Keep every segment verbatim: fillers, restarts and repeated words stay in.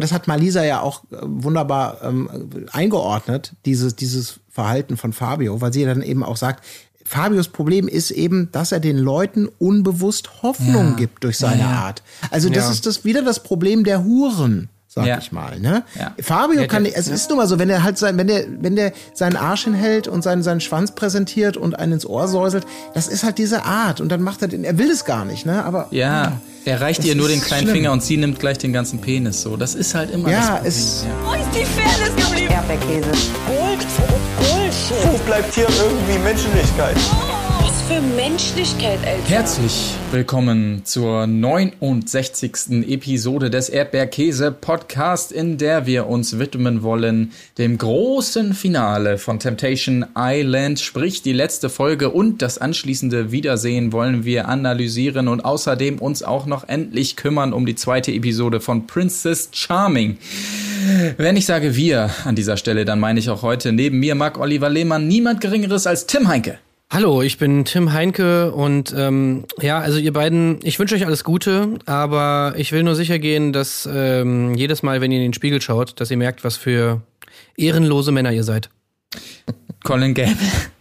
das hat Malisa ja auch äh, wunderbar ähm, eingeordnet, dieses, dieses Verhalten von Fabio, weil sie dann eben auch sagt, Fabios Problem ist eben, dass er den Leuten unbewusst Hoffnung ja. gibt durch seine ja. Art. Also das ja. ist das wieder das Problem der Huren, sag ja. ich mal. Ne? Ja. Fabio ja, kann, der, es ja. ist nun mal so, wenn er halt sein, wenn der, wenn der seinen Arsch hinhält und seinen, seinen Schwanz präsentiert und einen ins Ohr säuselt, das ist halt diese Art. Und dann macht er den, er will es gar nicht, ne? Aber ja, ja er reicht ihr nur den kleinen schlimm. Finger und sie nimmt gleich den ganzen Penis. So, das ist halt immer. Ja, das es. Ja. Wo ist die Fairness geblieben? Erdbeerkäse. Gold, Bullshit. Wo bleibt hier irgendwie Menschlichkeit? Was für Menschlichkeit, Alter. Herzlich willkommen zur neunundsechzigsten Episode des Erdbeerkäse-Podcast, in der wir uns widmen wollen dem großen Finale von Temptation Island, sprich die letzte Folge und das anschließende Wiedersehen wollen wir analysieren und außerdem uns auch noch endlich kümmern um die zweite Episode von Princess Charming. Wenn ich sage wir an dieser Stelle, dann meine ich auch heute neben mir Marc-Oliver Lehmann niemand Geringeres als Tim Heinke. Hallo, ich bin Tim Heinke und ähm, ja, also ihr beiden, ich wünsche euch alles Gute, aber ich will nur sicher gehen, dass ähm, jedes Mal, wenn ihr in den Spiegel schaut, dass ihr merkt, was für ehrenlose Männer ihr seid. Colin Gable.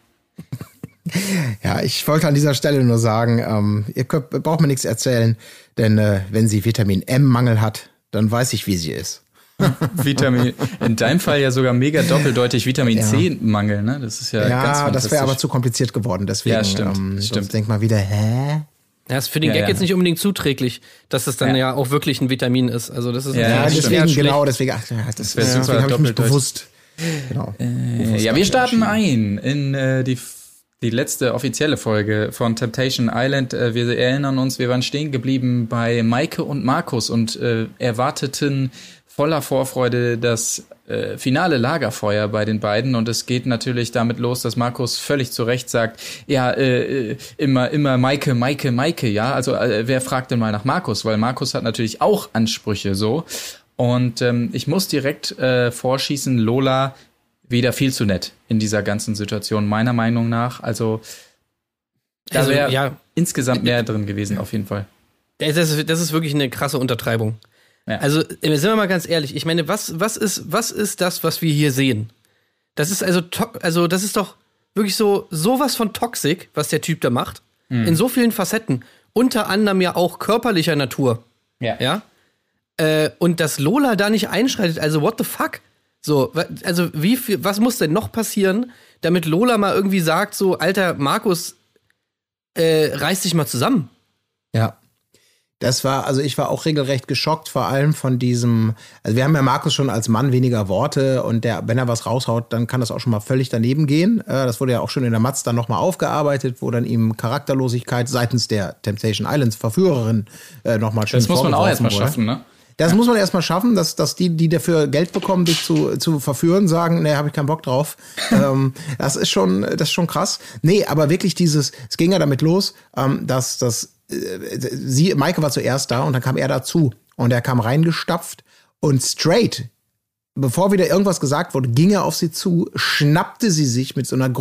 Ja, ich wollte an dieser Stelle nur sagen, ähm, ihr könnt, braucht mir nichts erzählen, denn äh, wenn sie Vitamin-M-Mangel hat, dann weiß ich, wie sie ist. Vitamin, in deinem Fall ja sogar mega doppeldeutig Vitamin C-Mangel, ne? Das ist ja, ja ganz fantastisch. Das wäre aber zu kompliziert geworden, deswegen. Ja, stimmt. Ähm, stimmt. Denk mal wieder, hä? Ja, ist für den ja, Gag ja. jetzt nicht unbedingt zuträglich, dass es dann ja, ja auch wirklich ein Vitamin ist. Also das ist ja, ja deswegen schlecht. genau, deswegen, ach, das, das wäre ja, super habe ich mich doppeldeutig. bewusst. Genau. Äh, bewusst ja, wir starten ein in äh, die die letzte offizielle Folge von Temptation Island. Äh, wir erinnern uns, wir waren stehen geblieben bei Maike und Markus und äh, erwarteten voller Vorfreude das äh, finale Lagerfeuer bei den beiden, und es geht natürlich damit los, dass Markus völlig zu Recht sagt, ja, äh, immer immer Maike, Maike, Maike, ja, also äh, wer fragt denn mal nach Markus, weil Markus hat natürlich auch Ansprüche so, und ähm, ich muss direkt äh, vorschießen, Lola wieder viel zu nett in dieser ganzen Situation, meiner Meinung nach, also da wäre also, ja, insgesamt mehr drin gewesen, auf jeden Fall. Das ist, das ist wirklich eine krasse Untertreibung. Ja. Also, sind wir mal ganz ehrlich, ich meine, was, was ist, was ist das, was wir hier sehen? Das ist also, to- also, das ist doch wirklich so, sowas von toxic, was der Typ da macht. Mhm. In so vielen Facetten. Unter anderem ja auch körperlicher Natur. Ja. Ja. Äh, und dass Lola da nicht einschreitet, also, what the fuck? So, also, wie viel, was muss denn noch passieren, damit Lola mal irgendwie sagt, so, Alter, Markus, äh, reiß dich mal zusammen. Ja. Das war, also ich war auch regelrecht geschockt, vor allem von diesem, also wir haben ja Markus schon als Mann weniger Worte, und der, wenn er was raushaut, dann kann das auch schon mal völlig daneben gehen. Das wurde ja auch schon in der Matz dann nochmal aufgearbeitet, wo dann ihm Charakterlosigkeit seitens der Temptation Islands Verführerin äh, nochmal schön Das muss man auch erstmal schaffen, ne? Das muss man erstmal schaffen, dass, dass die, die dafür Geld bekommen, dich zu, zu verführen, sagen, nee, habe ich keinen Bock drauf. ähm, das ist schon, das ist schon krass. Nee, aber wirklich dieses, es ging ja damit los, ähm, dass, dass sie, Maike war zuerst da und dann kam er dazu und er kam reingestapft und straight, bevor wieder irgendwas gesagt wurde, ging er auf sie zu, schnappte sie sich mit so einer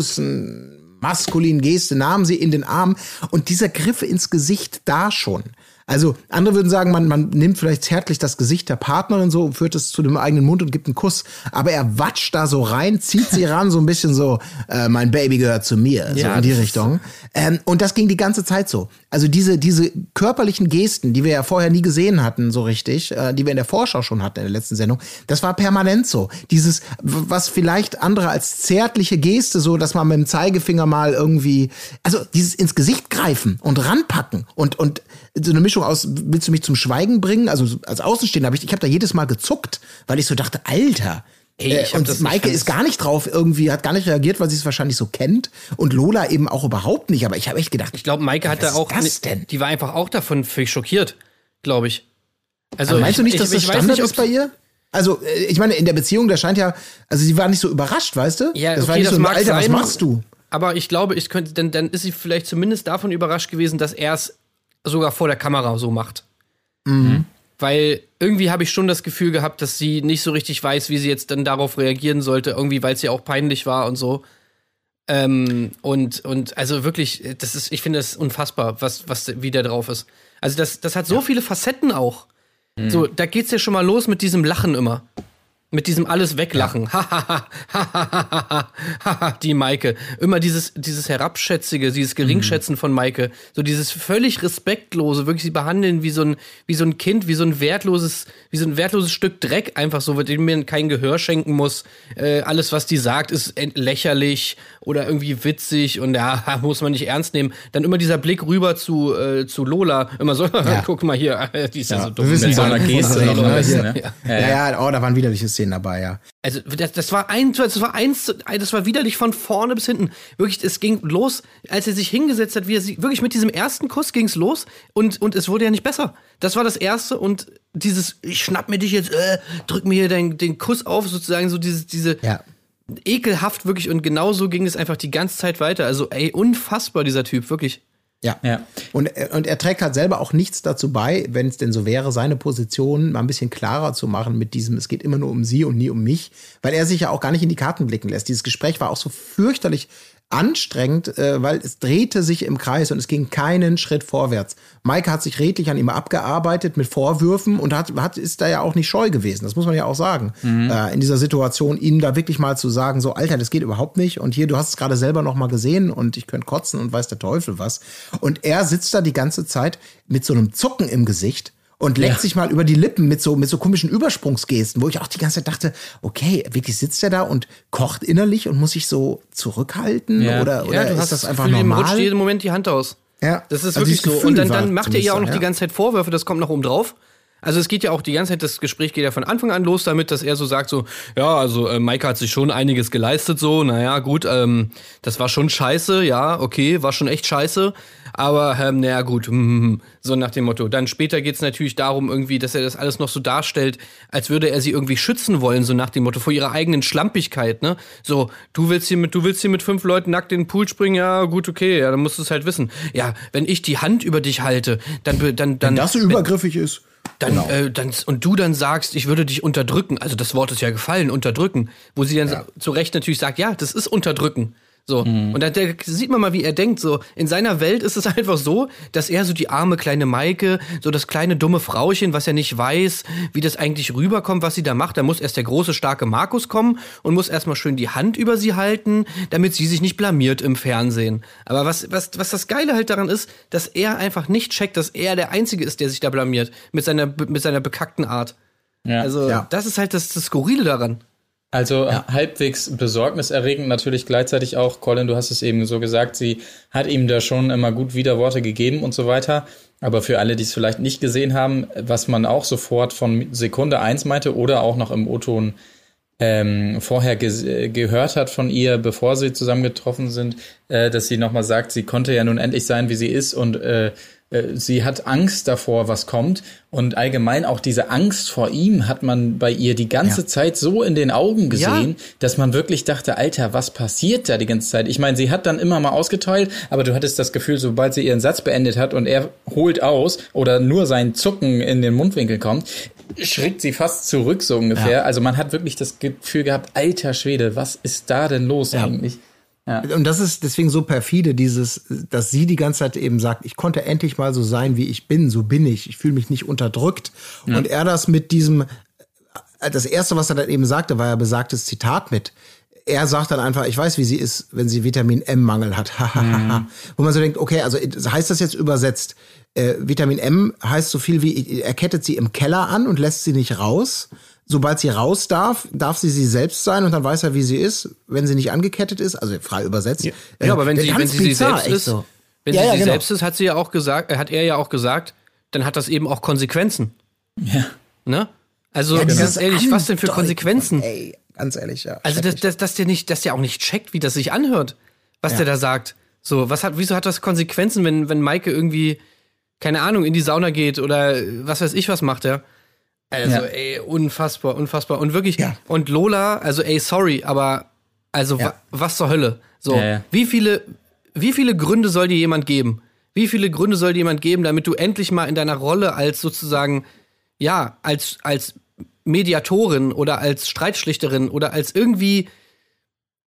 großen maskulinen Geste, nahm sie in den Arm, und dieser Griff ins Gesicht da schon. Also andere würden sagen, man, man nimmt vielleicht zärtlich das Gesicht der Partnerin so, führt es zu dem eigenen Mund und gibt einen Kuss. Aber er watscht da so rein, zieht sie ran, so ein bisschen so, äh, mein Baby gehört zu mir, so ja, in die Richtung. Ähm, und das ging die ganze Zeit so. Also diese diese körperlichen Gesten, die wir ja vorher nie gesehen hatten, so richtig, äh, die wir in der Vorschau schon hatten in der letzten Sendung, das war permanent so. Dieses, was vielleicht andere als zärtliche Geste, so, dass man mit dem Zeigefinger mal irgendwie, also dieses ins Gesicht greifen und ranpacken und und so eine Mischung aus, willst du mich zum Schweigen bringen? Also als Außenstehender habe ich, ich habe da jedes Mal gezuckt, weil ich so dachte, Alter. Ey, ich äh, und das, Maike ist gar nicht drauf irgendwie, hat gar nicht reagiert, weil sie es wahrscheinlich so kennt, und Lola eben auch überhaupt nicht. Aber ich habe echt gedacht, ich glaube, Maike hat da auch, das denn? Die war einfach auch davon völlig schockiert, glaube ich. Also aber meinst ich, du nicht, ich, dass das ich Standard weiß nicht, ist bei ihr? Also ich meine, in der Beziehung, da scheint ja, also sie war nicht so überrascht, weißt du? Ja, das okay, war nicht das so, mag Alter, was sein, machst du? Aber ich glaube, ich könnte, dann, dann ist sie vielleicht zumindest davon überrascht gewesen, dass er es sogar vor der Kamera so macht. Mhm. Weil irgendwie habe ich schon das Gefühl gehabt, dass sie nicht so richtig weiß, wie sie jetzt dann darauf reagieren sollte, irgendwie, weil es ja auch peinlich war und so. Ähm, und, und also wirklich, das ist, ich finde das unfassbar, was, was wie der drauf ist. Also das, das hat so ja. viele Facetten auch. Mhm. So, da geht's ja schon mal los mit diesem Lachen immer. Mit diesem alles weglachen. Hahaha. Die Maike. Immer dieses, dieses Herabschätzige, dieses Geringschätzen von Maike. So dieses völlig Respektlose, wirklich sie behandeln wie so ein, wie so ein Kind, wie so ein wertloses, wie so ein wertloses Stück Dreck einfach so, dem man kein Gehör schenken muss. Äh, alles, was die sagt, ist lächerlich oder irgendwie witzig und ja, muss man nicht ernst nehmen. Dann immer dieser Blick rüber zu, äh, zu Lola. Immer so, ja. Guck mal hier, die ist ja, ja so dumm. Wir wissen, mit so einer Geste noch ein bisschen, ne? Ja, ja, ja, oh, da waren widerliche Szenen dabei, ja. Also das, das war ein, das war eins, das war widerlich von vorne bis hinten. Wirklich, es ging los, als er sich hingesetzt hat, wie er sich, wirklich mit diesem ersten Kuss ging's los und und es wurde ja nicht besser. Das war das erste und dieses, ich schnapp mir dich jetzt, äh, drück mir hier den, den Kuss auf, sozusagen so dieses, diese ja. ekelhaft wirklich und genauso ging es einfach die ganze Zeit weiter. Also ey, unfassbar dieser Typ, wirklich. Ja. ja. Und, und er trägt halt selber auch nichts dazu bei, wenn es denn so wäre, seine Position mal ein bisschen klarer zu machen mit diesem, es geht immer nur um sie und nie um mich, weil er sich ja auch gar nicht in die Karten blicken lässt. Dieses Gespräch war auch so fürchterlich anstrengend, äh, weil es drehte sich im Kreis und es ging keinen Schritt vorwärts. Maike hat sich redlich an ihm abgearbeitet mit Vorwürfen und hat, hat ist da ja auch nicht scheu gewesen. Das muss man ja auch sagen. Mhm. Äh, in dieser Situation, ihm da wirklich mal zu sagen, so, Alter, das geht überhaupt nicht. Und hier, du hast es gerade selber noch mal gesehen und ich könnte kotzen und weiß der Teufel was. Und er sitzt da die ganze Zeit mit so einem Zucken im Gesicht und leckt ja. sich mal über die Lippen mit so, mit so komischen Übersprungsgesten, wo ich auch die ganze Zeit dachte, okay, wirklich sitzt er da und kocht innerlich und muss sich so zurückhalten? Ja. Oder, oder ja, du ist hast das einfach Gefühl, normal? Ihm rutscht jeden Moment die Hand aus. Ja. Das ist also wirklich so. Gefühl Und dann, dann macht er ja auch noch ja. die ganze Zeit Vorwürfe, das kommt noch oben drauf. Also es geht ja auch die ganze Zeit, das Gespräch geht ja von Anfang an los damit, dass er so sagt so, ja, also äh, Maike hat sich schon einiges geleistet so, naja, gut, ähm, das war schon scheiße, ja, okay, war schon echt scheiße, aber ähm, naja, gut, mm, so nach dem Motto. Dann später geht's natürlich darum irgendwie, dass er das alles noch so darstellt, als würde er sie irgendwie schützen wollen, so nach dem Motto, vor ihrer eigenen Schlampigkeit, ne? So, du willst hier mit, du willst hier mit fünf Leuten nackt in den Pool springen, ja, gut, okay, ja, dann musst du es halt wissen. Ja, wenn ich die Hand über dich halte, dann, dann, dann. Wenn das so übergriffig wenn, ist. Dann, genau. äh, dann, und du dann sagst, ich würde dich unterdrücken, also das Wort ist ja gefallen, unterdrücken, wo sie dann ja. zu Recht natürlich sagt, ja, das ist unterdrücken. So. Mhm. Und dann da sieht man mal, wie er denkt, so, in seiner Welt ist es einfach so, dass er so die arme kleine Maike, so das kleine dumme Frauchen, was er nicht weiß, wie das eigentlich rüberkommt, was sie da macht, da muss erst der große, starke Markus kommen und muss erstmal schön die Hand über sie halten, damit sie sich nicht blamiert im Fernsehen. Aber was, was, was das Geile halt daran ist, dass er einfach nicht checkt, dass er der Einzige ist, der sich da blamiert, mit seiner, mit seiner bekackten Art. Ja. Also, ja. das ist halt das, das Skurrile daran. Also ja. halbwegs besorgniserregend natürlich gleichzeitig auch, Colin, du hast es eben so gesagt, sie hat ihm da schon immer gut Widerworte gegeben und so weiter. Aber für alle, die es vielleicht nicht gesehen haben, was man auch sofort von Sekunde eins meinte oder auch noch im O-Ton ähm, vorher ge- gehört hat von ihr, bevor sie zusammengetroffen sind, äh, dass sie nochmal sagt, sie konnte ja nun endlich sein, wie sie ist und äh, sie hat Angst davor, was kommt. Und allgemein auch diese Angst vor ihm hat man bei ihr die ganze ja. Zeit so in den Augen gesehen, ja. dass man wirklich dachte, Alter, was passiert da die ganze Zeit? Ich meine, sie hat dann immer mal ausgeteilt, aber du hattest das Gefühl, sobald sie ihren Satz beendet hat und er holt aus oder nur sein Zucken in den Mundwinkel kommt, schrickt sie fast zurück, so ungefähr. Ja. Also man hat wirklich das Gefühl gehabt, alter Schwede, was ist da denn los ja. eigentlich? Ja. Und das ist deswegen so perfide, dieses, dass sie die ganze Zeit eben sagt, ich konnte endlich mal so sein, wie ich bin, so bin ich, ich fühle mich nicht unterdrückt. Ja. Und er das mit diesem, das Erste, was er dann eben sagte, war ja besagtes Zitat mit. Er sagt dann einfach, ich weiß, wie sie ist, wenn sie Vitamin-M-Mangel hat. Mhm. Wo man so denkt, okay, also heißt das jetzt übersetzt, äh, Vitamin M heißt so viel wie, er kettet sie im Keller an und lässt sie nicht raus. Sobald sie raus darf, darf sie sie selbst sein und dann weiß er, wie sie ist, wenn sie nicht angekettet ist, also frei übersetzt. Ja, äh, ja aber wenn sie, wenn sie sie selbst ist, so. wenn ja, sie ja, sie genau. selbst ist, hat sie ja auch gesagt, hat er ja auch gesagt, dann hat das eben auch Konsequenzen. Ja. Ne? Also ja, ganz ehrlich, was denn für Konsequenzen? Ey, ganz ehrlich, ja. Also dass, dass, dass der nicht, dass der auch nicht checkt, wie das sich anhört, was ja. der da sagt. So, was hat, wieso hat das Konsequenzen, wenn wenn Maike irgendwie, keine Ahnung, in die Sauna geht oder was weiß ich was macht er? Also, ja. ey, unfassbar, unfassbar. Und wirklich, ja. und Lola, also, ey, sorry, aber, also, ja. wa- was zur Hölle? So, ja, ja. wie viele, wie viele Gründe soll dir jemand geben? Wie viele Gründe soll dir jemand geben, damit du endlich mal in deiner Rolle als sozusagen, ja, als, als Mediatorin oder als Streitschlichterin oder als irgendwie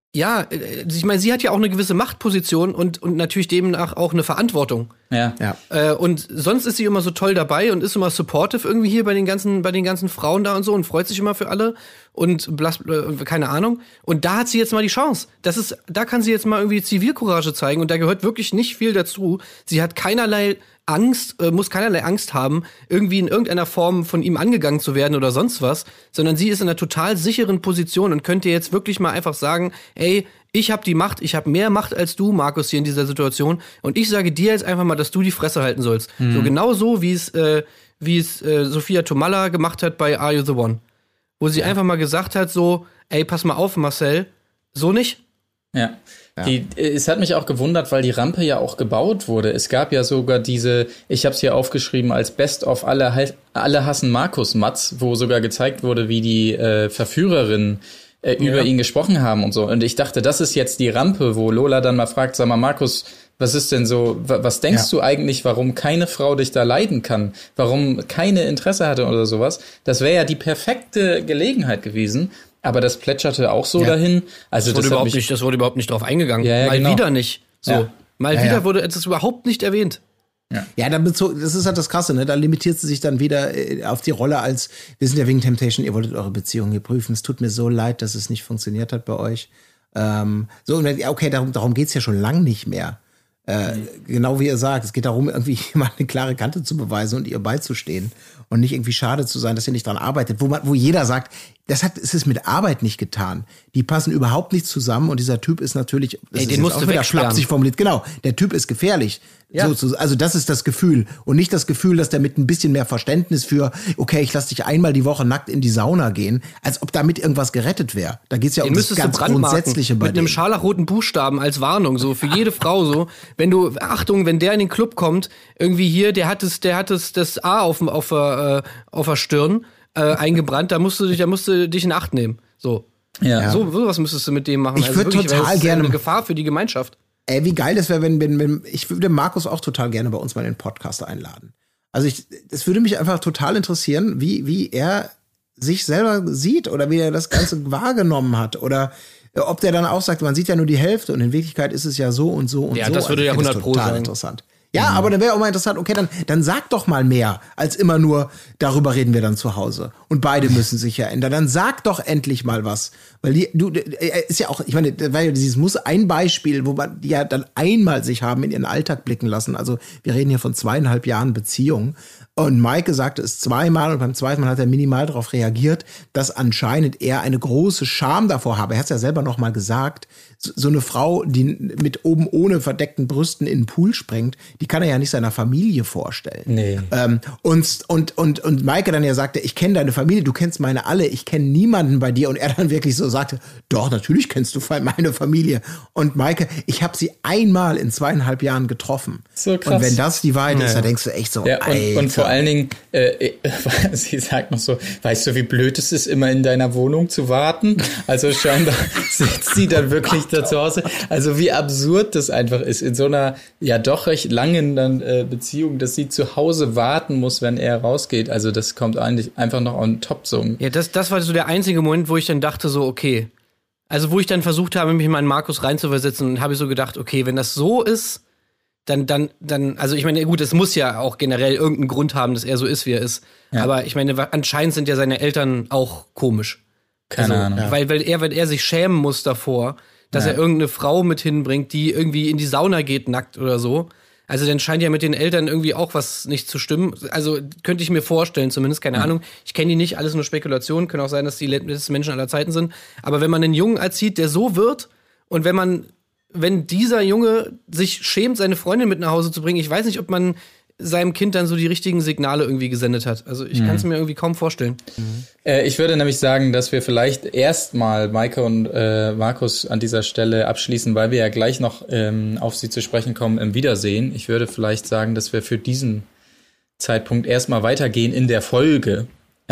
Ja, ich meine, sie hat ja auch eine gewisse Machtposition und, und natürlich demnach auch eine Verantwortung. Ja. Ja. Äh, und sonst ist sie immer so toll dabei und ist immer supportive irgendwie hier bei den ganzen, bei den ganzen Frauen da und so und freut sich immer für alle und blas, äh, keine Ahnung. Und da hat sie jetzt mal die Chance. Das ist, da kann sie jetzt mal irgendwie Zivilcourage zeigen und da gehört wirklich nicht viel dazu. Sie hat keinerlei Angst, äh, muss keinerlei Angst haben, irgendwie in irgendeiner Form von ihm angegangen zu werden oder sonst was, sondern sie ist in einer total sicheren Position und könnte jetzt wirklich mal einfach sagen, ey, ich habe die Macht, ich habe mehr Macht als du, Markus, hier in dieser Situation und ich sage dir jetzt einfach mal, dass du die Fresse halten sollst. Mhm. So genau so, wie es, äh, wie es äh, Sophia Tomalla gemacht hat bei Are You The One? Wo sie ja. einfach mal gesagt hat so, ey, pass mal auf, Marcel, so nicht. Ja. Ja. Die, es hat mich auch gewundert, weil die Rampe ja auch gebaut wurde. Es gab ja sogar diese, ich habe es hier aufgeschrieben als Best of alle, alle hassen Markus-Matz, wo sogar gezeigt wurde, wie die äh, Verführerinnen äh, ja. über ihn gesprochen haben und so. Und ich dachte, das ist jetzt die Rampe, wo Lola dann mal fragt, sag mal, Markus, was ist denn so, was denkst ja. du eigentlich, warum keine Frau dich da leiden kann? Warum keine Interesse hatte oder sowas? Das wäre ja die perfekte Gelegenheit gewesen. Aber das plätscherte auch so ja. dahin. Also das wurde, das, überhaupt mich nicht, das wurde überhaupt nicht drauf eingegangen. Ja, ja, Mal genau. wieder nicht. So. Ja. Mal ja, wieder ja. wurde es überhaupt nicht erwähnt. Ja, ja damit so, das ist halt das Krasse, ne? Da limitiert sie sich dann wieder auf die Rolle als, wir sind ja wegen Temptation, ihr wolltet eure Beziehung hier prüfen. Es tut mir so leid, dass es nicht funktioniert hat bei euch. Ähm, so, okay, darum, darum geht's ja schon lang nicht mehr. Äh, mhm. Genau wie ihr sagt, es geht darum, irgendwie mal eine klare Kante zu beweisen und ihr beizustehen und nicht irgendwie schade zu sein, dass ihr nicht dran arbeitet, wo man, wo jeder sagt, das hat, es ist mit Arbeit nicht getan. Die passen überhaupt nicht zusammen und dieser Typ ist natürlich, das Ey, ist den musst auch du wieder wegsperren. flapsig formuliert. Genau, der Typ ist gefährlich. Ja. So, so, also das ist das Gefühl und nicht das Gefühl, dass der mit ein bisschen mehr Verständnis für, okay, ich lass dich einmal die Woche nackt in die Sauna gehen, als ob damit irgendwas gerettet wäre. Da geht's ja Den um das müsstest du ganz brandmarken Grundsätzliche bei mit einem denen. scharlachroten Buchstaben als Warnung, so für jede Frau so. Wenn du, Achtung, wenn der in den Club kommt, irgendwie hier, der hat es, der hat es, das A auf, auf, der, äh, auf der Stirn äh, eingebrannt, da musst du dich, da musst du dich in Acht nehmen. So. Ja. So, sowas müsstest du mit dem machen. Ich also würde wirklich, weil total das ist gerne- eine Gefahr für die Gemeinschaft. Ey, wie geil das wäre, wenn, wenn, wenn, ich würde Markus auch total gerne bei uns mal in den Podcast einladen. Also ich, es würde mich einfach total interessieren, wie, wie er sich selber sieht oder wie er das Ganze wahrgenommen hat oder ob der dann auch sagt, man sieht ja nur die Hälfte und in Wirklichkeit ist es ja so und so und Ja, so. das würde Also ich ja finde das hundert Pro total sein. interessant. Ja, mhm. aber dann wäre auch mal interessant, okay, dann, dann sag doch mal mehr, als immer nur, darüber reden wir dann zu Hause. Und beide müssen sich ja ändern. Dann sag doch endlich mal was. Weil die, du, ist ja auch, ich meine, das war ja dieses Muss ein Beispiel, wo man die ja dann einmal sich haben in ihren Alltag blicken lassen. Also wir reden hier von zweieinhalb Jahren Beziehung. Und Maike sagte es zweimal und beim zweiten Mal hat er minimal darauf reagiert, dass anscheinend er eine große Scham davor habe. Er hat es ja selber noch mal gesagt. So, so eine Frau, die mit oben ohne verdeckten Brüsten in den Pool springt, die kann er ja nicht seiner Familie vorstellen. Nee. Ähm, und, und, und, und Maike dann ja sagte, ich kenne deine Familie, du kennst meine alle, ich kenne niemanden bei dir. Und er dann wirklich so sagte, doch, natürlich kennst du meine Familie. Und Maike, ich habe sie einmal in zweieinhalb Jahren getroffen. So krass. Und wenn das die Wahrheit Ja. ist, dann denkst du echt so, Ja, und, Alter. und vor allen Dingen, äh, sie sagt noch so, weißt du, wie blöd es ist, immer in deiner Wohnung zu warten? Also scheinbar sitzt sie dann wirklich da zu Hause. Also wie absurd das einfach ist, in so einer ja doch recht langen dann, äh, Beziehung, dass sie zu Hause warten muss, wenn er rausgeht. Also das kommt eigentlich einfach noch on top so. Ja, das, das war so der einzige Moment, wo ich dann dachte so, okay. Also wo ich dann versucht habe, mich in meinen Markus reinzuversetzen und habe ich so gedacht, okay, wenn das so ist, dann, dann, dann, also ich meine, gut, es muss ja auch generell irgendeinen Grund haben, dass er so ist, wie er ist. Ja. Aber ich meine, anscheinend sind ja seine Eltern auch komisch. Keine also, Ahnung. Ja. Weil, weil er, weil er sich schämen muss davor, dass ja. er irgendeine Frau mit hinbringt, die irgendwie in die Sauna geht, nackt oder so. Also dann scheint ja mit den Eltern irgendwie auch was nicht zu stimmen. Also könnte ich mir vorstellen, zumindest, keine ja. Ahnung. Ich kenne die nicht, alles nur Spekulationen. Können auch sein, dass die letzten Menschen aller Zeiten sind. Aber wenn man einen Jungen erzieht, der so wird und wenn man, wenn dieser Junge sich schämt, seine Freundin mit nach Hause zu bringen, ich weiß nicht, ob man seinem Kind dann so die richtigen Signale irgendwie gesendet hat. Also ich mhm. kann es mir irgendwie kaum vorstellen. Mhm. Äh, ich würde nämlich sagen, dass wir vielleicht erstmal Maike und äh, Markus an dieser Stelle abschließen, weil wir ja gleich noch ähm, auf sie zu sprechen kommen im Wiedersehen. Ich würde vielleicht sagen, dass wir für diesen Zeitpunkt erstmal weitergehen in der Folge.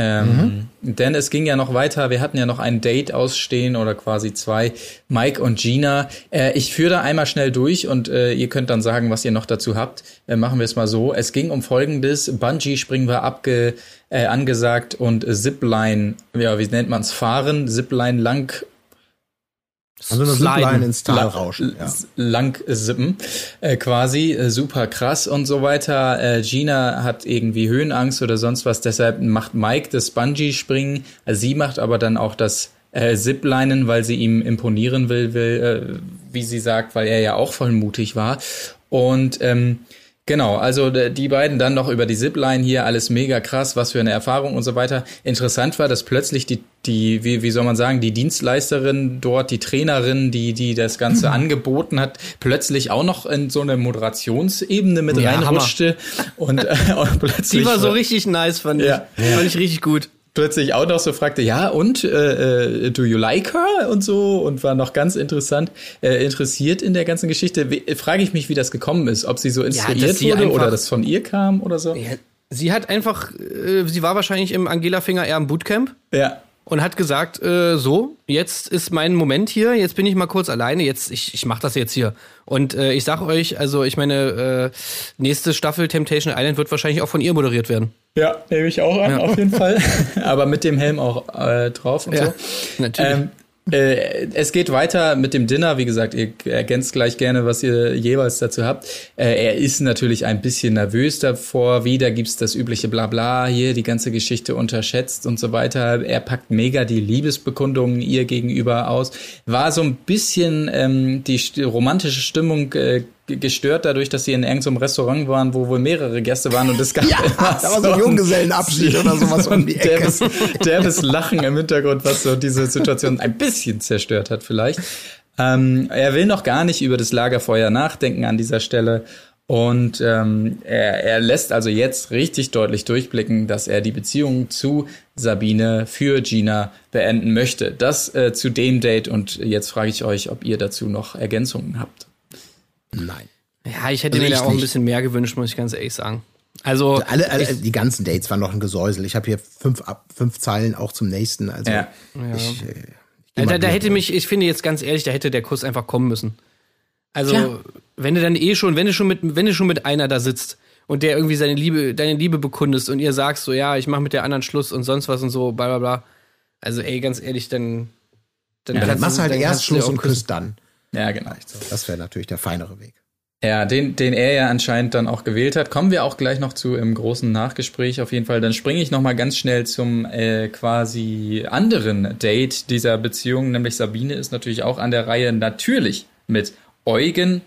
Ähm, mhm. Denn es ging ja noch weiter, wir hatten ja noch ein Date ausstehen oder quasi zwei, Mike und Gina. Äh, ich führe da einmal schnell durch und äh, ihr könnt dann sagen, was ihr noch dazu habt. Äh, machen wir es mal so. Es ging um Folgendes, Bungee-Springen war abge, äh, angesagt und Zipline, ja, wie nennt man es, Fahren, Zipline lang, Also eine Zipline ins Tal rauschen. Ja. Lang sippen, äh, quasi, äh, super krass und so weiter. Äh, Gina hat irgendwie Höhenangst oder sonst was, deshalb macht Mike das Bungee-Springen. Also sie macht aber dann auch das äh, Ziplinen, weil sie ihm imponieren will, will äh, wie sie sagt, weil er ja auch voll mutig war. Und ähm, genau, also die beiden dann noch über die Zipline hier, alles mega krass, was für eine Erfahrung und so weiter. Interessant war, dass plötzlich die, die wie, wie soll man sagen, die Dienstleisterin dort, die Trainerin, die die das Ganze angeboten hat, plötzlich auch noch in so eine Moderationsebene mit ja, reinrutschte. Und, äh, und plötzlich die war so richtig nice, fand ich. Ja. Fand ich richtig gut. Plötzlich auch noch so fragte, ja, und, äh, do you like her? Und so, und war noch ganz interessant, äh, interessiert in der ganzen Geschichte. We- frage ich mich, wie das gekommen ist, ob sie so instruiert ja, wurde oder das von ihr kam oder so. Ja, sie hat einfach, äh, sie war wahrscheinlich im Angela Finger eher im Bootcamp. Ja. Und hat gesagt, äh, so, jetzt ist mein Moment hier, jetzt bin ich mal kurz alleine, jetzt, ich, ich mach das jetzt hier. Und äh, ich sag euch, also ich meine, äh, nächste Staffel Temptation Island wird wahrscheinlich auch von ihr moderiert werden. Ja, nehme ich auch an, ja. Auf jeden Fall. Aber mit dem Helm auch äh, drauf und ja, so. Natürlich. Ähm, äh, es geht weiter mit dem Dinner. Wie gesagt, ihr ergänzt gleich gerne, was ihr jeweils dazu habt. Äh, er ist natürlich ein bisschen nervös davor. Wieder gibt's das übliche Blabla hier, die ganze Geschichte unterschätzt und so weiter. Er packt mega die Liebesbekundungen ihr gegenüber aus. War so ein bisschen ähm, die st- romantische Stimmung äh, gestört dadurch, dass sie in irgendeinem Restaurant waren, wo wohl mehrere Gäste waren und es gab ja, immer da war so ein Junggesellenabschied oder sowas um die Ecke. Derbes, derbes Lachen im Hintergrund, was so diese Situation ein bisschen zerstört hat vielleicht. Ähm, er will noch gar nicht über das Lagerfeuer nachdenken an dieser Stelle und ähm, er, er lässt also jetzt richtig deutlich durchblicken, dass er die Beziehung zu Sabine für Gina beenden möchte. Das äh, zu dem Date und jetzt frage ich euch, ob ihr dazu noch Ergänzungen habt. Nein. Ja, ich hätte Also mir ich da auch ein nicht. bisschen mehr gewünscht, muss ich ganz ehrlich sagen. Also alle, alle ich, die ganzen Dates waren noch ein Gesäusel. Ich habe hier fünf ab fünf Zeilen auch zum nächsten. Also Ja. ich, äh, ich da, da, da hätte mich, ich finde jetzt ganz ehrlich, da hätte der Kuss einfach kommen müssen. Also Tja. wenn du dann eh schon, wenn du schon mit, wenn du schon mit einer da sitzt und der irgendwie seine Liebe, deine Liebe bekundest und ihr sagst so, ja, ich mache mit der anderen Schluss und sonst was und so, bla bla bla. Also ey, ganz ehrlich, dann dann, ja, dann kannst machst du halt dann erst kannst du Schluss auch und küssen. küsst dann. Ja, genau. Das wäre natürlich der feinere Weg. Ja, den, den er ja anscheinend dann auch gewählt hat. Kommen wir auch gleich noch zu im großen Nachgespräch auf jeden Fall. Dann springe ich noch mal ganz schnell zum äh, quasi anderen Date dieser Beziehung. Nämlich Sabine ist natürlich auch an der Reihe, natürlich mit Eugen.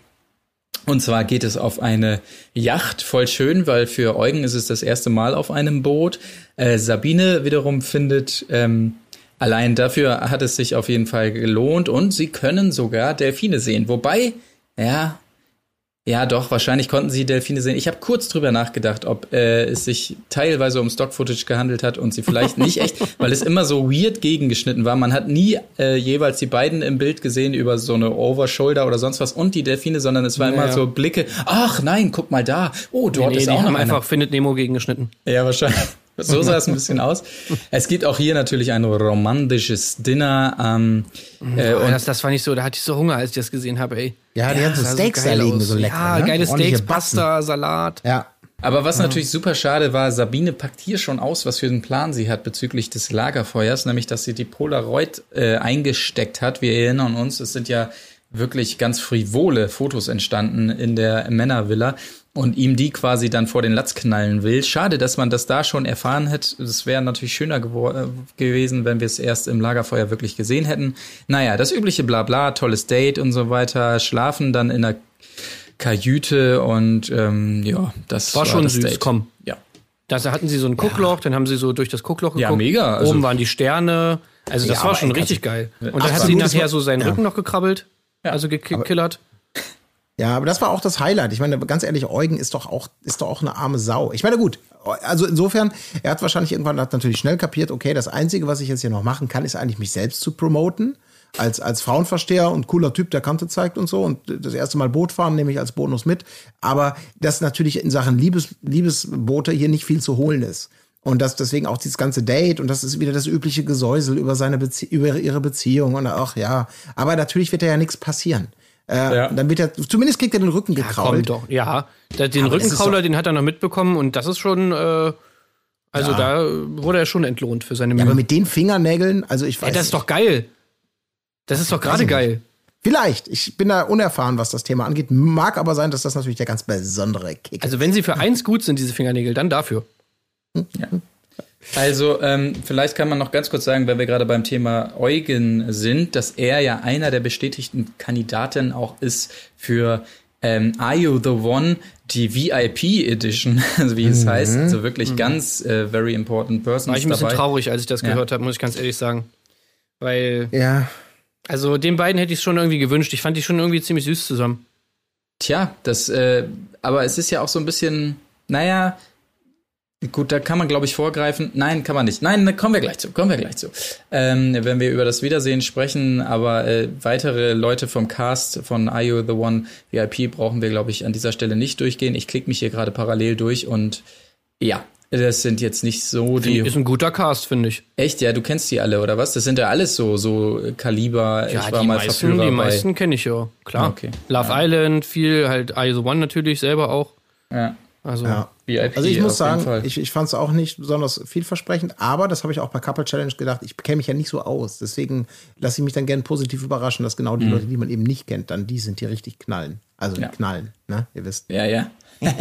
Und zwar geht es auf eine Yacht, voll schön, weil für Eugen ist es das erste Mal auf einem Boot. Äh, Sabine wiederum findet... Ähm, Allein dafür hat es sich auf jeden Fall gelohnt und sie können sogar Delfine sehen. Wobei, ja, ja doch, wahrscheinlich konnten sie Delfine sehen. Ich habe kurz drüber nachgedacht, ob äh, es sich teilweise um Stock-Footage gehandelt hat und sie vielleicht nicht echt, weil es immer so weird gegengeschnitten war. Man hat nie äh, jeweils die beiden im Bild gesehen über so eine Overshoulder oder sonst was und die Delfine, sondern es war Ja, immer ja. so Blicke, ach nein, guck mal da, oh, dort Nee, nee, ist die auch noch haben einer. einfach Findet Nemo gegengeschnitten. Ja, wahrscheinlich. So sah es ein bisschen aus. Es gibt auch hier natürlich ein romantisches Dinner. Ähm, äh, Oh, und das, das war nicht so, da hatte ich so Hunger, als ich das gesehen habe, ey. Ja, die haben so Das sah Steaks geil da liegen, aus. so lecker. Ja, ne? geile Ordentliche Steaks, Batzen. Pasta, Salat. Ja. aber was natürlich super schade war, Sabine packt hier schon aus, was für einen Plan sie hat bezüglich des Lagerfeuers, nämlich, dass sie die Polaroid äh, eingesteckt hat. Wir erinnern uns, es sind ja wirklich ganz frivole Fotos entstanden in der Männervilla und ihm die quasi dann vor den Latz knallen will. Schade, dass man das da schon erfahren hätte. Es wäre natürlich schöner gewor- äh, gewesen, wenn wir es erst im Lagerfeuer wirklich gesehen hätten. Naja, das übliche Blabla, tolles Date und so weiter, schlafen dann in der Kajüte und ähm, ja, das War war, schon das süß, Date. komm. Ja. Da hatten sie so ein Guckloch, dann haben sie so durch das Guckloch geguckt. Ja, mega, also- Oben waren die Sterne. Also das Ja, war aber schon ey, richtig geil. Und dann Ach, hat sie absolut, nachher das so seinen war- Rücken ja. noch gekrabbelt, Ja. also gekillert. Ja, aber das war auch das Highlight. Ich meine, ganz ehrlich, Eugen ist doch auch, ist doch auch eine arme Sau. Ich meine, gut, also insofern, er hat wahrscheinlich irgendwann hat natürlich schnell kapiert, okay, das Einzige, was ich jetzt hier noch machen kann, ist eigentlich mich selbst zu promoten. Als, als Frauenversteher und cooler Typ, der Kante zeigt und so. Und das erste Mal Boot fahren nehme ich als Bonus mit. Aber dass natürlich in Sachen Liebes, Liebesboote hier nicht viel zu holen ist. Und dass deswegen auch dieses ganze Date und das ist wieder das übliche Gesäusel über seine Bezie- über ihre Beziehung und ach ja. Aber natürlich wird da ja nichts passieren. Äh, Ja. Dann wird er, zumindest kriegt er den Rücken Ja, komm gekrault. doch. Ja, da- den Aber das ist Rückenkrauler, doch- den hat er noch mitbekommen und das ist schon, äh, also Ja. da wurde er schon entlohnt für seine Ja, Mühe. aber mit den Fingernägeln, also ich weiß Ey, das ist doch geil. Das ist doch gerade geil. Vielleicht. Ich bin da unerfahren, was das Thema angeht. Mag aber sein, dass das natürlich der ganz besondere Kick ist. Also wenn sie für eins gut sind, diese Fingernägel, dann dafür. Ja. Also ähm, vielleicht kann man noch ganz kurz sagen, weil wir gerade beim Thema Eugen sind, dass er ja einer der bestätigten Kandidaten auch ist für ähm, Are You the One, die V I P Edition, also wie es mhm. heißt. Also wirklich mhm. ganz äh, very important persons dabei. War ich ein bisschen dabei. traurig, als ich das gehört ja. habe, muss ich ganz ehrlich sagen. Weil, ja. also den beiden hätte ich es schon irgendwie gewünscht. Ich fand die schon irgendwie ziemlich süß zusammen. Tja, das, äh, aber es ist ja auch so ein bisschen, naja, gut, da kann man, glaube ich, vorgreifen. Nein, kann man nicht. Nein, da kommen wir gleich zu, kommen wir gleich zu. Ähm, wenn wir über das Wiedersehen sprechen, aber äh, weitere Leute vom Cast von Are You the One V I P brauchen wir, glaube ich, an dieser Stelle nicht durchgehen. Ich klicke mich hier gerade parallel durch und ja, das sind jetzt nicht so die... Ist ein guter Cast, finde ich. Echt? Ja, du kennst die alle, oder was? Das sind ja alles so, so Kaliber. Ja, ich war die mal meisten, Verführer die bei. meisten kenne ich ja, klar. Okay. Love ja. Island, viel, halt Are You the One natürlich, selber auch. Ja. Also, ja. V I P also ich muss auf jeden sagen, Fall. ich, ich fand es auch nicht besonders vielversprechend, aber das habe ich auch bei Couple Challenge gedacht, ich kenne mich ja nicht so aus. Deswegen lasse ich mich dann gerne positiv überraschen, dass genau die mhm. Leute, die man eben nicht kennt, dann die sind, die richtig knallen. Also ja. knallen, ne? Ihr wisst. Ja, ja.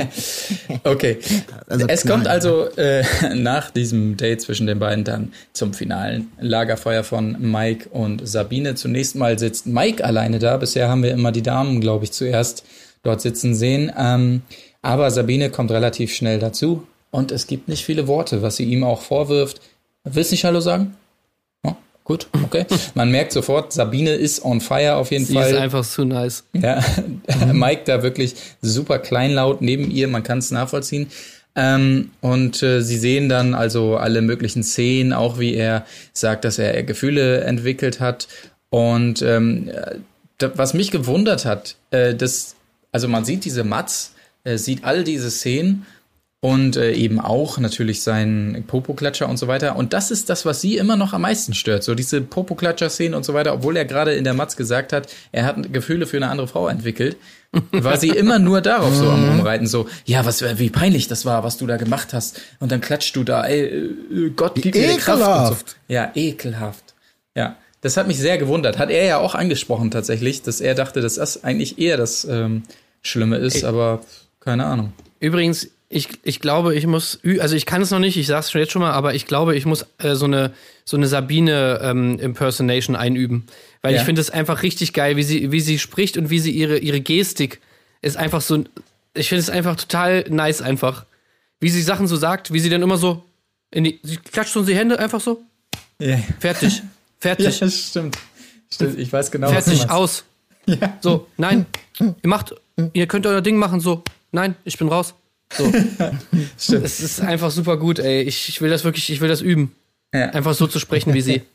Okay. Also es knallen, kommt also äh, nach diesem Date zwischen den beiden dann zum finalen Lagerfeuer von Mike und Sabine. Zunächst mal sitzt Mike alleine da. Bisher haben wir immer die Damen, glaube ich, zuerst dort sitzen sehen. Ähm, aber Sabine kommt relativ schnell dazu und es gibt nicht viele Worte, was sie ihm auch vorwirft. Willst du nicht Hallo sagen? Oh, gut, okay. Man merkt sofort, Sabine ist on fire auf jeden sie Fall. Sie ist einfach zu nice. Ja, Mike da wirklich super kleinlaut neben ihr, man kann es nachvollziehen. Ähm, und äh, sie sehen dann also alle möglichen Szenen, auch wie er sagt, dass er Gefühle entwickelt hat. Und ähm, da, was mich gewundert hat, äh, dass, also man sieht diese Mats, äh, sieht all diese Szenen und äh, eben auch natürlich seinen Popo-Klatscher und so weiter. Und das ist das, was sie immer noch am meisten stört. So diese Popo-Klatscher-Szenen und so weiter, obwohl er gerade in der Matz gesagt hat, er hat Gefühle für eine andere Frau entwickelt, war sie immer nur darauf so am Rumreiten. So, ja, was, wie peinlich das war, was du da gemacht hast. Und dann klatscht du da, ey, Gott, gib mir Kraft. Und so. Ja, ekelhaft. Ja, das hat mich sehr gewundert. Hat er ja auch angesprochen tatsächlich, dass er dachte, dass das eigentlich eher das ähm, Schlimme ist, ey. Aber keine Ahnung. Übrigens, Ich, ich glaube, ich muss, also ich kann es noch nicht, ich sag's schon jetzt schon mal, aber ich glaube, ich muss äh, so eine so eine Sabine ähm, Impersonation einüben, weil ja. ich finde es einfach richtig geil, wie sie wie sie spricht und wie sie ihre ihre Gestik ist einfach so, ich finde es einfach total nice einfach, wie sie Sachen so sagt, wie sie dann immer so in die, sie klatscht uns die Hände einfach so, ja. fertig, fertig, ja, stimmt, stimmt, ich weiß genau, fertig, was du aus, ja. So, nein, ihr macht, ihr könnt euer Ding machen, so, nein, ich bin raus. So. Stimmt. Es ist einfach super gut, ey. Ich, ich will das wirklich, ich will das üben. Ja. Einfach so zu sprechen wie sie.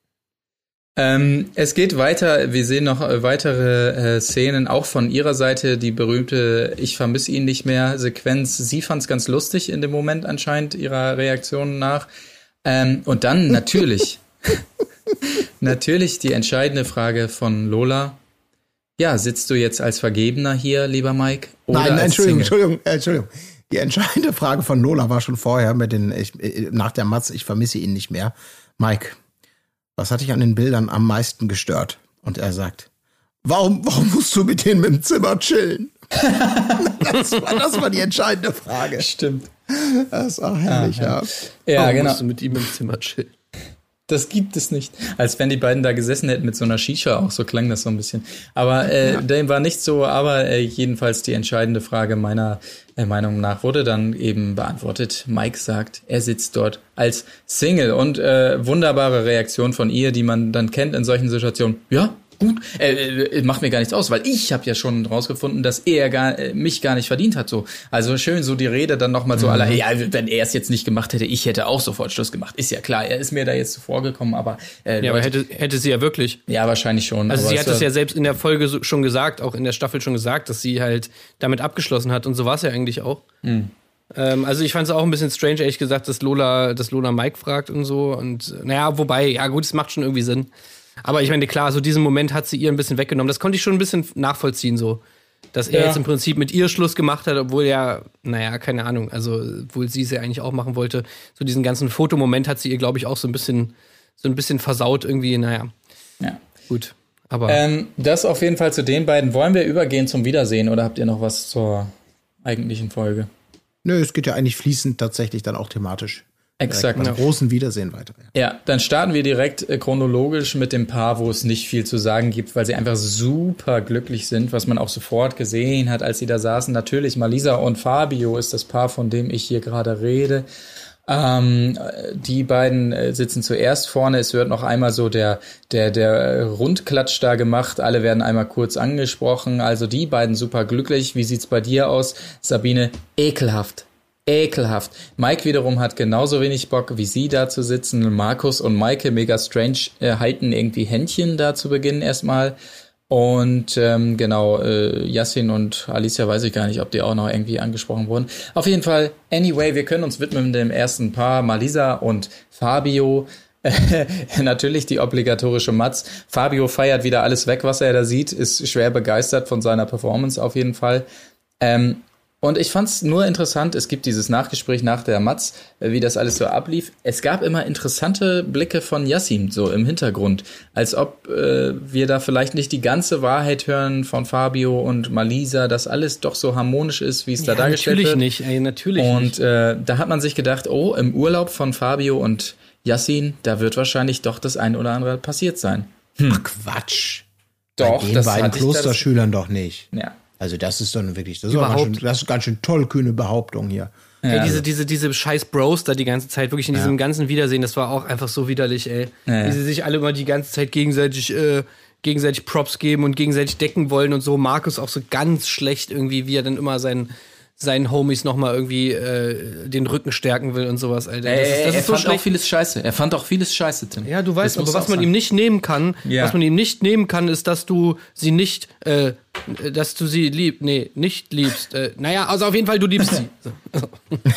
ähm, es geht weiter. Wir sehen noch weitere äh, Szenen, auch von ihrer Seite. Die berühmte Ich vermisse ihn nicht mehr Sequenz. Sie fand es ganz lustig in dem Moment anscheinend, ihrer Reaktion nach. Ähm, und dann natürlich, natürlich die entscheidende Frage von Lola. Ja, sitzt du jetzt als Vergebener hier, lieber Mike? Oder nein, nein, als Entschuldigung, Single? Entschuldigung, äh, Entschuldigung. Die entscheidende Frage von Lola war schon vorher mit den, ich, nach der Matz, ich vermisse ihn nicht mehr. Mike, was hat dich an den Bildern am meisten gestört? Und er sagt, warum, warum musst du mit denen im Zimmer chillen? das, war, das war die entscheidende Frage. Stimmt. Das ist auch herrlich, ah, ja. Ja, ja warum genau. musst du mit ihm im Zimmer chillen? Das gibt es nicht. Als wenn die beiden da gesessen hätten mit so einer Shisha, auch so klang das so ein bisschen. Aber äh, ja. dem war nicht so, aber äh, jedenfalls die entscheidende Frage meiner äh, Meinung nach wurde dann eben beantwortet. Mike sagt, er sitzt dort als Single und äh, wunderbare Reaktion von ihr, die man dann kennt in solchen Situationen. Ja, gut, äh, äh, macht mir gar nichts aus, weil ich habe ja schon rausgefunden, dass er gar, äh, mich gar nicht verdient hat. So, also schön so die Rede dann nochmal so, mhm. aller, ja, wenn er es jetzt nicht gemacht hätte, ich hätte auch sofort Schluss gemacht. Ist ja klar, er ist mir da jetzt zuvor gekommen, aber äh, ja, aber hätte hätte sie ja wirklich. Ja, wahrscheinlich schon. Also aber sie hat es ja selbst in der Folge so, schon gesagt, auch in der Staffel schon gesagt, dass sie halt damit abgeschlossen hat und so war es ja eigentlich auch. Mhm. Ähm, also ich fand es auch ein bisschen strange, ehrlich gesagt, dass Lola, dass Lola Mike fragt und so und naja, wobei, ja gut, es macht schon irgendwie Sinn. Aber ich meine, klar, so diesen Moment hat sie ihr ein bisschen weggenommen. Das konnte ich schon ein bisschen nachvollziehen, so. Dass er ja. jetzt im Prinzip mit ihr Schluss gemacht hat, obwohl ja, naja, keine Ahnung, also, obwohl sie es ja eigentlich auch machen wollte. So diesen ganzen Fotomoment hat sie ihr, glaube ich, auch so ein bisschen, so ein bisschen versaut irgendwie, naja. Ja. Gut. Aber Ähm, das auf jeden Fall zu den beiden. Wollen wir übergehen zum Wiedersehen oder habt ihr noch was zur eigentlichen Folge? Nö, es geht ja eigentlich fließend tatsächlich dann auch thematisch. Exakt. Beim großen Wiedersehen weiter. Ja, dann starten wir direkt äh, chronologisch mit dem Paar, wo es nicht viel zu sagen gibt, weil sie einfach super glücklich sind, was man auch sofort gesehen hat, als sie da saßen. Natürlich, Malisa und Fabio ist das Paar, von dem ich hier gerade rede. Ähm, die beiden äh, sitzen zuerst vorne. Es wird noch einmal so der der der Rundklatsch da gemacht. Alle werden einmal kurz angesprochen. Also die beiden super glücklich. Wie sieht's bei dir aus, Sabine? Ekelhaft. Ekelhaft. Mike wiederum hat genauso wenig Bock wie sie da zu sitzen. Markus und Maike, mega strange, äh, halten irgendwie Händchen da zu Beginn erstmal. Und ähm, genau, äh, Yassin und Alicia weiß ich gar nicht, ob die auch noch irgendwie angesprochen wurden. Auf jeden Fall, anyway, wir können uns widmen dem ersten Paar, Malisa und Fabio. Natürlich die obligatorische Matz. Fabio feiert wieder alles weg, was er da sieht, ist schwer begeistert von seiner Performance auf jeden Fall. Ähm, Und ich fand's nur interessant, es gibt dieses Nachgespräch nach der Matz, wie das alles so ablief. Es gab immer interessante Blicke von Yassin so im Hintergrund, als ob äh, wir da vielleicht nicht die ganze Wahrheit hören von Fabio und Malisa, dass alles doch so harmonisch ist, wie es ja, da dargestellt wird. Natürlich nicht, ey, natürlich und, nicht. Und äh, da hat man sich gedacht, oh, im Urlaub von Fabio und Yassin, da wird wahrscheinlich doch das ein oder andere passiert sein. Hm. Ach Quatsch. Doch, Bei den das beiden hatte ich Klosterschülern doch nicht. Ja. Also das ist dann wirklich, das ist, ganz schön, das ist ganz schön tollkühne Behauptung hier. Ja, Ja, diese, also. diese, diese scheiß Bros da die ganze Zeit, wirklich in diesem Ja. ganzen Wiedersehen, das war auch einfach so widerlich, ey. Ja. Wie sie sich alle immer die ganze Zeit gegenseitig, äh, gegenseitig Props geben und gegenseitig decken wollen und so. Markus auch so ganz schlecht irgendwie, wie er dann immer seinen, seinen Homies nochmal irgendwie äh, den Rücken stärken will und sowas, Alter. Das ist, das er ist so fand auch schlecht. vieles scheiße. Er fand auch vieles scheiße, Tim. Ja, du weißt, Das muss aber was auch man sein. ihm nicht nehmen kann, Ja. was man ihm nicht nehmen kann, ist, dass du sie nicht, äh, dass du sie lieb, nee, nicht liebst. Äh, naja, also auf jeden Fall, du liebst sie. So. Also,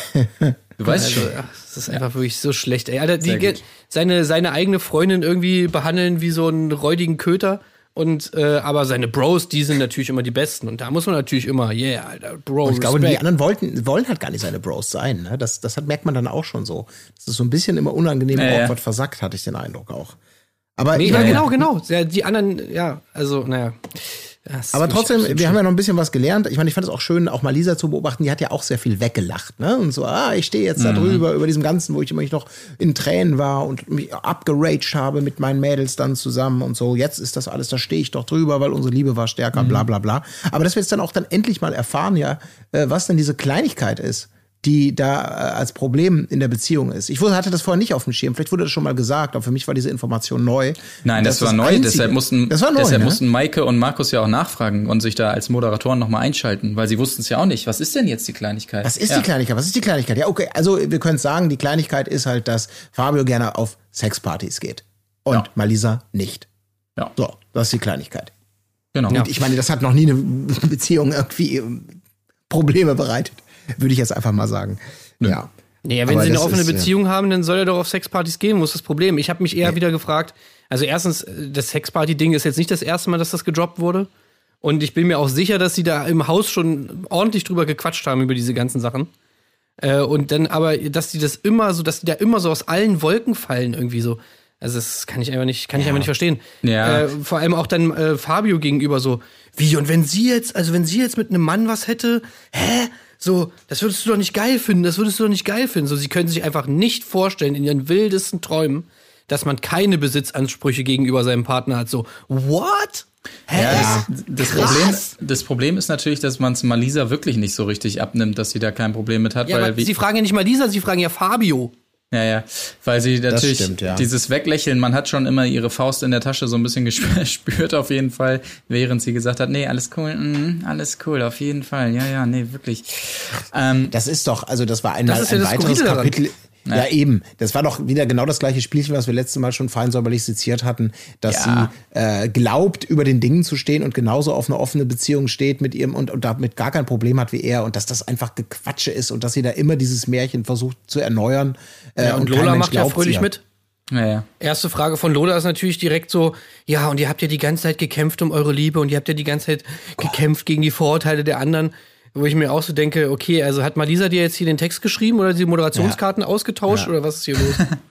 Du weißt also, schon. ach, das ist einfach wirklich so schlecht, ey. Alter, die, Sehr gut. seine, seine eigene Freundin irgendwie behandeln wie so einen räudigen Köter. Und, äh, aber seine Bros, die sind natürlich immer die Besten. Und da muss man natürlich immer, yeah, Alter, Bro, Und ich glaube, Respekt. die anderen wollten, wollen halt gar nicht seine Bros sein. Ne? Das, das hat, merkt man dann auch schon so. Das ist so ein bisschen immer unangenehm Ja, ja. awkward versackt, hatte ich den Eindruck auch. Aber, Nee, ich ja, meine, genau, genau. Ja, die anderen, ja, also, naja. Das ist aber wirklich trotzdem, absolut wir haben schlimm. ja noch ein bisschen was gelernt. Ich meine, ich fand es auch schön, auch mal Lisa zu beobachten. Die hat ja auch sehr viel weggelacht, ne? Und so, ah, ich stehe jetzt da drüber, über diesem Ganzen, wo ich immer noch in Tränen war und mich abgeraged habe mit meinen Mädels dann zusammen und so. Jetzt ist das alles, da stehe ich doch drüber, weil unsere Liebe war stärker, bla, bla, bla. Aber dass wir jetzt dann auch dann endlich mal erfahren, ja, äh, was denn diese Kleinigkeit ist, die da äh, als Problem in der Beziehung ist. Ich wusste- hatte das vorher nicht auf dem Schirm. Vielleicht wurde das schon mal gesagt, aber für mich war diese Information neu. Nein, das, Das war ist neu, Einzige- deshalb mussten, das war neu, deshalb ne? mussten Maike und Markus ja auch nachfragen und sich da als Moderatoren nochmal einschalten, weil sie wussten es ja auch nicht. Was ist denn jetzt die Kleinigkeit? Was ist ja. die Kleinigkeit? Was ist die Kleinigkeit? Ja, okay, also wir können sagen, die Kleinigkeit ist halt, dass Fabio gerne auf Sexpartys geht und Ja. Malisa nicht. Ja, So, das ist die Kleinigkeit. genau. Ja. Und ich meine, das hat noch nie eine Beziehung irgendwie ähm, Probleme bereitet, würde ich jetzt einfach mal sagen. Ja. Naja, wenn Aber sie eine das offene ist, ja. Beziehung haben, dann soll er doch auf Sexpartys gehen. Wo ist das Problem? Ich habe mich eher wieder gefragt, also erstens, das Sexparty-Ding ist jetzt nicht das erste Mal, dass das gedroppt wurde. Und ich bin mir auch sicher, dass sie da im Haus schon ordentlich drüber gequatscht haben, über diese ganzen Sachen. Äh, und dann aber, dass die das immer so, dass die da immer so aus allen Wolken fallen irgendwie so. Also das kann ich einfach nicht, kann ich einfach nicht verstehen. Ja. Äh, vor allem auch dann äh, Fabio gegenüber so, wie, und wenn sie jetzt, also wenn sie jetzt mit einem Mann was hätte, hä? So, das würdest du doch nicht geil finden, das würdest du doch nicht geil finden. So, sie können sich einfach nicht vorstellen, in ihren wildesten Träumen, dass man keine Besitzansprüche gegenüber seinem Partner hat. So, what? Hä? Ja, das, das, Krass. Problem, das Problem ist natürlich, dass man es Malisa wirklich nicht so richtig abnimmt, dass sie da kein Problem mit hat. Ja, weil aber wie, sie fragen ja nicht mal Lisa, sie fragen ja Fabio. Ja, ja, weil sie natürlich stimmt, ja. dieses Weglächeln, man hat schon immer ihre Faust in der Tasche so ein bisschen gespürt auf jeden Fall, während sie gesagt hat, nee, alles cool, mm, alles cool, auf jeden Fall, ja, ja, nee, wirklich. Ähm, Das ist doch, also das war einmal Das ist ja ein das weiteres Skurrile daran. Kapitel. Ja. eben. Das war doch wieder genau das gleiche Spielchen, was wir letztes Mal schon fein säuberlich seziert hatten, dass Ja. sie äh, glaubt, über den Dingen zu stehen und genauso auf eine offene Beziehung steht mit ihrem und, und damit gar kein Problem hat wie er und dass das einfach Gequatsche ist und dass sie da immer dieses Märchen versucht zu erneuern. Äh, Ja, und kein Lola Mensch macht ja glaubt fröhlich sie mit. ja, ja. Erste Frage von Lola ist natürlich direkt so, ja, und ihr habt ja die ganze Zeit gekämpft um eure Liebe und ihr habt ja die ganze Zeit gekämpft gegen die Vorurteile der anderen. Wo ich mir auch so denke, okay, also hat Malisa dir jetzt hier den Text geschrieben oder die Moderationskarten ausgetauscht Ja. oder was ist hier los?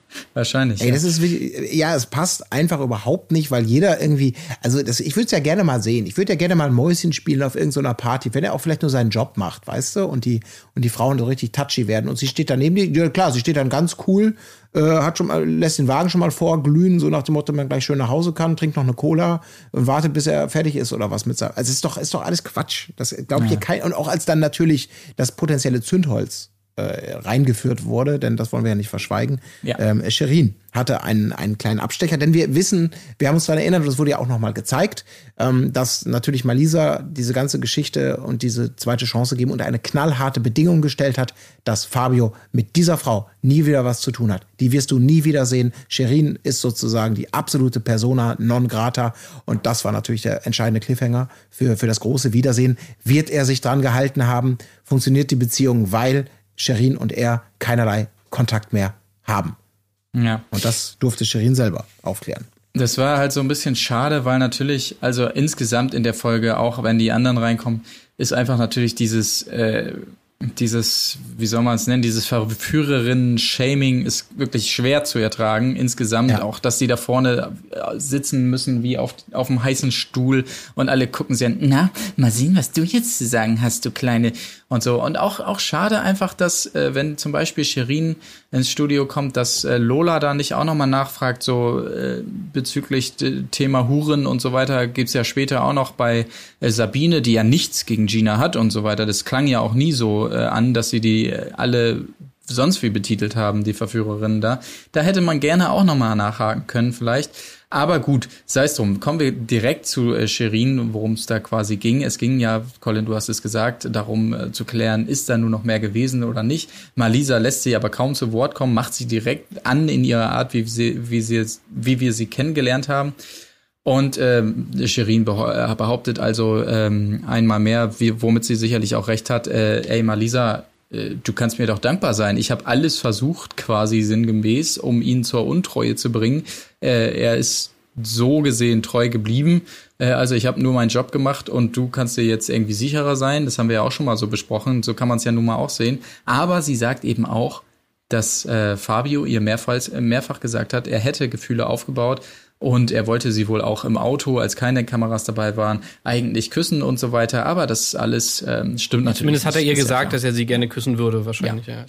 Wahrscheinlich. Ey, ja. das ist wirklich, ja, es passt einfach überhaupt nicht, weil jeder irgendwie, also das, ich würde es ja gerne mal sehen. Ich würde ja gerne mal ein Mäuschen spielen auf irgendeiner Party, wenn er auch vielleicht nur seinen Job macht, weißt du, und die, und die Frauen so richtig touchy werden. Und sie steht dann neben die, ja klar, sie steht dann ganz cool, äh, hat schon mal, lässt den Wagen schon mal vorglühen, so nach dem Motto, man gleich schön nach Hause kann, trinkt noch eine Cola und wartet, bis er fertig ist oder was mit seinem. Also es ist doch, ist doch alles Quatsch. Das glaube ich Ja. hier kein, und auch als dann natürlich das potenzielle Zündholz äh, reingeführt wurde, denn das wollen wir ja nicht verschweigen. Ja. Ähm, Shirin hatte einen, einen kleinen Abstecher, denn wir wissen, wir haben uns daran erinnert, und das wurde ja auch nochmal gezeigt, ähm, dass natürlich Malisa diese ganze Geschichte und diese zweite Chance geben und eine knallharte Bedingung gestellt hat, dass Fabio mit dieser Frau nie wieder was zu tun hat. Die wirst du nie wieder sehen. Shirin ist sozusagen die absolute Persona non grata und das war natürlich der entscheidende Cliffhanger für, für das große Wiedersehen. Wird er sich dran gehalten haben? Funktioniert die Beziehung, weil Shirin und er keinerlei Kontakt mehr haben? Ja. Und das durfte Shirin selber aufklären. Das war halt so ein bisschen schade, weil natürlich, also insgesamt in der Folge, auch wenn die anderen reinkommen, ist einfach natürlich dieses, äh, dieses, wie soll man es nennen, dieses Verführerinnen-Shaming ist wirklich schwer zu ertragen. Insgesamt Ja. auch, dass die da vorne sitzen müssen wie auf, auf einem heißen Stuhl und alle gucken sie an, na, mal sehen, was du jetzt zu sagen hast, du Kleine. Und so. Und auch, auch schade einfach, dass, äh, wenn zum Beispiel Shirin ins Studio kommt, dass äh, Lola da nicht auch nochmal nachfragt, so äh, bezüglich äh, Thema Huren und so weiter, gibt's ja später auch noch bei äh, Sabine, die ja nichts gegen Gina hat und so weiter. Das klang ja auch nie so äh, an, dass sie die äh, alle sonst wie betitelt haben, die Verführerinnen da. Da hätte man gerne auch nochmal nachhaken können vielleicht. Aber gut, sei es drum. Kommen wir direkt zu äh, Shirin, worum es da quasi ging. Es ging ja, Colin, du hast es gesagt, darum äh, zu klären, ist da nur noch mehr gewesen oder nicht. Malisa lässt sie aber kaum zu Wort kommen, macht sie direkt an in ihrer Art, wie sie, wie sie, wie wir sie kennengelernt haben. Und ähm, Shirin behauptet also ähm, einmal mehr, wie, womit sie sicherlich auch recht hat, äh, ey Malisa, äh, du kannst mir doch dankbar sein. Ich habe alles versucht, quasi sinngemäß, um ihn zur Untreue zu bringen. Äh, er ist so gesehen treu geblieben. Äh, also ich habe nur meinen Job gemacht und du kannst dir jetzt irgendwie sicherer sein. Das haben wir ja auch schon mal so besprochen. So kann man es ja nun mal auch sehen. Aber sie sagt eben auch, dass äh, Fabio ihr mehrfach, mehrfach gesagt hat, er hätte Gefühle aufgebaut. Und er wollte sie wohl auch im Auto, als keine Kameras dabei waren, eigentlich küssen und so weiter. Aber das alles ähm, stimmt natürlich. Zumindest hat er ihr nicht. gesagt, dass er sie gerne küssen würde, wahrscheinlich, ja. Ja,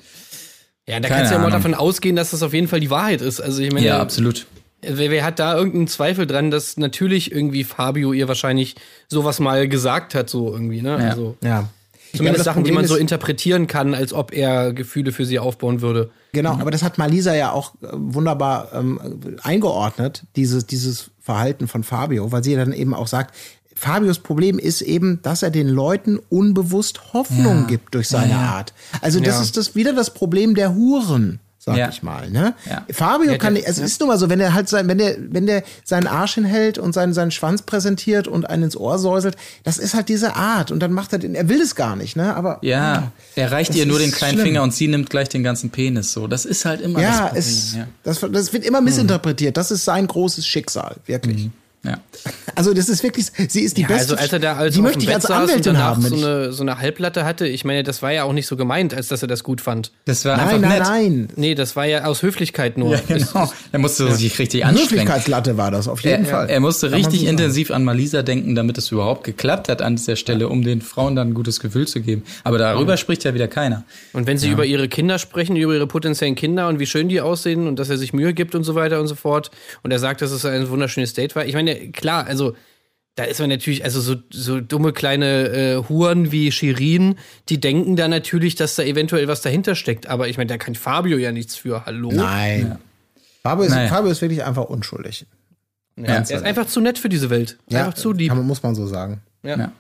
ja da Keine kannst du ja mal Ahnung. davon ausgehen, dass das auf jeden Fall die Wahrheit ist. Also ich meine, Ja, absolut. Wer, wer hat da irgendeinen Zweifel dran, dass natürlich irgendwie Fabio ihr wahrscheinlich sowas mal gesagt hat, so irgendwie, ne? Ja. Also Ja. zumindest das Sachen, die Problem man so ist- interpretieren kann, als ob er Gefühle für sie aufbauen würde. Genau, aber das hat Malisa ja auch äh, wunderbar ähm, eingeordnet, dieses, dieses Verhalten von Fabio, weil sie dann eben auch sagt, Fabios Problem ist eben, dass er den Leuten unbewusst Hoffnung Ja. gibt durch seine Ja, ja. Art. Also das Ja. ist das wieder das Problem der Huren, sag Ja. ich mal. Ne? Ja. Fabio Ja, kann, der- es ist nun mal so, wenn er halt sein, wenn der, wenn der seinen Arsch hinhält und seinen, seinen Schwanz präsentiert und einen ins Ohr säuselt, das ist halt diese Art. Und dann macht er den, er will es gar nicht, ne? Aber Ja, er reicht das ihr nur ist den kleinen schlimm. Finger und sie nimmt gleich den ganzen Penis. So, das ist halt immer das Ja, Problem. es, ja. Das, das wird immer missinterpretiert. Das ist sein großes Schicksal, wirklich. Ja. Also das ist wirklich, sie ist die Ja, beste. also als er da also die auf möchte dem ich Bett als saß und Anwältin danach haben. wenn so ich- eine, so eine Halblatte hatte, ich meine, das war ja auch nicht so gemeint, als dass er das gut fand. Das war Nein, einfach nein, nett. nein. Nee, das war ja aus Höflichkeit nur. Ja, genau. Er musste sich richtig anstrengen. Höflichkeitslatte war das, auf jeden Er, Fall. er musste Kann man richtig so sagen. intensiv an Malisa denken, damit es überhaupt geklappt hat an dieser Stelle, um den Frauen dann ein gutes Gefühl zu geben. Aber darüber spricht ja wieder keiner. Und wenn sie über ihre Kinder sprechen, über ihre potenziellen Kinder und wie schön die aussehen und dass er sich Mühe gibt und so weiter und so fort und er sagt, dass es ein wunderschönes Date war. Ich meine, klar, also da ist man natürlich, also so, so dumme kleine äh, Huren wie Shirin, die denken da natürlich, dass da eventuell was dahinter steckt. Aber ich meine, da kann Fabio ja nichts für. Hallo? Nein. Fabio, ist, Naja. Fabio ist wirklich einfach unschuldig. Ja, er ist einfach zu nett für diese Welt. Einfach zu lieb. Kann man, muss man so sagen. Ja. Ja.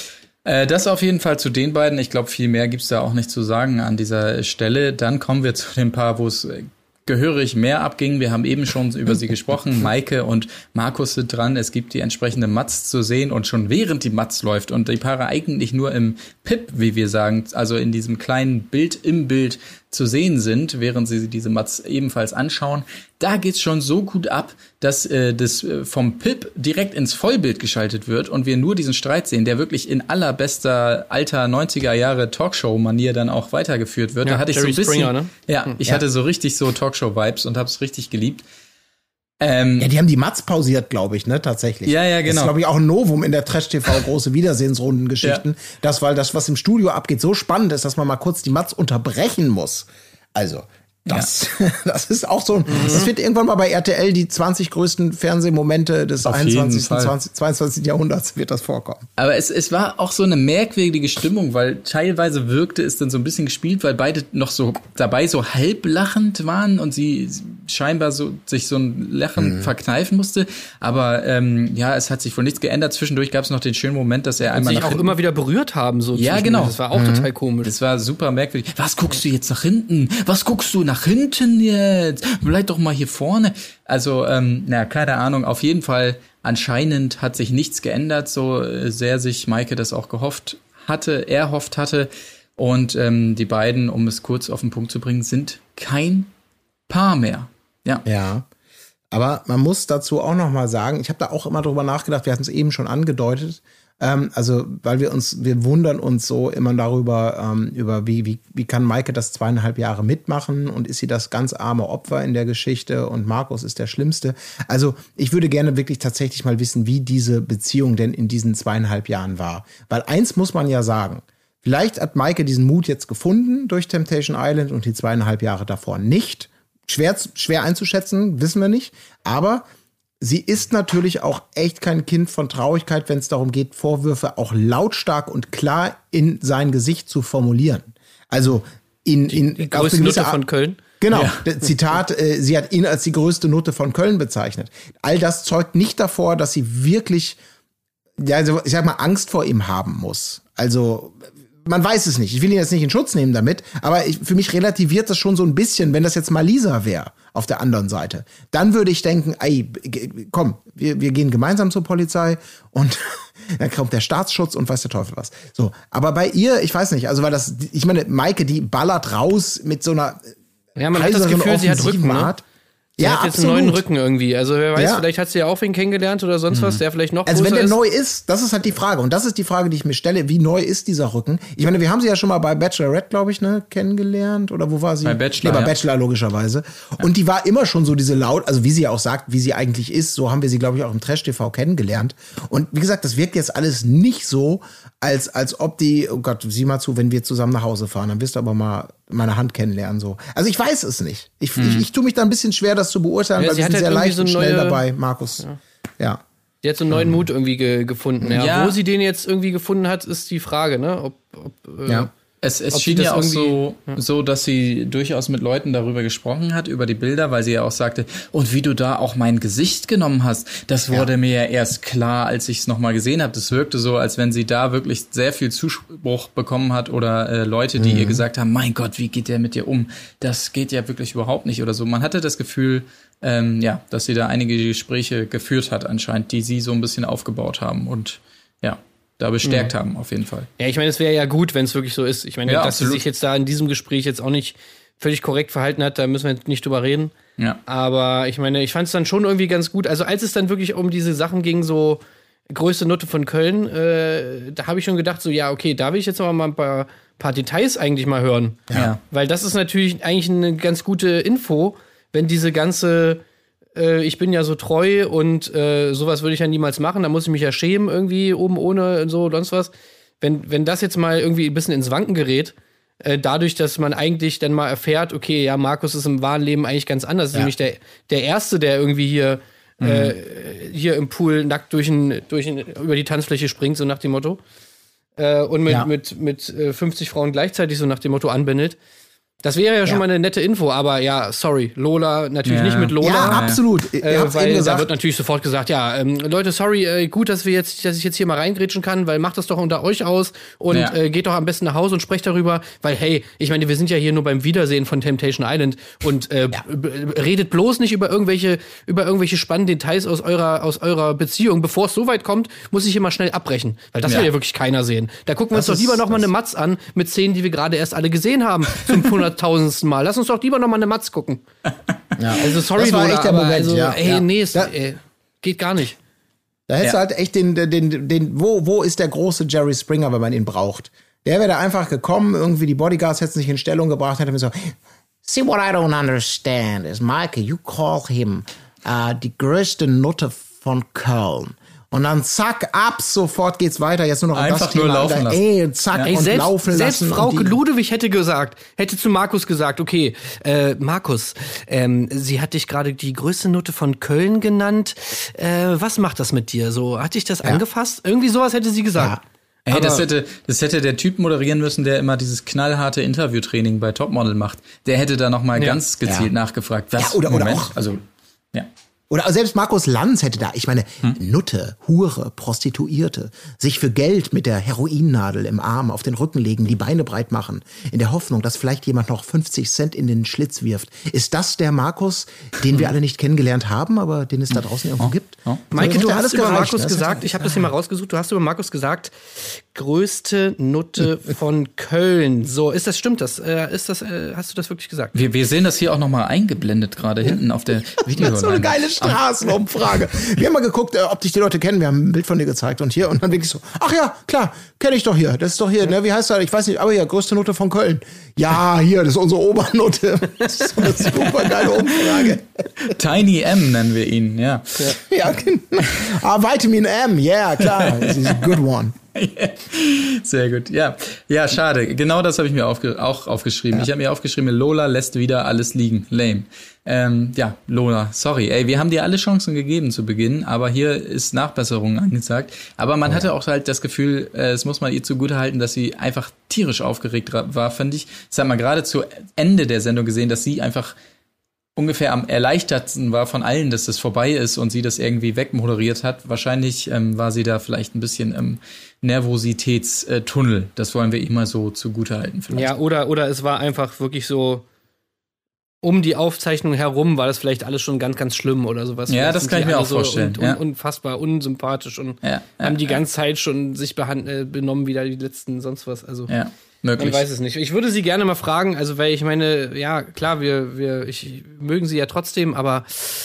Äh, das auf jeden Fall zu den beiden. Ich glaube, viel mehr gibt's da auch nicht zu sagen an dieser Stelle. Dann kommen wir zu dem Paar, wo es äh, gehörig mehr abging. Wir haben eben schon über sie gesprochen. Maike und Markus sind dran. Es gibt die entsprechende Matz zu sehen und schon während die Matz läuft und die Paare eigentlich nur im Pip, wie wir sagen, also in diesem kleinen Bild im Bild zu sehen sind, während sie diese Mats ebenfalls anschauen. Da geht's schon so gut ab, dass äh, das äh, vom Pip direkt ins Vollbild geschaltet wird und wir nur diesen Streit sehen, der wirklich in allerbester alter neunziger Jahre Talkshow-Manier dann auch weitergeführt wird. Ja, da hatte Jerry ich so ein bisschen, Springer, ne? ja, ich ja. hatte so richtig so Talkshow-Vibes und hab's richtig geliebt. Ähm, ja, die haben die Mats pausiert, glaube ich, ne, tatsächlich. Ja, ja, genau. Das ist, glaube ich, auch ein Novum in der Trash-T V große Wiedersehensrunden-Geschichten, ja. dass, weil das, was im Studio abgeht, so spannend ist, dass man mal kurz die Mats unterbrechen muss. Also, das, ja. das ist auch so ein, mhm. das wird irgendwann mal bei R T L die zwanzig größten Fernsehmomente des einundzwanzigsten, zweiundzwanzigsten Jahrhunderts wird das vorkommen. Aber es, es war auch so eine merkwürdige Stimmung, weil teilweise wirkte es dann so ein bisschen gespielt, weil beide noch so dabei so halblachend waren und sie scheinbar so sich so ein Lachen mhm. verkneifen musste. Aber ähm, ja, es hat sich wohl nichts geändert. Zwischendurch gab es noch den schönen Moment, dass er und einmal sich nach auch immer wieder berührt haben. So ja, genau. Das war auch mhm. total komisch. Das war super merkwürdig. Was guckst du jetzt nach hinten? Was guckst du nach hinten jetzt? Bleib doch mal hier vorne. Also, ähm, na, keine Ahnung. Auf jeden Fall, anscheinend hat sich nichts geändert, so sehr sich Maike das auch gehofft hatte, erhofft hatte. Und ähm, die beiden, um es kurz auf den Punkt zu bringen, sind kein Paar mehr. Ja. Ja. Aber man muss dazu auch noch mal sagen, ich habe da auch immer drüber nachgedacht, wir hatten es eben schon angedeutet, ähm, also weil wir uns, wir wundern uns so immer darüber, ähm, über wie, wie, wie kann Maike das zweieinhalb Jahre mitmachen und ist sie das ganz arme Opfer in der Geschichte und Markus ist der Schlimmste. Also ich würde gerne wirklich tatsächlich mal wissen, wie diese Beziehung denn in diesen zweieinhalb Jahren war. Weil eins muss man ja sagen, vielleicht hat Maike diesen Mut jetzt gefunden durch Temptation Island und die zweieinhalb Jahre davor nicht. Schwer, schwer einzuschätzen, wissen wir nicht. Aber sie ist natürlich auch echt kein Kind von Traurigkeit, wenn es darum geht, Vorwürfe auch lautstark und klar in sein Gesicht zu formulieren. Also in, in die größte Nutte von Köln. Genau, ja. Zitat, äh, sie hat ihn als die größte Nutte von Köln bezeichnet. All das zeugt nicht davor, dass sie wirklich, ja, also ich sag mal, Angst vor ihm haben muss. Also man weiß es nicht. Ich will ihn jetzt nicht in Schutz nehmen damit, aber ich, für mich relativiert das schon so ein bisschen, wenn das jetzt mal Lisa wäre auf der anderen Seite. Dann würde ich denken, ey, komm, wir, wir gehen gemeinsam zur Polizei und dann kommt der Staatsschutz und weiß der Teufel was. So, aber bei ihr, ich weiß nicht, also weil das, ich meine, Maike, die ballert raus mit so einer ja, man hat das Gefühl, sie hat Rücken, ne? Sie ja, hat jetzt absolut. einen neuen Rücken irgendwie. Also wer weiß, ja. vielleicht hat sie ja auch wen kennengelernt oder sonst mhm. was, der vielleicht noch größer ist. Also wenn der ist. neu ist, das ist halt die Frage. Und das ist die Frage, die ich mir stelle. Wie neu ist dieser Rücken? Ich meine, wir haben sie ja schon mal bei Bachelorette, glaube ich, ne, kennengelernt. Oder wo war sie? Bei Bachelor, nee, bei ja. Bachelor logischerweise. Ja. Und die war immer schon so diese laut, also wie sie auch sagt, wie sie eigentlich ist. So haben wir sie, glaube ich, auch im Trash-T V kennengelernt. Und wie gesagt, das wirkt jetzt alles nicht so, als, als ob die, oh Gott, sieh mal zu, wenn wir zusammen nach Hause fahren, dann wirst du aber mal meine Hand kennenlernen. So. Also ich weiß es nicht. Ich, mhm. ich, ich tue mich da ein bisschen schwer, das zu beurteilen, ja, weil wir sind halt sehr leicht so und schnell neue, dabei, Markus. Ja. ja. Die hat so einen neuen mhm. Mut irgendwie ge- gefunden. Ja. Ja. Wo sie den jetzt irgendwie gefunden hat, ist die Frage, ne? Ob, ob, äh, ja. Es, es schien ja auch so, ja. so, dass sie durchaus mit Leuten darüber gesprochen hat, über die Bilder, weil sie ja auch sagte, und wie du da auch mein Gesicht genommen hast, das wurde ja. mir ja erst klar, als ich es nochmal gesehen habe. Das wirkte so, als wenn sie da wirklich sehr viel Zuspruch bekommen hat oder äh, Leute, die mhm. ihr gesagt haben, mein Gott, wie geht der mit dir um? Das geht ja wirklich überhaupt nicht oder so. Man hatte das Gefühl, ähm, ja, dass sie da einige Gespräche geführt hat anscheinend, die sie so ein bisschen aufgebaut haben und ja. da bestärkt mhm. haben, auf jeden Fall. Ja, ich meine, es wäre ja gut, wenn es wirklich so ist. Ich meine, ja, dass absolut. sie sich jetzt da in diesem Gespräch jetzt auch nicht völlig korrekt verhalten hat, da müssen wir nicht drüber reden. Ja. Aber ich meine, ich fand es dann schon irgendwie ganz gut. Also als es dann wirklich um diese Sachen ging, so größte Nutte von Köln, äh, da habe ich schon gedacht, so ja, okay, da will ich jetzt aber mal ein paar, paar Details eigentlich mal hören. Ja. Weil das ist natürlich eigentlich eine ganz gute Info, wenn diese ganze ich bin ja so treu und äh, sowas würde ich ja niemals machen, da muss ich mich ja schämen irgendwie oben ohne und so, sonst was. Wenn, wenn das jetzt mal irgendwie ein bisschen ins Wanken gerät, äh, dadurch, dass man eigentlich dann mal erfährt, okay, ja, Markus ist im wahren Leben eigentlich ganz anders. Ja. Nämlich der, der Erste, der irgendwie hier, mhm. äh, hier im Pool nackt durch ein, durch ein, über die Tanzfläche springt, so nach dem Motto. Äh, und mit, ja. mit, mit äh, fünfzig Frauen gleichzeitig so nach dem Motto anbändelt. Das wäre ja schon ja. mal eine nette Info, aber ja, sorry, Lola, natürlich ja. nicht mit Lola. Ja, absolut. Ihr äh, habt's weil eben gesagt. Da wird natürlich sofort gesagt, ja, ähm, Leute, sorry, äh, gut, dass wir jetzt, dass ich jetzt hier mal reingrätschen kann, weil macht das doch unter euch aus und ja. äh, geht doch am besten nach Hause und sprecht darüber, weil hey, ich meine, wir sind ja hier nur beim Wiedersehen von Temptation Island und äh, ja. b- redet bloß nicht über irgendwelche, über irgendwelche spannenden Details aus eurer, aus eurer Beziehung. Bevor es so weit kommt, muss ich immer schnell abbrechen, weil das ja. will ja wirklich keiner sehen. Da gucken wir das uns doch lieber noch mal eine Matz an mit Szenen, die wir gerade erst alle gesehen haben zum hunderttausendsten Mal. Lass uns doch lieber noch mal eine Matz gucken. Ja. Also sorry, das war Lola, echt der aber Moment, also, ja. ey, ja. nee, es, Da, ey, geht gar nicht. da hättest Ja. du halt echt den, den, den, den wo, wo ist der große Jerry Springer, wenn man ihn braucht? Der wäre da einfach gekommen, irgendwie die Bodyguards hätten sich in Stellung gebracht, hätte mir so, see what I don't understand is, Michael, you call him uh, die größte Nutte von Köln. Und dann zack, ab sofort geht's weiter. Jetzt nur noch Einfach das nur Thema. laufen lassen. Ey, zack, Ey, und selbst, laufen selbst lassen. Frauke und die- Ludewig hätte gesagt, hätte zu Markus gesagt, okay, äh, Markus, ähm, sie hat dich gerade die größte Note von Köln genannt. Äh, was macht das mit dir? So, hat dich das angefasst? Irgendwie sowas hätte sie gesagt. Ja. Ey, das hätte, das hätte der Typ moderieren müssen, der immer dieses knallharte Interviewtraining bei Topmodel macht. Der hätte da noch mal Ja. ganz gezielt Ja. nachgefragt. Was? Ja, oder- oder Moment, auch- also, ja. Oder selbst Markus Lanz hätte da, ich meine, Nutte, Hure, Prostituierte, sich für Geld mit der Heroinnadel im Arm auf den Rücken legen, die Beine breit machen, in der Hoffnung, dass vielleicht jemand noch fünfzig Cent in den Schlitz wirft. Ist das der Markus, den wir alle nicht kennengelernt haben, aber den es da draußen irgendwo gibt? oh. Maike, So, du hätte hast alles über gereicht, Markus ne? gesagt, ich habe das hier mal rausgesucht, du hast über Markus gesagt, größte Nutte von Köln. So, ist das, stimmt das? Äh, ist das, äh, hast du das wirklich gesagt? Wir, wir sehen das hier auch noch mal eingeblendet gerade hinten auf der Videoleinwand. Das ist so eine geile Straßenumfrage. Wir haben mal geguckt, äh, ob dich die Leute kennen. Wir haben ein Bild von dir gezeigt und hier und dann wirklich so, ach ja, klar, kenne ich doch hier. Das ist doch hier, ne? Wie heißt er? Ich weiß nicht, aber ja, größte Note von Köln. Ja, hier, das ist unsere Obernote. Das ist so eine super geile Umfrage. Tiny M nennen wir ihn, ja. Ja, genau. Ah, Vitamin M, yeah, klar. Das ist a good one. Sehr gut. Ja, ja, schade. Genau das habe ich mir aufge- auch aufgeschrieben. Ja. Ich habe mir aufgeschrieben, Lola lässt wieder alles liegen. Lame. Ähm, ja, Lola, sorry. Ey, wir haben dir alle Chancen gegeben zu Beginn, aber hier ist Nachbesserung angesagt. Aber man oh, hatte ja. auch halt das Gefühl, äh, es muss man ihr zugutehalten, dass sie einfach tierisch aufgeregt war, finde ich. Das hat man gerade zu Ende der Sendung gesehen, dass sie einfach ungefähr am erleichtertsten war von allen, dass das vorbei ist und sie das irgendwie wegmoderiert hat. Wahrscheinlich ähm, war sie da vielleicht ein bisschen im Nervositätstunnel. Das wollen wir immer so zugutehalten vielleicht. Ja, oder, oder es war einfach wirklich so, um die Aufzeichnung herum war das vielleicht alles schon ganz, ganz schlimm oder sowas. Ja, vielleicht das kann ich mir auch so vorstellen. Und, ja. und, unfassbar unsympathisch und ja, ja, haben die ja. ganze Zeit schon sich behand- äh, benommen wie da die letzten sonst was. Also ja. Möglich. Man weiß es nicht. Ich würde sie gerne mal fragen, also weil ich meine, ja klar, wir, wir, ich mögen sie ja trotzdem, aber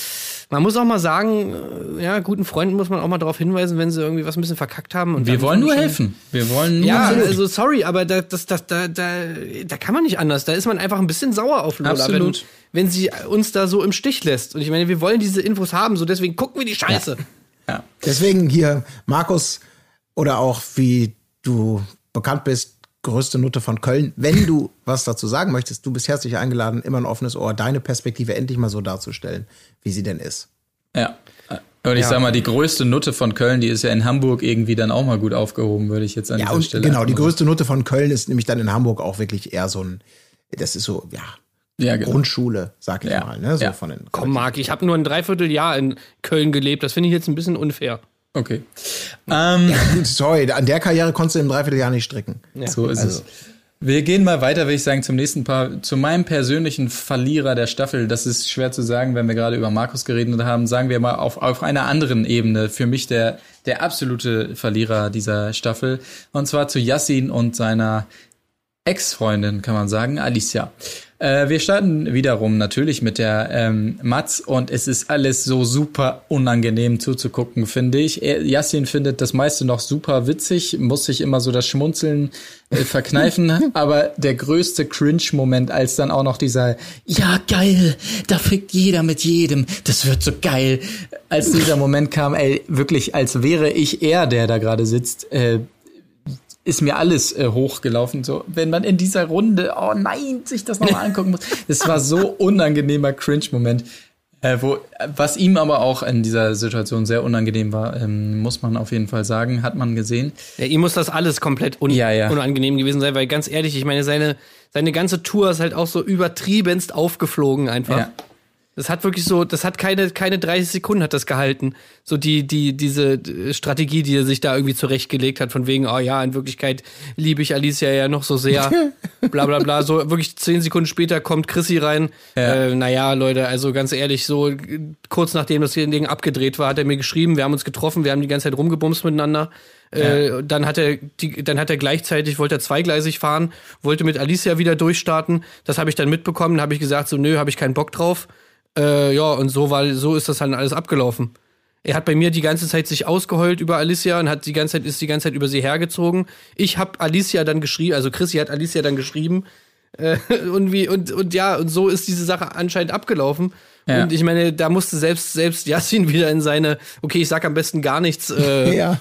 man muss auch mal sagen, ja, guten Freunden muss man auch mal darauf hinweisen, wenn sie irgendwie was ein bisschen verkackt haben. Und wir wollen nur schon, helfen. Wir wollen nur ja, helfen. also sorry, aber da, das, das, da, da, da kann man nicht anders. Da ist man einfach ein bisschen sauer auf Lola, Absolut. Wenn, wenn sie uns da so im Stich lässt. Und ich meine, wir wollen diese Infos haben, so deswegen gucken wir die Scheiße. Ja. Ja. Deswegen hier, Markus, oder auch wie du bekannt bist, größte Nutte von Köln. Wenn du was dazu sagen möchtest, du bist herzlich eingeladen, immer ein offenes Ohr, deine Perspektive endlich mal so darzustellen, wie sie denn ist. Ja. Und ich ja. sag mal, die größte Nutte von Köln, die ist ja in Hamburg irgendwie dann auch mal gut aufgehoben, würde ich jetzt an ja, dieser und Stelle genau, die sagen. größte Nutte von Köln ist nämlich dann in Hamburg auch wirklich eher so ein, das ist so, ja, ja genau. Grundschule, sag ich ja. mal. Ne? So ja. von den Komm, Marc, ich habe nur ein Dreivierteljahr in Köln gelebt. Das finde ich jetzt ein bisschen unfair. Okay. Ähm, ja, gut, sorry, an der Karriere konntest du im Dreivierteljahr nicht stricken. Ja. So ist Also. es. Wir gehen mal weiter, würde ich sagen, zum nächsten Paar, zu meinem persönlichen Verlierer der Staffel. Das ist schwer zu sagen, wenn wir gerade über Markus geredet haben. Sagen wir mal auf, auf einer anderen Ebene. Für mich der, der absolute Verlierer dieser Staffel. Und zwar zu Yassin und seiner Ex-Freundin, kann man sagen, Alicia. Äh, wir starten wiederum natürlich mit der ähm, Matz und es ist alles so super unangenehm zuzugucken, finde ich. Er, Yassin findet das meiste noch super witzig, muss sich immer so das Schmunzeln äh, verkneifen, aber der größte Cringe-Moment, als dann auch noch dieser, ja geil, da fickt jeder mit jedem, das wird so geil. Als dieser Moment kam, ey, wirklich, als wäre ich er, der da gerade sitzt, äh, ist mir alles äh, hochgelaufen. So, wenn man in dieser Runde, oh nein, sich das nochmal angucken muss. Es war so unangenehmer Cringe-Moment. Äh, wo, was ihm aber auch in dieser Situation sehr unangenehm war, ähm, muss man auf jeden Fall sagen, hat man gesehen. Ja, ihm muss das alles komplett un- ja, ja. unangenehm gewesen sein, weil ganz ehrlich, ich meine, seine, seine ganze Tour ist halt auch so übertriebenst aufgeflogen einfach. Ja. Das hat wirklich so, das hat keine, keine dreißig Sekunden hat das gehalten. So die, die, diese Strategie, die er sich da irgendwie zurechtgelegt hat, von wegen, oh ja, in Wirklichkeit liebe ich Alicia ja noch so sehr, bla bla bla. So wirklich zehn Sekunden später kommt Chrissy rein. Ja. Äh, naja, Leute, also ganz ehrlich, so kurz nachdem das Ding abgedreht war, hat er mir geschrieben, wir haben uns getroffen, wir haben die ganze Zeit rumgebumst miteinander. Ja. Äh, dann hat er die, dann hat er gleichzeitig, wollte er zweigleisig fahren, wollte mit Alicia wieder durchstarten. Das habe ich dann mitbekommen, habe ich gesagt, so nö, habe ich keinen Bock drauf. Äh, ja, und so war, so ist das halt alles abgelaufen. Er hat bei mir die ganze Zeit sich ausgeheult über Alicia und hat die ganze Zeit, ist die ganze Zeit über sie hergezogen. Ich habe Alicia dann geschrieben, also Chrissy hat Alicia dann geschrieben. Äh, und wie, und, und ja, und so ist diese Sache anscheinend abgelaufen. Ja. Und ich meine, da musste selbst, selbst Yassin wieder in seine, okay, ich sag am besten gar nichts, äh, ja.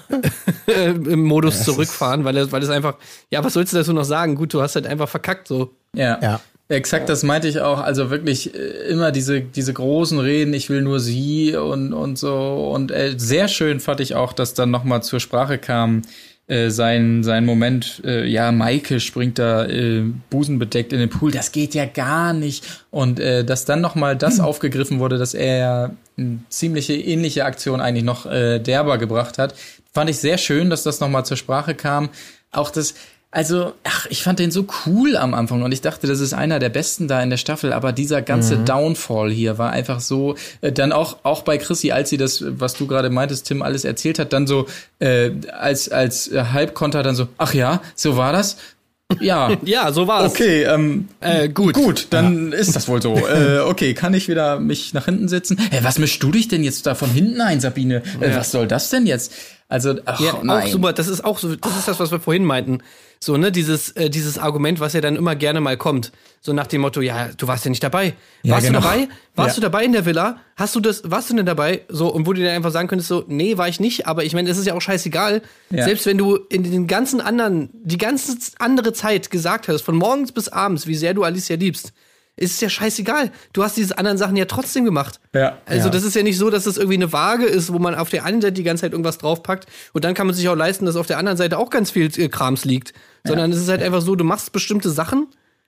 im Modus ja, zurückfahren, weil es, weil es einfach, ja, was sollst du dazu noch sagen? Gut, du hast halt einfach verkackt, so. Ja. Ja. Exakt, das meinte ich auch. Also wirklich immer diese diese großen Reden, ich will nur sie und und so. Und äh, sehr schön fand ich auch, dass dann nochmal zur Sprache kam, äh, sein sein Moment, äh, ja, Maike springt da äh, busenbedeckt in den Pool, das geht ja gar nicht. Und äh, dass dann nochmal das hm. aufgegriffen wurde, dass er ja eine ziemliche ähnliche Aktion eigentlich noch äh, derber gebracht hat. Fand ich sehr schön, dass das nochmal zur Sprache kam. Auch das Also, ach, ich fand den so cool am Anfang und ich dachte, das ist einer der besten da in der Staffel, aber dieser ganze mhm. Downfall hier war einfach so, äh, dann auch auch bei Chrissy, als sie das, was du gerade meintest, Tim, alles erzählt hat, dann so äh, als als äh, Halbkonter dann so, ach ja, so war das? Ja. Ja, so war's. Okay, ähm, äh, gut. Gut, dann ja. ist das wohl so. äh, okay, kann ich wieder mich nach hinten setzen? Hey, was mischst du dich denn jetzt da von hinten ein, Sabine? Äh, ja. Was soll das denn jetzt? Also, ach, ja, nein. Auch super, das ist auch so, das ist das, was wir vorhin meinten. So, ne, dieses, äh, dieses Argument, was ja dann immer gerne mal kommt. So nach dem Motto, ja, du warst ja nicht dabei. Warst ja, genau. du dabei? Warst ja. du dabei in der Villa? Hast du das, warst du denn dabei? So, und wo du dann einfach sagen könntest, so, nee, war ich nicht, aber ich meine, es ist ja auch scheißegal. Ja. Selbst wenn du in den ganzen anderen, die ganze andere Zeit gesagt hast, von morgens bis abends, wie sehr du Alicia liebst, ist es ja scheißegal. Du hast diese anderen Sachen ja trotzdem gemacht. Ja, also ja. das ist ja nicht so, dass das irgendwie eine Waage ist, wo man auf der einen Seite die ganze Zeit irgendwas draufpackt und dann kann man sich auch leisten, dass auf der anderen Seite auch ganz viel äh, Krams liegt. Sondern ja. es ist halt einfach so, du machst bestimmte Sachen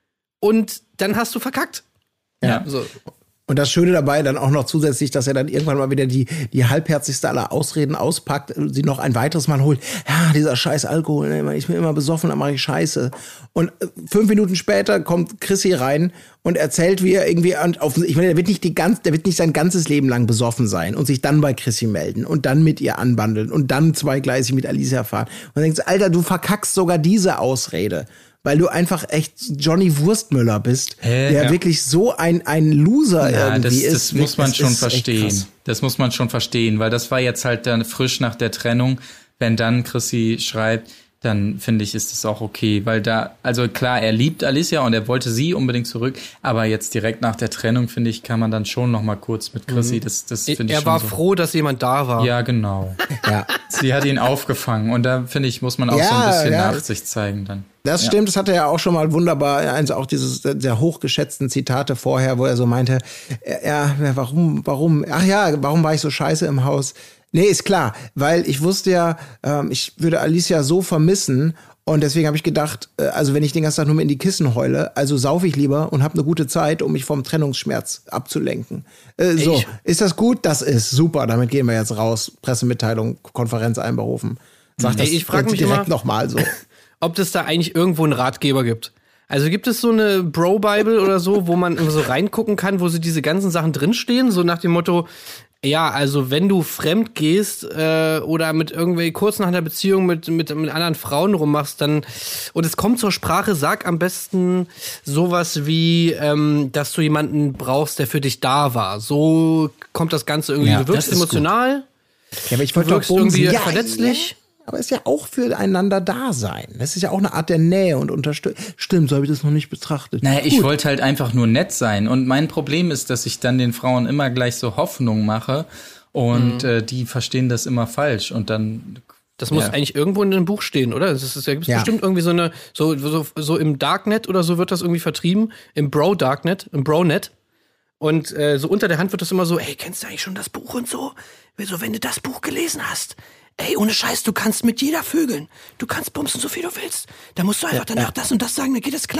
und dann hast du verkackt. Ja. So. Und das Schöne dabei dann auch noch zusätzlich, dass er dann irgendwann mal wieder die, die halbherzigste aller Ausreden auspackt, sie noch ein weiteres Mal holt. Ja, dieser scheiß Alkohol, ich bin immer besoffen, dann mache ich Scheiße. Und fünf Minuten später kommt Chrissy rein und erzählt, wie er irgendwie, auf, ich meine, der wird nicht die ganz, der wird nicht sein ganzes Leben lang besoffen sein und sich dann bei Chrissy melden und dann mit ihr anbandeln und dann zweigleisig mit Alicia fahren. Und dann denkst du, Alter, du verkackst sogar diese Ausrede. Weil du einfach echt Johnny Wurstmüller bist, äh, der ja. wirklich so ein, ein Loser ja, irgendwie das, ist. Das muss man das schon verstehen. Das muss man schon verstehen, weil das war jetzt halt dann frisch nach der Trennung. Wenn dann Chrissy schreibt, dann finde ich, ist das auch okay, weil da, also klar, er liebt Alicia und er wollte sie unbedingt zurück, aber jetzt direkt nach der Trennung, finde ich, kann man dann schon noch mal kurz mit Chrissy, das, das finde ich Er schon war so. froh, dass jemand da war. Ja, genau. ja. Sie hat ihn aufgefangen und da, finde ich, muss man auch ja, so ein bisschen ja. Nachsicht zeigen dann. Das ja. stimmt, das hatte er auch schon mal wunderbar, also auch diese sehr hochgeschätzten Zitate vorher, wo er so meinte, ja, warum, warum, ach ja, warum war ich so scheiße im Haus? Nee, ist klar, weil ich wusste ja, ähm, ich würde Alicia so vermissen und deswegen habe ich gedacht, äh, also wenn ich den ganzen Tag nur in die Kissen heule, also saufe ich lieber und habe eine gute Zeit, um mich vom Trennungsschmerz abzulenken. Äh, so, ist das gut? Das ist super, damit gehen wir jetzt raus. Pressemitteilung, Konferenz einberufen. Sag das ich frage mich direkt nochmal so. Ob das da eigentlich irgendwo einen Ratgeber gibt. Also gibt es so eine Bro-Bible oder so, wo man so reingucken kann, wo so diese ganzen Sachen drinstehen, so nach dem Motto, ja, also wenn du fremd gehst äh, oder mit irgendwie kurz nach einer Beziehung mit, mit, mit anderen Frauen rummachst, dann und es kommt zur Sprache, sag am besten sowas wie, ähm, dass du jemanden brauchst, der für dich da war. So kommt das Ganze irgendwie. Ja, du wirkst emotional, ja, aber ich du wirkst irgendwie ja, verletzlich. Ja. Aber es ist ja auch füreinander da sein. Das ist ja auch eine Art der Nähe und Unterstützung. Stimmt, so habe ich das noch nicht betrachtet. Naja, ich wollte halt einfach nur nett sein. Und mein Problem ist, dass ich dann den Frauen immer gleich so Hoffnung mache. Und mhm. äh, die verstehen das immer falsch. Und dann... Das muss ja. eigentlich irgendwo in einem Buch stehen, oder? Das ist, da gibt es ja. bestimmt irgendwie so eine... So, so, so im Darknet oder so wird das irgendwie vertrieben. Im Bro-Darknet, im Bro-Net. Und äh, so unter der Hand wird das immer so, ey, kennst du eigentlich schon das Buch und so? So, wenn du das Buch gelesen hast... Ey, ohne Scheiß, du kannst mit jeder vögeln. Du kannst bumsen, so viel du willst. Da musst du einfach ja, danach ja. das und das sagen, dann geht das klar.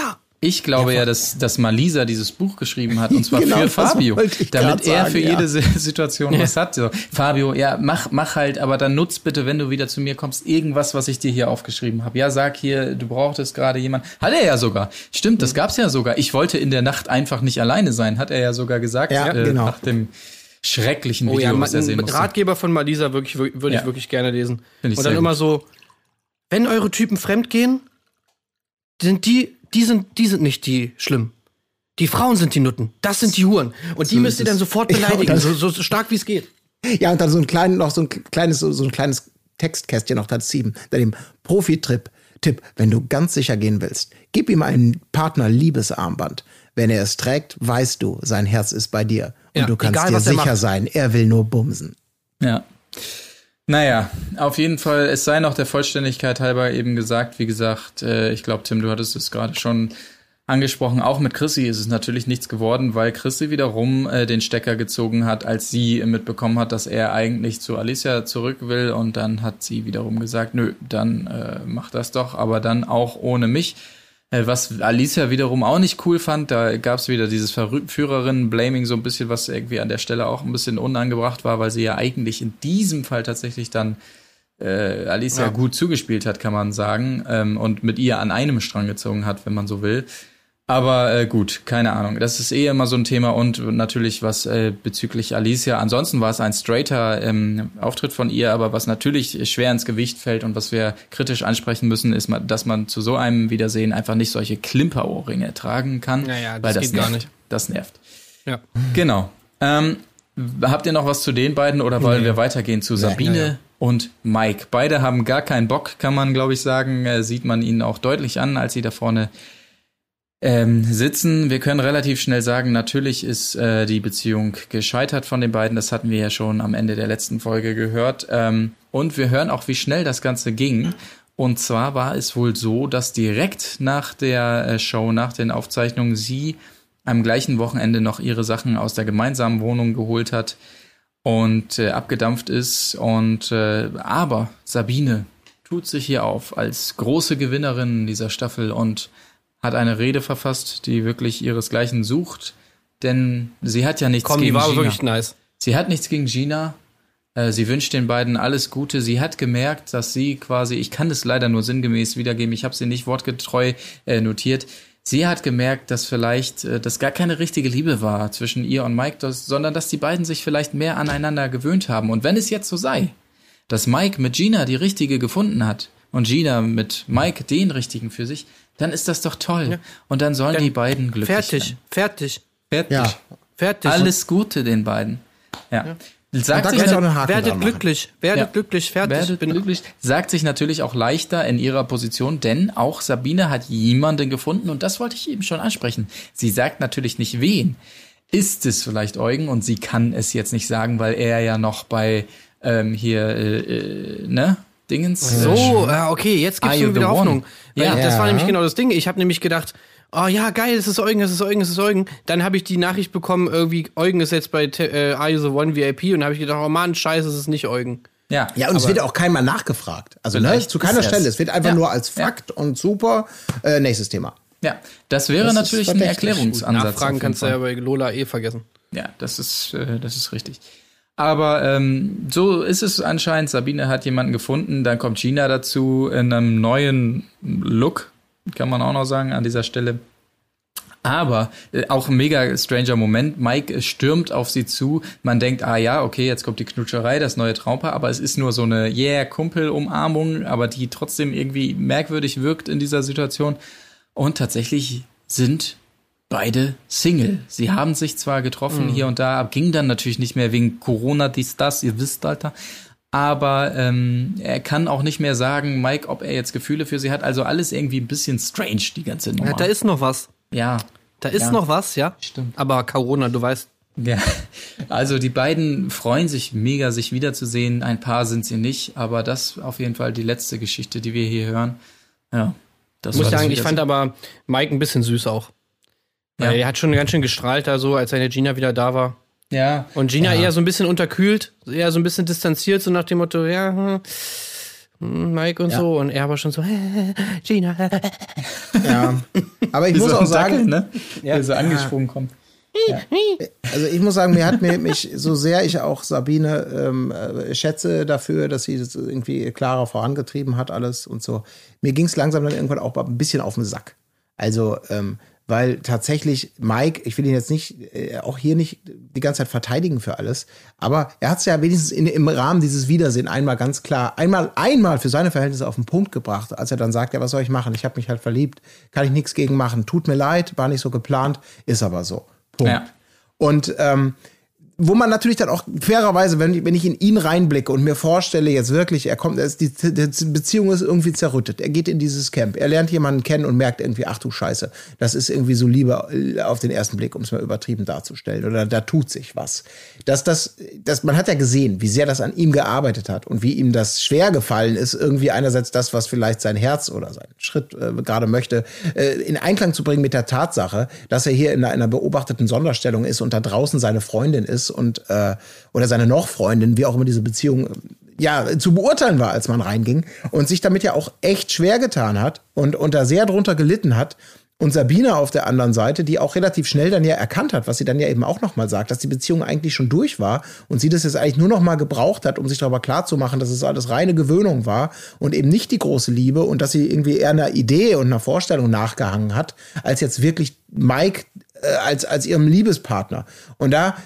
Ich glaube ja, ja dass, dass Malisa dieses Buch geschrieben hat, und zwar genau, für Fabio, damit er sagen, für ja. jede Situation was hat. So, Fabio, ja, mach, mach halt, aber dann nutz bitte, wenn du wieder zu mir kommst, irgendwas, was ich dir hier aufgeschrieben habe. Ja, sag hier, du brauchtest gerade jemanden. Hat er ja sogar. Stimmt, das gab's ja sogar. Ich wollte in der Nacht einfach nicht alleine sein, hat er ja sogar gesagt, ja, äh, genau. nach dem schrecklichen Video, oh ja, was er sehen musste. Ratgeber von Malisa wirklich, würde ja. ich wirklich gerne lesen. Und dann immer gut. so, wenn eure Typen fremdgehen, sind die, die sind, die sind nicht die schlimm. Die Frauen sind die Nutten. Das sind die Huren. Und die so müsst ihr dann sofort beleidigen, ja, so, so stark wie es geht. Ja, und dann so ein kleines, noch so ein kleines, so, so ein kleines Textkästchen noch dazu ziehen. Daneben Profi-Tipp, Tipp, wenn du ganz sicher gehen willst, gib ihm einen Partner-Liebesarmband. Wenn er es trägt, weißt du, sein Herz ist bei dir. Und ja, du kannst egal, dir sicher macht. sein, er will nur bumsen. Ja. Naja, auf jeden Fall, es sei noch der Vollständigkeit halber eben gesagt, wie gesagt, äh, ich glaube, Tim, du hattest es gerade schon angesprochen, auch mit Chrissy ist es natürlich nichts geworden, weil Chrissy wiederum äh, den Stecker gezogen hat, als sie mitbekommen hat, dass er eigentlich zu Alicia zurück will, und dann hat sie wiederum gesagt, nö, dann äh, mach das doch, aber dann auch ohne mich. Was Alicia wiederum auch nicht cool fand, da gab es wieder dieses Führerinnen-Blaming so ein bisschen, was irgendwie an der Stelle auch ein bisschen unangebracht war, weil sie ja eigentlich in diesem Fall tatsächlich dann äh, Alicia ja. gut zugespielt hat, kann man sagen, ähm, und mit ihr an einem Strang gezogen hat, wenn man so will. Aber äh, gut, keine Ahnung. Das ist eh immer so ein Thema, und natürlich was äh, bezüglich Alicia. Ansonsten war es ein straighter ähm, Auftritt von ihr, aber was natürlich schwer ins Gewicht fällt und was wir kritisch ansprechen müssen, ist, dass man zu so einem Wiedersehen einfach nicht solche Klimperohrringe tragen kann. Ja, ja, das weil das geht nervt. gar nicht. Das nervt. Ja. Genau. Ähm, habt ihr noch was zu den beiden, oder wollen nee. wir weitergehen zu Sabine ja, ja. und Mike? Beide haben gar keinen Bock, kann man glaube ich sagen. Äh, sieht man ihnen auch deutlich an, als sie da vorne Ähm, sitzen. Wir können relativ schnell sagen, natürlich ist äh, die Beziehung gescheitert von den beiden. Das hatten wir ja schon am Ende der letzten Folge gehört. Ähm, und wir hören auch, wie schnell das Ganze ging. Und zwar war es wohl so, dass direkt nach der äh, Show, nach den Aufzeichnungen, sie am gleichen Wochenende noch ihre Sachen aus der gemeinsamen Wohnung geholt hat und äh, abgedampft ist. Und äh, aber Sabine tut sich hier auf als große Gewinnerin dieser Staffel und hat eine Rede verfasst, die wirklich ihresgleichen sucht, denn sie hat ja nichts Komm, gegen die war Gina. Wirklich nice. Sie hat nichts gegen Gina. Äh, sie wünscht den beiden alles Gute. Sie hat gemerkt, dass sie quasi, ich kann das leider nur sinngemäß wiedergeben, ich habe sie nicht wortgetreu äh, notiert. Sie hat gemerkt, dass vielleicht äh, das gar keine richtige Liebe war zwischen ihr und Mike, das, sondern dass die beiden sich vielleicht mehr aneinander gewöhnt haben. Und wenn es jetzt so sei, dass Mike mit Gina die richtige gefunden hat und Gina mit Mike den richtigen für sich, dann ist das doch toll. Ja. Und dann sollen dann die beiden glücklich fertig, sein. Fertig, fertig. Ja. Fertig. Alles Gute den beiden. Ja. ja. Sagt sich werdet, werdet glücklich, werdet ja. glücklich, fertig. Werdet bin glücklich. Sagt sich natürlich auch leichter in ihrer Position, denn auch Sabine hat jemanden gefunden, und das wollte ich eben schon ansprechen. Sie sagt natürlich nicht wen. Ist es vielleicht Eugen, und sie kann es jetzt nicht sagen, weil er ja noch bei ähm, hier, äh, äh, ne? Dingens. So, äh, okay, jetzt gibt's mir wieder Hoffnung. Weil Ja. Das war nämlich genau das Ding. Ich habe nämlich gedacht, oh ja, geil, es ist Eugen, es ist Eugen, es ist Eugen. Dann habe ich die Nachricht bekommen, irgendwie, Eugen ist jetzt bei äh, Are You The One V I P, und dann habe ich gedacht, oh Mann, scheiße, es ist nicht Eugen. Ja, ja, und es wird auch keiner nachgefragt. Also ne, zu keiner Stelle. Es wird einfach ja. nur als Fakt ja. und super. Äh, nächstes Thema. Ja, das wäre das natürlich ein Erklärungsansatz. Nachfragen kannst du ja bei Lola eh vergessen. Ja, das ist, äh, das ist richtig. Aber ähm, so ist es anscheinend. Sabine hat jemanden gefunden, dann kommt Gina dazu in einem neuen Look, kann man auch noch sagen an dieser Stelle. Aber äh, auch ein mega stranger Moment. Mike stürmt auf sie zu. Man denkt, ah ja, okay, jetzt kommt die Knutscherei, das neue Traumpaar. Aber es ist nur so eine Yeah-Kumpel-Umarmung, aber die trotzdem irgendwie merkwürdig wirkt in dieser Situation. Und tatsächlich sind beide Single. Sie haben sich zwar getroffen mhm. hier und da, ging dann natürlich nicht mehr wegen Corona, dies, das, ihr wisst, Alter. Aber ähm, er kann auch nicht mehr sagen, Mike, ob er jetzt Gefühle für sie hat. Also alles irgendwie ein bisschen strange, die ganze Nummer. Ja, da ist noch was. Ja. Da ist ja. noch was, ja. Stimmt. Aber Corona, du weißt. Ja, also die beiden freuen sich mega, sich wiederzusehen. Ein Paar sind sie nicht, aber das auf jeden Fall die letzte Geschichte, die wir hier hören. Ja, das muss war sagen, ich fand aber Mike ein bisschen süß auch. Ja. Weil er hat schon ganz schön gestrahlt da so, als seine Gina wieder da war. Ja. Und Gina ja. eher so ein bisschen unterkühlt, eher so ein bisschen distanziert, so nach dem Motto, ja, hm, Mike und ja. so. Und er war schon so, Gina. Ja, aber ich Wie muss so auch ein sagen, Dackel, ne? Ja. Der so angesprungen kommt. Ja. Also ich muss sagen, mir hat mir mich, so sehr ich auch Sabine ähm, äh, schätze dafür, dass sie das irgendwie klarer vorangetrieben hat, alles und so. Mir ging es langsam dann irgendwann auch ein bisschen auf den Sack. Also, ähm, weil tatsächlich Mike, ich will ihn jetzt nicht, äh, auch hier nicht die ganze Zeit verteidigen für alles, aber er hat es ja wenigstens in, im Rahmen dieses Wiedersehen einmal ganz klar, einmal, einmal für seine Verhältnisse auf den Punkt gebracht, als er dann sagt, ja, was soll ich machen? Ich habe mich halt verliebt, kann ich nichts gegen machen, tut mir leid, war nicht so geplant, ist aber so. Punkt. Ja. Und ähm, wo man natürlich dann auch fairerweise, wenn, wenn ich in ihn reinblicke und mir vorstelle, jetzt wirklich, er kommt, er ist, die, die Beziehung ist irgendwie zerrüttet. Er geht in dieses Camp, er lernt jemanden kennen und merkt irgendwie, ach du Scheiße, das ist irgendwie so Liebe auf den ersten Blick, um es mal übertrieben darzustellen. Oder da tut sich was. Dass das, das, man hat ja gesehen, wie sehr das an ihm gearbeitet hat und wie ihm das schwer gefallen ist, irgendwie einerseits das, was vielleicht sein Herz oder sein Schritt äh, gerade möchte, äh, in Einklang zu bringen mit der Tatsache, dass er hier in einer beobachteten Sonderstellung ist und da draußen seine Freundin ist und äh, oder seine Noch-Freundin, wie auch immer diese Beziehung ja zu beurteilen war, als man reinging und sich damit ja auch echt schwer getan hat und, und da sehr drunter gelitten hat. Und Sabine auf der anderen Seite, die auch relativ schnell dann ja erkannt hat, was sie dann ja eben auch noch mal sagt, dass die Beziehung eigentlich schon durch war und sie das jetzt eigentlich nur noch mal gebraucht hat, um sich darüber klarzumachen, dass es alles reine Gewöhnung war und eben nicht die große Liebe und dass sie irgendwie eher einer Idee und einer Vorstellung nachgehangen hat, als jetzt wirklich Mike äh, als, als ihrem Liebespartner. Und da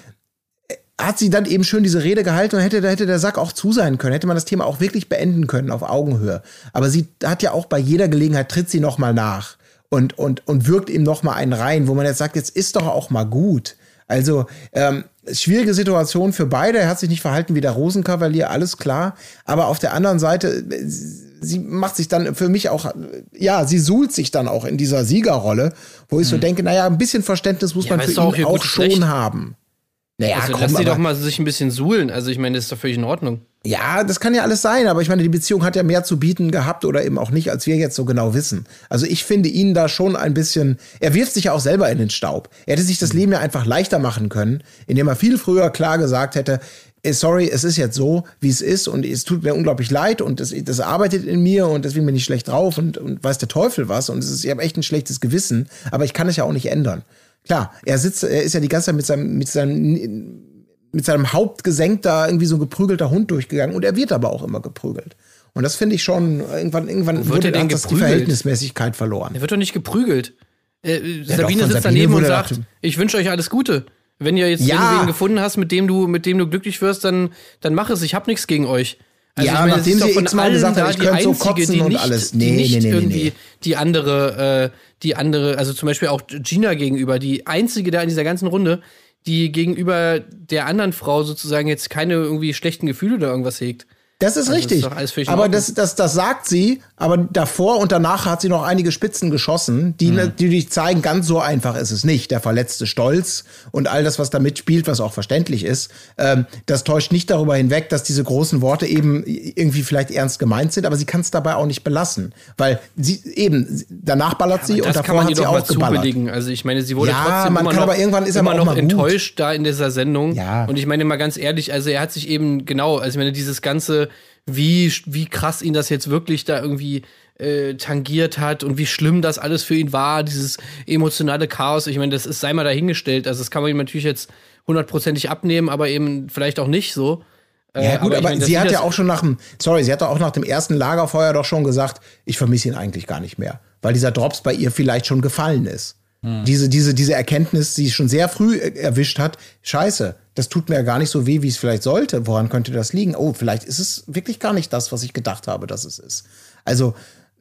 hat sie dann eben schön diese Rede gehalten und hätte, da hätte der Sack auch zu sein können, hätte man das Thema auch wirklich beenden können auf Augenhöhe. Aber sie hat ja auch bei jeder Gelegenheit, tritt sie noch mal nach und, und, und wirkt ihm noch mal einen rein, wo man jetzt sagt, jetzt ist doch auch mal gut. Also ähm, schwierige Situation für beide, er hat sich nicht verhalten wie der Rosenkavalier, alles klar. Aber auf der anderen Seite, sie macht sich dann für mich auch, ja, sie suhlt sich dann auch in dieser Siegerrolle, wo ich mhm. so denke, naja, ein bisschen Verständnis muss ja, man für ihn auch, auch schon schlecht. haben. Naja, also komm, lass sie doch mal sich ein bisschen suhlen. Also ich meine, das ist doch völlig in Ordnung. Ja, das kann ja alles sein, aber ich meine, die Beziehung hat ja mehr zu bieten gehabt oder eben auch nicht, als wir jetzt so genau wissen. Also ich finde ihn da schon ein bisschen, er wirft sich ja auch selber in den Staub. Er hätte sich das Leben ja einfach leichter machen können, indem er viel früher klar gesagt hätte, sorry, es ist jetzt so, wie es ist und es tut mir unglaublich leid und das, das arbeitet in mir und deswegen bin ich schlecht drauf und, und weiß der Teufel was und es ist, ich habe echt ein schlechtes Gewissen, aber ich kann es ja auch nicht ändern. Klar, er sitzt, er ist ja die ganze Zeit mit seinem, mit seinem, mit seinem Haupt gesenkt da irgendwie so ein geprügelter Hund durchgegangen und er wird aber auch immer geprügelt. Und das finde ich schon, irgendwann, irgendwann wurde dann das die Verhältnismäßigkeit verloren. Er wird doch nicht geprügelt. Äh, ja, Sabine doch, sitzt Sabine daneben und sagt, ich wünsche euch alles Gute. Wenn ihr jetzt ja. irgendwen gefunden hast, mit dem du, mit dem du glücklich wirst, dann, dann mach es, ich hab nichts gegen euch. Also ja, ich meine, nachdem sie x-mal gesagt hat, ich könnte so kotzen die und nicht, alles. Nee, nee, nicht nee, nee, irgendwie nee. die andere, äh, die andere, also zum Beispiel auch Gina gegenüber, die einzige da in dieser ganzen Runde, die gegenüber der anderen Frau sozusagen jetzt keine irgendwie schlechten Gefühle oder irgendwas hegt. Das ist also richtig. Das ist aber das, das, das sagt sie, aber davor und danach hat sie noch einige Spitzen geschossen, die, mhm. die dich zeigen, ganz so einfach ist es nicht. Der verletzte Stolz und all das, was da mitspielt, was auch verständlich ist, ähm, das täuscht nicht darüber hinweg, dass diese großen Worte eben irgendwie vielleicht ernst gemeint sind, aber sie kann es dabei auch nicht belassen. Weil sie eben, danach ballert sie ja, und davor hat sie auch geballert. Also ich meine, sie wurde ja, trotzdem man immer kann noch, aber irgendwann ist immer aber auch noch mal enttäuscht gut. da in dieser Sendung. Ja. Und ich meine mal ganz ehrlich, also er hat sich eben genau, also ich meine, dieses ganze wie, wie krass ihn das jetzt wirklich da irgendwie äh, tangiert hat und wie schlimm das alles für ihn war, dieses emotionale Chaos. Ich meine, das ist, sei mal dahingestellt. Also das kann man ihm natürlich jetzt hundertprozentig abnehmen, aber eben vielleicht auch nicht so. Äh, ja gut, aber, aber meine, sie hat ja auch schon nach dem, sorry, sie hat doch auch nach dem ersten Lagerfeuer doch schon gesagt, ich vermisse ihn eigentlich gar nicht mehr, weil dieser Drops bei ihr vielleicht schon gefallen ist. Hm. Diese, diese, diese Erkenntnis, die schon sehr früh erwischt hat, scheiße, das tut mir ja gar nicht so weh, wie es vielleicht sollte. Woran könnte das liegen? Oh, vielleicht ist es wirklich gar nicht das, was ich gedacht habe, dass es ist. Also,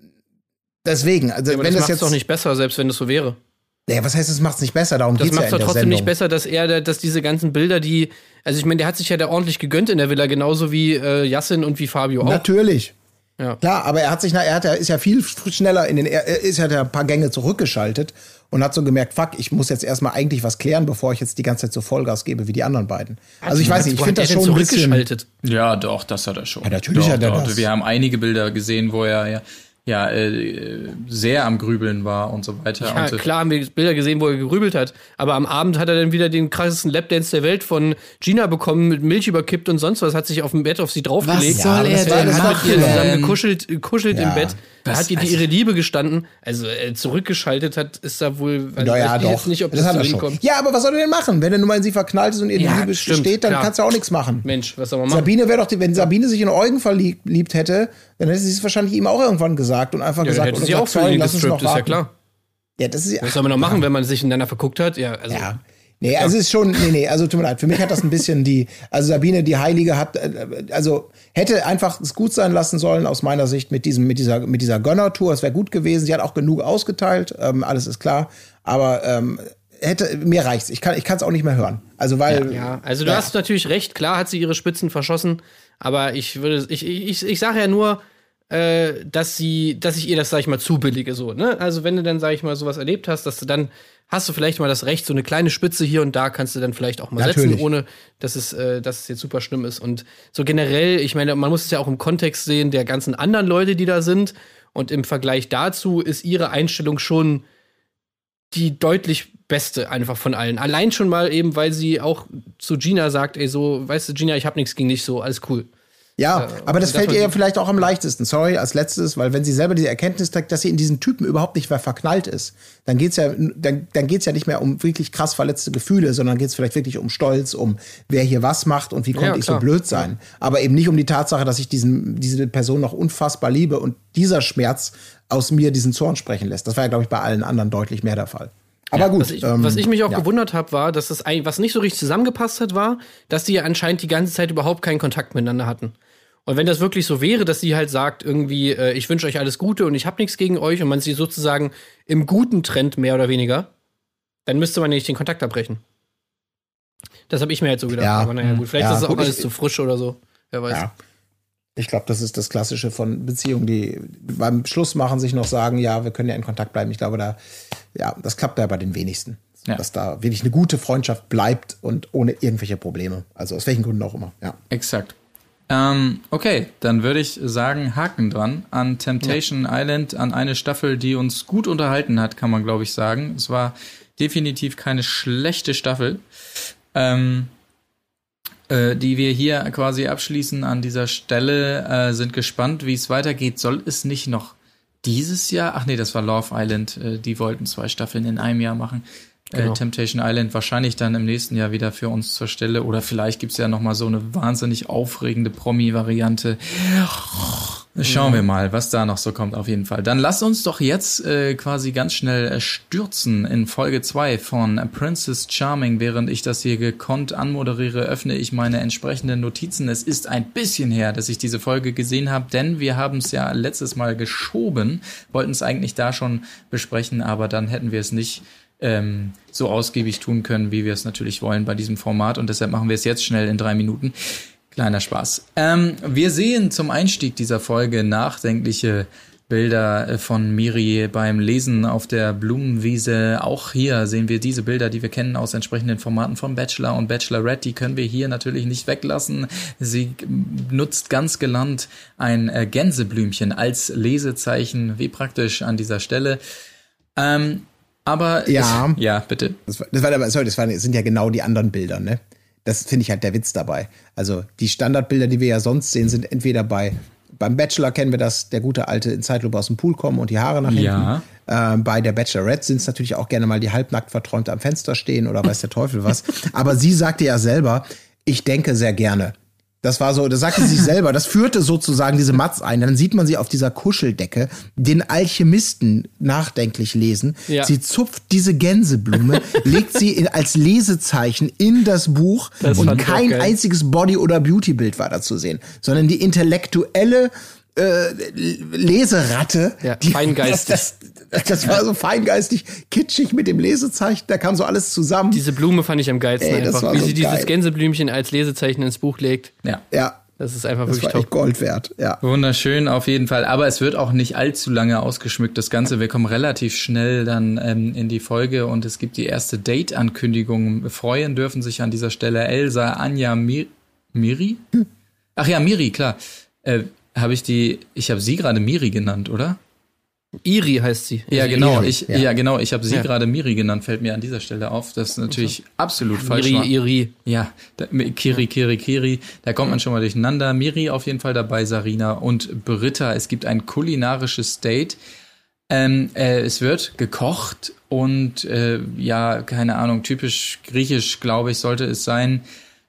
deswegen. Also, ja, aber wenn das macht es doch nicht besser, selbst wenn es so wäre. Ja, was heißt, es macht es nicht besser? Darum geht's ja in der Sendung. Das macht es trotzdem nicht besser, dass er, dass diese ganzen Bilder, die, also ich meine, der hat sich ja da ordentlich gegönnt in der Villa, genauso wie äh, Yassin und wie Fabio auch. Natürlich. Ja. Klar, aber er hat sich, er hat, er ist ja viel schneller in den, er ist ja ein paar Gänge zurückgeschaltet und hat so gemerkt, fuck, ich muss jetzt erstmal eigentlich was klären, bevor ich jetzt die ganze Zeit so Vollgas gebe wie die anderen beiden. Also ich weiß nicht, ich finde das schon ein bisschen. Ja, doch, das hat er schon. Ja, natürlich doch, hat er doch. das. Wir haben einige Bilder gesehen, wo er ja ja äh, sehr am Grübeln war und so weiter. Ja, und, klar haben wir Bilder gesehen, wo er gegrübelt hat. Aber am Abend hat er dann wieder den krassesten Lapdance der Welt von Gina bekommen, mit Milch überkippt und sonst was, hat sich auf dem Bett auf sie draufgelegt. Was soll ja, er denn denn hat mit ihr machen? zusammen gekuschelt, gekuschelt Ja. im Bett. Da Was, hat ihr die, also- ihre Liebe gestanden. Also äh, zurückgeschaltet hat, ist da wohl, also, Ja, ja, ich doch. weiß nicht, ob das, hat so er schon. hinkommt. Ja, aber was soll er denn machen? Wenn er nun mal in sie verknallt ist und ihr die Ja, Liebe stimmt, steht, dann klar. kannst du auch nichts machen. Mensch, was soll man machen? Sabine wäre doch, die, wenn Sabine sich in Eugen verliebt hätte, dann hätte sie es wahrscheinlich ihm auch irgendwann gesagt und einfach Ja, dann gesagt, hätte oder sie gesagt, auch für sorry, ihn lass uns noch gestrippt, ist ja warten. klar. Ja, das ist Was soll man noch machen, wenn man sich ineinander verguckt hat? Ja, also. Ja. Nee, also ist schon, nee, nee, also tut mir leid. Für mich hat das ein bisschen die, also Sabine, die Heilige, hat, äh, also hätte einfach es gut sein lassen sollen, aus meiner Sicht, mit diesem, mit dieser, mit dieser Gönnertour. Es wäre gut gewesen. Sie hat auch genug ausgeteilt, ähm, alles ist klar. Aber ähm, hätte, mir reicht's. Ich kann, ich kann es auch nicht mehr hören. Also, weil. Ja, also du ja. hast natürlich recht, klar hat sie ihre Spitzen verschossen, aber ich würde, ich, ich, ich sage ja nur, äh, dass sie, dass ich ihr das, sag ich mal, zubillige, so, ne? Also wenn du dann, sag ich mal, sowas erlebt hast, dass du dann, hast du vielleicht mal das Recht, so eine kleine Spitze hier und da kannst du dann vielleicht auch mal Natürlich. setzen, ohne, dass es, äh, dass es jetzt super schlimm ist. Und so generell, ich meine, man muss es ja auch im Kontext sehen der ganzen anderen Leute, die da sind, und im Vergleich dazu ist ihre Einstellung schon die deutlich beste einfach von allen. Allein schon mal eben, weil sie auch zu Gina sagt, ey, so, weißt du, Gina, ich hab nichts gegen dich, so, alles cool. Ja, Äh, aber das dass fällt man ihr ja die- vielleicht auch am leichtesten. Sorry, als letztes, weil wenn sie selber diese Erkenntnis trägt, dass sie in diesen Typen überhaupt nicht mehr verknallt ist, dann geht's ja, dann, dann geht's ja nicht mehr um wirklich krass verletzte Gefühle, sondern geht's vielleicht wirklich um Stolz, um wer hier was macht und wie konnte Ja, ich so klar. blöd sein. Aber eben nicht um die Tatsache, dass ich diesen, diese Person noch unfassbar liebe und dieser Schmerz aus mir diesen Zorn sprechen lässt. Das war ja, glaube ich, bei allen anderen deutlich mehr der Fall. Aber gut. Was ich, ähm, was ich mich auch ja. gewundert habe, war, dass das ein, was nicht so richtig zusammengepasst hat, war, dass die ja anscheinend die ganze Zeit überhaupt keinen Kontakt miteinander hatten. Und wenn das wirklich so wäre, dass sie halt sagt, irgendwie, äh, ich wünsche euch alles Gute und ich habe nichts gegen euch und man sie sozusagen im Guten trennt, mehr oder weniger, dann müsste man nicht den Kontakt abbrechen. Das habe ich mir halt so gedacht. Ja. Aber naja, gut, vielleicht Ja, ist es auch gut, alles ich- zu frisch oder so. Wer weiß. Ja. Ich glaube, das ist das Klassische von Beziehungen, die beim Schluss machen sich noch sagen, ja, wir können ja in Kontakt bleiben. Ich glaube, da, ja, das klappt ja bei den wenigsten. Ja. Dass da wirklich eine gute Freundschaft bleibt und ohne irgendwelche Probleme. Also aus welchen Gründen auch immer, ja. Exakt. Ähm, okay, dann würde ich sagen, Haken dran an Temptation ja. Island, an eine Staffel, die uns gut unterhalten hat, kann man, glaube ich, sagen. Es war definitiv keine schlechte Staffel, ähm, äh, die wir hier quasi abschließen an dieser Stelle, äh, sind gespannt, wie es weitergeht. Soll es nicht noch dieses Jahr, ach nee, das war Love Island, äh, die wollten zwei Staffeln in einem Jahr machen. Genau. Äh, Temptation Island wahrscheinlich dann im nächsten Jahr wieder für uns zur Stelle. Oder vielleicht gibt's ja noch mal so eine wahnsinnig aufregende Promi-Variante. Schauen wir mal, was da noch so kommt auf jeden Fall. Dann lasst uns doch jetzt äh, quasi ganz schnell stürzen in Folge zwei von Princess Charming. Während ich das hier gekonnt anmoderiere, öffne ich meine entsprechenden Notizen. Es ist ein bisschen her, dass ich diese Folge gesehen habe, denn wir haben es ja letztes Mal geschoben, wollten es eigentlich da schon besprechen, aber dann hätten wir es nicht Ähm, so ausgiebig tun können, wie wir es natürlich wollen bei diesem Format, und deshalb machen wir es jetzt schnell in drei Minuten. Kleiner Spaß. Ähm, wir sehen zum Einstieg dieser Folge nachdenkliche Bilder von Miri beim Lesen auf der Blumenwiese. Auch hier sehen wir diese Bilder, die wir kennen aus entsprechenden Formaten von Bachelor und Bachelorette. Die können wir hier natürlich nicht weglassen. Sie nutzt ganz galant ein äh, Gänseblümchen als Lesezeichen. Wie praktisch an dieser Stelle. Ähm, Aber Ja. es, ja, bitte. Das war, das war aber, sorry, das, war, das sind ja genau die anderen Bilder, ne? Das finde ich halt der Witz dabei. Also die Standardbilder, die wir ja sonst sehen, sind entweder bei beim Bachelor kennen wir das, der gute alte in Zeitlupe aus dem Pool kommen und die Haare nach hinten. Ja. Äh, bei der Bachelorette sind es natürlich auch gerne mal die halbnackt verträumt am Fenster stehen oder weiß der Teufel was. Aber sie sagte ja selber, ich denke sehr gerne. Das war so, das sagte sie selber, das führte sozusagen diese Matz ein. Dann sieht man sie auf dieser Kuscheldecke, den Alchemisten nachdenklich lesen. Ja. Sie zupft diese Gänseblume, legt sie in, als Lesezeichen in das Buch Das und fand ich auch kein geil. einziges Body- oder Beautybild war da zu sehen, sondern die intellektuelle äh, Leseratte. Ja, die, feingeistig. Das, das, das war so feingeistig, kitschig mit dem Lesezeichen, da kam so alles zusammen. Diese Blume fand ich am geilsten Ey, das einfach. war Wie so sie dieses geil. Gänseblümchen als Lesezeichen ins Buch legt. Ja. Ja, Das ist einfach das wirklich war echt top. Gold wert. Ja. Wunderschön auf jeden Fall, aber es wird auch nicht allzu lange ausgeschmückt, das Ganze. Wir kommen relativ schnell dann ähm, in die Folge und es gibt die erste Date-Ankündigung. Freuen dürfen sich an dieser Stelle Elsa, Anja, Mir- Miri? Ach ja, Miri, klar. Äh, habe ich die, ich habe sie gerade Miri genannt, oder? Iri heißt sie. Ja, Also genau. Iri. Ich, ja. ja, genau. Ich habe sie ja. gerade Miri genannt, fällt mir an dieser Stelle auf. Das ist natürlich okay. absolut falsch. Miri, Iri. Ja, da, Kiri, Kiri, Kiri. Da kommt man schon mal durcheinander. Miri auf jeden Fall dabei, Sarina und Britta. Es gibt ein kulinarisches Date. Ähm, äh, es wird gekocht und äh, ja, keine Ahnung, typisch griechisch, glaube ich, sollte es sein.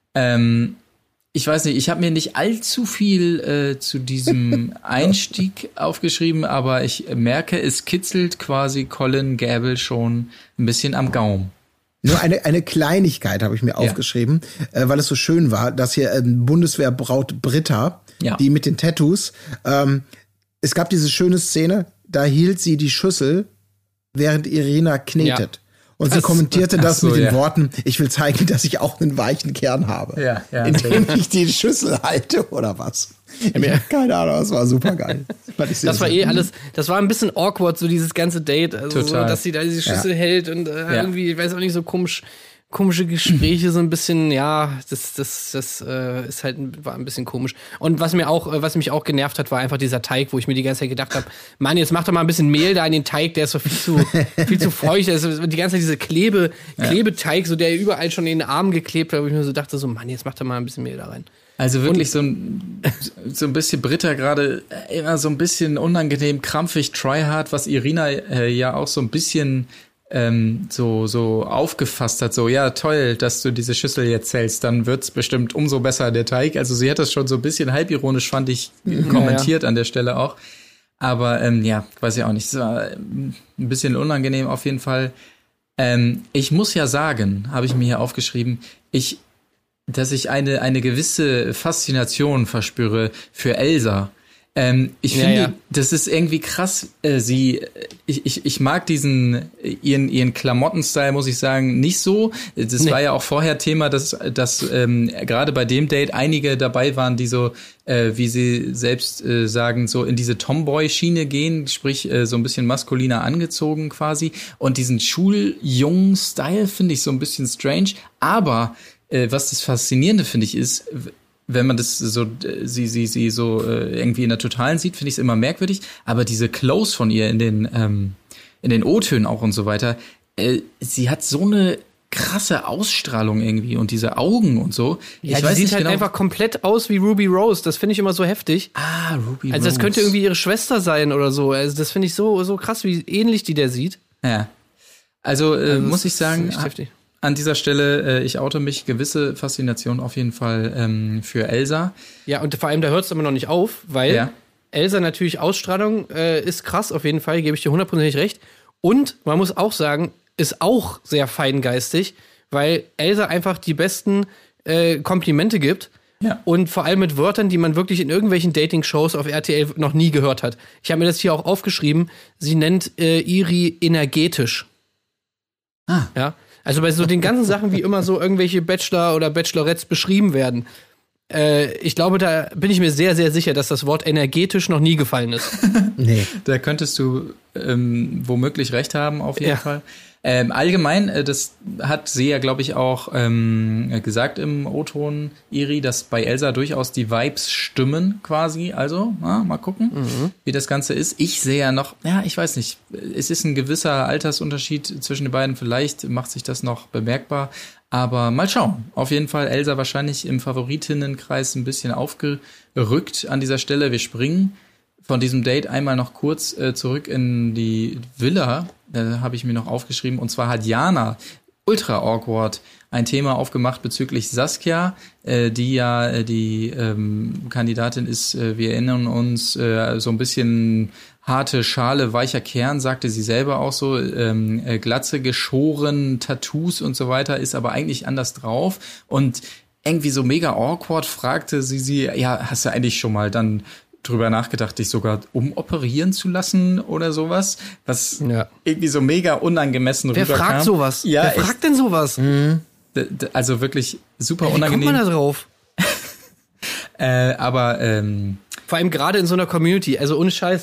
Ähm, Ich weiß nicht, ich habe mir nicht allzu viel äh, zu diesem Einstieg aufgeschrieben, aber ich merke, es kitzelt quasi Colin Gable schon ein bisschen am Gaumen. Nur eine, eine Kleinigkeit habe ich mir ja. aufgeschrieben, äh, weil es so schön war, dass hier ähm, Bundeswehrbraut Britta, ja. die mit den Tattoos, ähm, es gab diese schöne Szene, da hielt sie die Schüssel, während Irina knetet. Ja. Und sie das, kommentierte das so, mit den ja. Worten, ich will zeigen, dass ich auch einen weichen Kern habe. Ja, ja. Indem ich die Schüssel halte oder was. Ich hab keine Ahnung, das war super geil. Das, das war eh alles, das war ein bisschen awkward, so dieses ganze Date. Also Total. So, dass sie da diese Schüssel ja. hält und äh, ja. irgendwie, ich weiß auch nicht, so komisch, komische Gespräche, so ein bisschen, ja, das, das, das äh, ist halt, war ein bisschen komisch. Und was mir auch, was mich auch genervt hat, war einfach dieser Teig, wo ich mir die ganze Zeit gedacht habe, Mann, jetzt mach doch mal ein bisschen Mehl da in den Teig, der ist doch viel zu, viel zu feucht. Also die ganze Zeit diese Klebe, Klebeteig, so der überall schon in den Armen geklebt hat, wo ich mir so dachte, so, Mann, jetzt mach doch mal ein bisschen Mehl da rein. Also wirklich und, so ein, so ein bisschen Britta gerade immer so ein bisschen unangenehm, krampfig, tryhard, was Irina äh, ja auch so ein bisschen Ähm, so so aufgefasst hat, so, ja, toll, dass du diese Schüssel jetzt hältst, dann wird's bestimmt umso besser, der Teig. Also sie hat das schon so ein bisschen halbironisch, fand ich, kommentiert ja, ja. an der Stelle auch. Aber ähm, ja, weiß ich auch nicht. Es war ein bisschen unangenehm auf jeden Fall. Ähm, ich muss ja sagen, habe ich mir hier aufgeschrieben, ich, dass ich eine eine gewisse Faszination verspüre für Elsa. Ähm, ich ja, finde, ja. das ist irgendwie krass. Äh, sie, ich, ich, ich mag diesen ihren ihren Klamotten-Style, muss ich sagen, nicht so. Das nee. war ja auch vorher Thema, dass dass ähm, gerade bei dem Date einige dabei waren, die so, äh, wie sie selbst äh, sagen, so in diese Tomboy-Schiene gehen, sprich äh, so ein bisschen maskuliner angezogen quasi. Und diesen Schuljungen-Style finde ich so ein bisschen strange. Aber äh, was das Faszinierende finde ich ist, wenn man das so, sie, sie, sie so äh, irgendwie in der Totalen sieht, finde ich es immer merkwürdig. Aber diese Close von ihr in den, ähm, in den O-Tönen auch und so weiter, äh, sie hat so eine krasse Ausstrahlung irgendwie und diese Augen und so. Ja, ich die weiß sieht nicht halt genau. einfach komplett aus wie Ruby Rose. Das finde ich immer so heftig. Ah, Ruby Rose. Also das könnte irgendwie ihre Schwester sein oder so. Also das finde ich so, so krass, wie ähnlich die der sieht. Ja. Also, äh, also muss ich sagen, heftig. An dieser Stelle, äh, ich oute mich, gewisse Faszination auf jeden Fall ähm, für Elsa. Ja, und vor allem, da hört es aber noch nicht auf, weil ja. Elsa natürlich Ausstrahlung äh, ist krass, auf jeden Fall, gebe ich dir hundertprozentig recht. Und man muss auch sagen, ist auch sehr feingeistig, weil Elsa einfach die besten äh, Komplimente gibt. Ja. Und vor allem mit Wörtern, die man wirklich in irgendwelchen Dating-Shows auf R T L noch nie gehört hat. Ich habe mir das hier auch aufgeschrieben. Sie nennt äh, Iri energetisch. Ah. Ja. Also bei so den ganzen Sachen, wie immer so irgendwelche Bachelor oder Bachelorettes beschrieben werden. Äh, ich glaube, da bin ich mir sehr, sehr sicher, dass das Wort energetisch noch nie gefallen ist. Nee. Da könntest du ähm, womöglich recht haben, auf jeden ja. Fall. Ähm, allgemein, äh, das hat sie ja, glaube ich, auch ähm, gesagt im O-Ton, Iri, dass bei Elsa durchaus die Vibes stimmen quasi. Also, na, mal gucken, mhm. wie das Ganze ist. Ich sehe ja noch, ja, ich weiß nicht, es ist ein gewisser Altersunterschied zwischen den beiden. Vielleicht macht sich das noch bemerkbar. Aber mal schauen. Auf jeden Fall Elsa wahrscheinlich im Favoritinnenkreis ein bisschen aufgerückt an dieser Stelle. Wir springen von diesem Date einmal noch kurz äh, zurück in die Villa. Da habe ich mir noch aufgeschrieben. Und zwar hat Jana ultra awkward ein Thema aufgemacht bezüglich Saskia, äh, die ja äh, die ähm, Kandidatin ist. Äh, wir erinnern uns, äh, so ein bisschen harte Schale, weicher Kern, sagte sie selber auch so, ähm, äh, Glatze geschoren, Tattoos und so weiter, ist aber eigentlich anders drauf. Und irgendwie so mega awkward fragte sie sie, ja, hast du eigentlich schon mal dann drüber nachgedacht, dich sogar umoperieren zu lassen oder sowas, was ja. irgendwie so mega unangemessen Wer rüberkam. Wer fragt sowas? Ja, Wer fragt denn sowas? Mhm. D- d- also wirklich super Wie unangenehm. Wie kommt man da drauf? äh, aber ähm, vor allem gerade in so einer Community, also ohne Scheiß,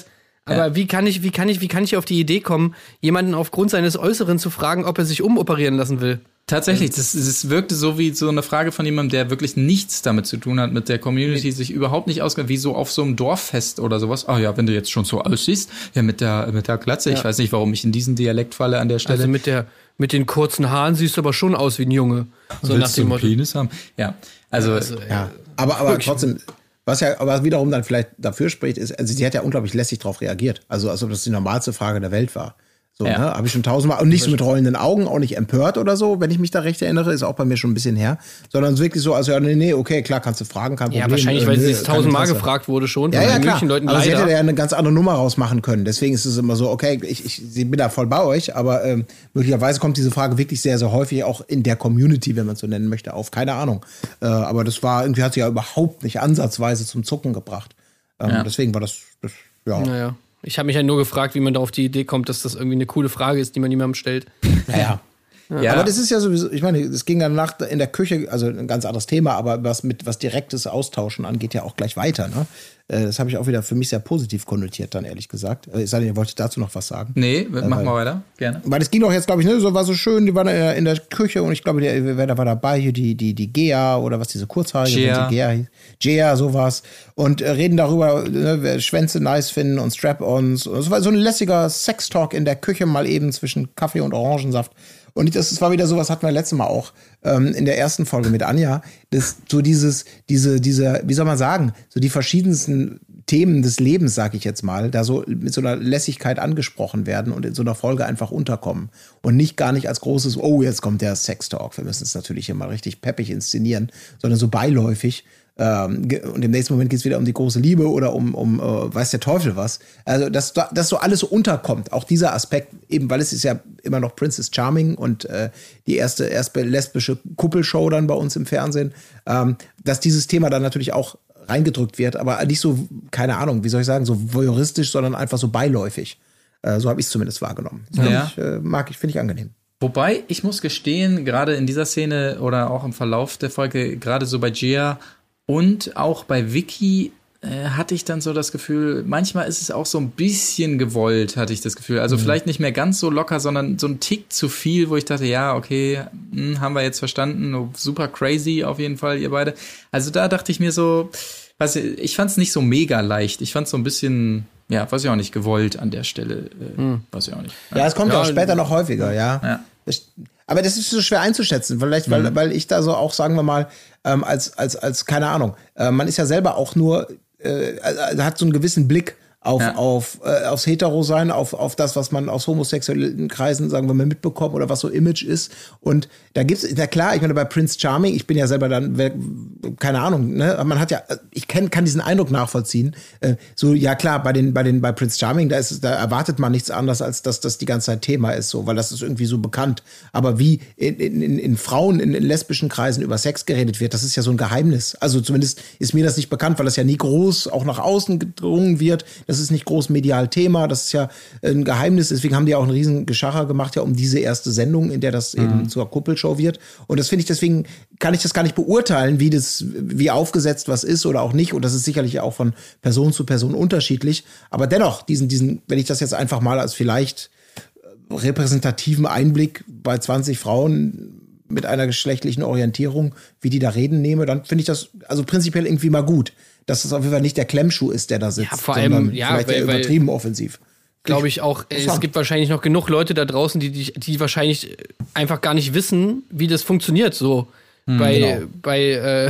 Aber Ja. wie kann ich, wie kann ich, wie kann ich auf die Idee kommen, jemanden aufgrund seines Äußeren zu fragen, ob er sich umoperieren lassen will? Tatsächlich, das, das wirkte so wie so eine Frage von jemandem, der wirklich nichts damit zu tun hat, mit der Community, sich überhaupt nicht auskennt, wie so auf so einem Dorffest oder sowas. Ah ja, wenn du jetzt schon so aussiehst, ja mit der mit der Glatze, ich Ja. weiß nicht, warum ich in diesen Dialekt falle an der Stelle. Also mit der, mit den kurzen Haaren siehst du aber schon aus wie ein Junge. So nach Willst du dem einen Motto. Penis haben? Ja, also, Also, ey, Ja, aber, aber trotzdem, was ja aber wiederum dann vielleicht dafür spricht, ist, also sie hat ja unglaublich lässig drauf reagiert. Also als ob das die normalste Frage der Welt war. So, Ja. ne? Habe ich schon tausendmal, und nicht so mit rollenden Augen, auch nicht empört oder so, wenn ich mich da recht erinnere, ist auch bei mir schon ein bisschen her, sondern wirklich so, also ja, nee, nee, okay, klar, kannst du fragen, kein Problem. ja, wahrscheinlich, äh, weil nö, sie es kein tausendmal Interesse. gefragt wurde schon. Ja, von ja, den klar. möglichen Leuten Aber sie hätte leider. ja eine ganz andere Nummer rausmachen können. Deswegen ist es immer so, okay, ich, ich, ich bin da voll bei euch, aber ähm, möglicherweise kommt diese Frage wirklich sehr, sehr häufig auch in der Community, wenn man es so nennen möchte, auf. Keine Ahnung. Äh, aber das war, irgendwie hat sie ja überhaupt nicht ansatzweise zum Zucken gebracht. Ähm, Ja. Deswegen war das, das ja. Naja. Ich habe mich ja nur gefragt, wie man da auf die Idee kommt, dass das irgendwie eine coole Frage ist, die man niemandem stellt. Naja. ja. Aber das ist ja sowieso, ich meine, es ging danach in der Küche, also ein ganz anderes Thema, aber was mit was direktes Austauschen angeht, ja auch gleich weiter. Ne? Äh, Das habe ich auch wieder für mich sehr positiv konnotiert, dann ehrlich gesagt. Äh, Es sei denn, ihr wolltet dazu noch was sagen. nee, machen weil- wir weiter, gerne. Weil es ging doch jetzt, glaube ich, ne, so war so schön, die waren in der, in der Küche und ich glaube, der, wer da war dabei, hier die, die, die Gea oder was diese kurzhaarige, Gea. wenn sie Gea hieß. Gea, sowas. Und äh, reden darüber, ne, wer Schwänze nice finden und Strap-ons. Und es war so ein lässiger Sex-Talk in der Küche mal eben zwischen Kaffee und Orangensaft. Und das, das war wieder sowas, hatten wir letztes Mal auch ähm, in der ersten Folge mit Anja. Das, so dieses, diese, diese, wie soll man sagen, so die verschiedensten Themen des Lebens, sag ich jetzt mal, da so mit so einer Lässigkeit angesprochen werden und in so einer Folge einfach unterkommen. Und nicht gar nicht als großes, oh, jetzt kommt der Sex-Talk. Wir müssen es natürlich hier mal richtig peppig inszenieren, sondern so beiläufig. Ähm, ge- und im nächsten Moment geht es wieder um die große Liebe oder um, um äh, weiß der Teufel was. Also, dass da- dass so alles so unterkommt. Auch dieser Aspekt, eben weil es ist ja immer noch Princess Charming und äh, die erste, erste lesbische Kuppelshow dann bei uns im Fernsehen, ähm, dass dieses Thema dann natürlich auch reingedrückt wird, aber nicht so, keine Ahnung, wie soll ich sagen, so voyeuristisch, sondern einfach so beiläufig. Äh, so habe ich es zumindest wahrgenommen. Das find Ja. ich, äh, mag ich, finde ich angenehm. Wobei, ich muss gestehen, gerade in dieser Szene oder auch im Verlauf der Folge, gerade so bei Gia und auch bei Vicky, äh, hatte ich dann so das Gefühl, manchmal ist es auch so ein bisschen gewollt, hatte ich das Gefühl. Also vielleicht nicht mehr ganz so locker, sondern so ein Tick zu viel, wo ich dachte, ja, okay, mh, haben wir jetzt verstanden, super crazy auf jeden Fall, ihr beide. Also da dachte ich mir so, weiß ich, ich fand es nicht so mega leicht. Ich fand es so ein bisschen, ja, weiß ich auch nicht, gewollt an der Stelle. Äh, weiß ich auch nicht. Ja, es kommt ja, Ja, auch später noch häufiger, ja. Ja. Das, aber das ist so schwer einzuschätzen, vielleicht, weil, weil ich da so auch, sagen wir mal, ähm, als, als, als, keine Ahnung, äh, man ist ja selber auch nur, äh, also hat so einen gewissen Blick auf, Ja. auf, äh, aufs Hetero-Sein, auf, auf das, was man aus homosexuellen Kreisen, sagen wir mal, mitbekommt oder was so Image ist. Und da gibt's, na klar, ich meine, bei Prince Charming, ich bin ja selber dann, wer- keine Ahnung, ne, aber man hat ja, ich kenn, kann diesen Eindruck nachvollziehen. Äh, so, ja klar, bei den, bei den, bei Prince Charming, da ist es, da erwartet man nichts anderes, als dass das die ganze Zeit Thema ist, so, weil das ist irgendwie so bekannt. Aber wie in, in, in, in Frauen, in, in lesbischen Kreisen über Sex geredet wird, das ist ja so ein Geheimnis. Also zumindest ist mir das nicht bekannt, weil das ja nie groß auch nach außen gedrungen wird. Das ist nicht groß medial Thema, das ist ja ein Geheimnis. Deswegen haben die auch einen riesen Geschacher gemacht, ja, um diese erste Sendung, in der das eben zur Kuppelshow wird. Und das finde ich, deswegen kann ich das gar nicht beurteilen, wie das, wie aufgesetzt was ist oder auch nicht. Und das ist sicherlich auch von Person zu Person unterschiedlich. Aber dennoch, diesen, diesen, wenn ich das jetzt einfach mal als vielleicht repräsentativen Einblick bei zwanzig Frauen mit einer geschlechtlichen Orientierung, wie die da reden, nehme, dann finde ich das also prinzipiell irgendwie mal gut, dass das auf jeden Fall nicht der Klemmschuh ist, der da sitzt, Ja, vor allem, sondern ja, vielleicht weil- eher weil- übertrieben offensiv. Glaube ich auch, äh, es gibt wahrscheinlich noch genug Leute da draußen, die, die, die wahrscheinlich einfach gar nicht wissen, wie das funktioniert, so bei, genau. bei, äh,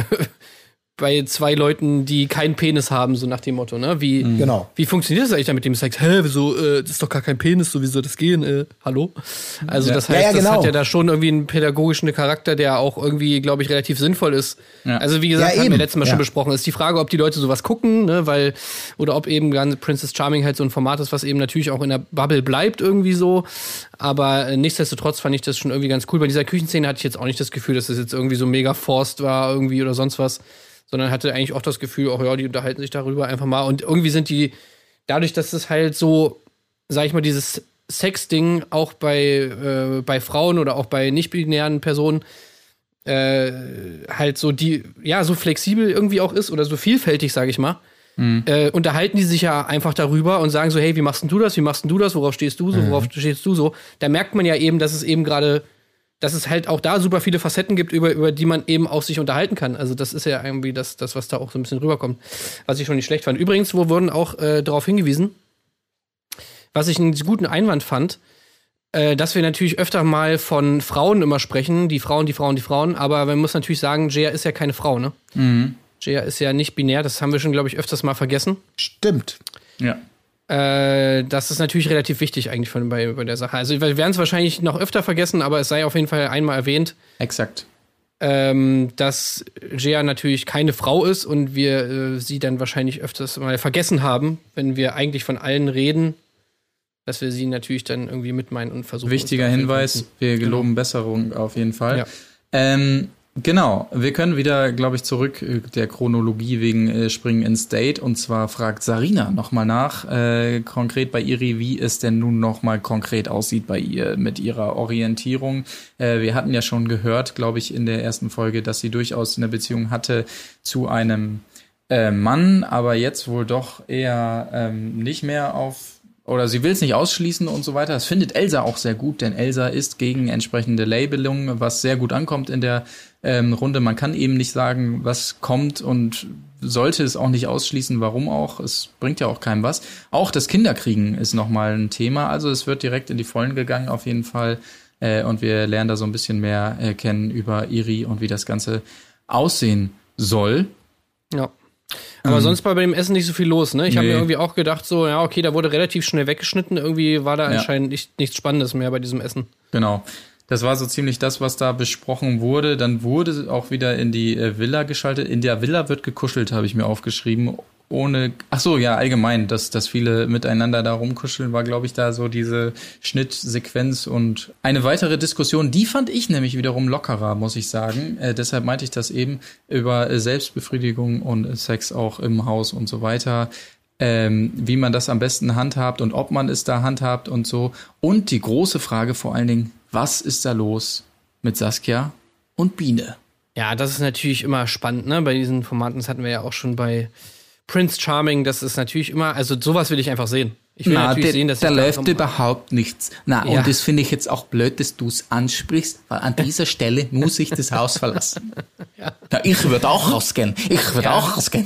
bei zwei Leuten, die keinen Penis haben, so nach dem Motto, ne? Wie, Genau. wie funktioniert das eigentlich dann mit dem Sex? Hä, wieso, äh, das ist doch gar kein Penis, so wie soll das gehen? Äh, hallo? Also das Ja, heißt, ja, das genau. hat ja da schon irgendwie einen pädagogischen Charakter, der auch irgendwie, glaube ich, relativ sinnvoll ist. Ja. Also wie gesagt, Ja, haben wir eben. letztes Mal Ja. schon besprochen, ist die Frage, ob die Leute sowas gucken, ne, weil, oder ob eben ganz Princess Charming halt so ein Format ist, was eben natürlich auch in der Bubble bleibt irgendwie so. Aber äh, nichtsdestotrotz fand ich das schon irgendwie ganz cool. Bei dieser Küchenszene hatte ich jetzt auch nicht das Gefühl, dass das jetzt irgendwie so mega forced war irgendwie oder sonst was, sondern hatte eigentlich auch das Gefühl, oh ja, die unterhalten sich darüber einfach mal. Und irgendwie sind die, dadurch, dass es halt so, sag ich mal, dieses Sex-Ding auch bei, äh, bei Frauen oder auch bei nicht-binären Personen äh, halt so die, ja, so flexibel irgendwie auch ist oder so vielfältig, sag ich mal, mhm. äh, unterhalten die sich ja einfach darüber und sagen so, hey, wie machst denn du das, wie machst denn du das, worauf stehst du so, worauf mhm. stehst du so. Da merkt man ja eben, dass es eben gerade, dass es halt auch da super viele Facetten gibt, über, über die man eben auch sich unterhalten kann. Also das ist ja irgendwie das, das, was da auch so ein bisschen rüberkommt, was ich schon nicht schlecht fand. Übrigens, wo wurden auch äh, darauf hingewiesen, was ich einen guten Einwand fand, äh, dass wir natürlich öfter mal von Frauen immer sprechen, die Frauen, die Frauen, die Frauen, aber man muss natürlich sagen, Jaya ist ja keine Frau, ne? Mhm. Jaya ist ja nicht binär, das haben wir schon, glaube ich, öfters mal vergessen. Stimmt. Ja. Äh, das ist natürlich relativ wichtig eigentlich von, bei, bei der Sache. Also wir werden es wahrscheinlich noch öfter vergessen, aber es sei auf jeden Fall einmal erwähnt. Exakt. Ähm, dass Jaya natürlich keine Frau ist und wir äh, sie dann wahrscheinlich öfters mal vergessen haben, wenn wir eigentlich von allen reden, dass wir sie natürlich dann irgendwie mitmeinen und versuchen. Wichtiger Hinweis, wir geloben genau. Besserung auf jeden Fall. Ja. Ähm, genau, wir können wieder, glaube ich, zurück der Chronologie wegen äh, springen ins Date. Und zwar fragt Sarina nochmal nach, äh, konkret bei Iri, wie es denn nun nochmal konkret aussieht bei ihr mit ihrer Orientierung. Äh, wir hatten ja schon gehört, glaube ich, in der ersten Folge, dass sie durchaus eine Beziehung hatte zu einem äh, Mann, aber jetzt wohl doch eher ähm, nicht mehr auf oder sie will es nicht ausschließen und so weiter. Das findet Elsa auch sehr gut, denn Elsa ist gegen entsprechende Labelung, was sehr gut ankommt in der ähm, Runde. Man kann eben nicht sagen, was kommt und sollte es auch nicht ausschließen, warum auch. Es bringt ja auch keinem was. Auch das Kinderkriegen ist nochmal ein Thema. Also es wird direkt in die Vollen gegangen auf jeden Fall. Äh, und wir lernen da so ein bisschen mehr äh, kennen über Iri und wie das Ganze aussehen soll. Ja. Aber ähm, sonst war bei dem Essen nicht so viel los, ne? Ich habe nee. mir irgendwie auch gedacht, so, ja, okay, da wurde relativ schnell weggeschnitten. Irgendwie war da ja. anscheinend nicht, nichts Spannendes mehr bei diesem Essen. Genau. Das war so ziemlich das, was da besprochen wurde. Dann wurde auch wieder in die äh, Villa geschaltet. In der Villa wird gekuschelt, habe ich mir aufgeschrieben. Ohne, ach so, ja, allgemein, dass, dass viele miteinander da rumkuscheln, war, glaube ich, da so diese Schnittsequenz. Und eine weitere Diskussion, die fand ich nämlich wiederum lockerer, muss ich sagen. Äh, deshalb meinte ich das eben, über äh, Selbstbefriedigung und äh, Sex auch im Haus und so weiter. Ähm, wie man das am besten handhabt und ob man es da handhabt und so. Und die große Frage vor allen Dingen, was ist da los mit Saskia und Biene? Ja, das ist natürlich immer spannend, ne? Bei diesen Formaten, das hatten wir ja auch schon bei Prince Charming, das ist natürlich immer, also sowas will ich einfach sehen. Ich will Na, natürlich de, sehen, dass da ich läuft da überhaupt nichts. Na, ja. und das finde ich jetzt auch blöd, dass du es ansprichst, weil an dieser Stelle muss ich das Haus verlassen. ja. Na, ich würde auch rausgehen. Ich würde ja. auch rausgehen.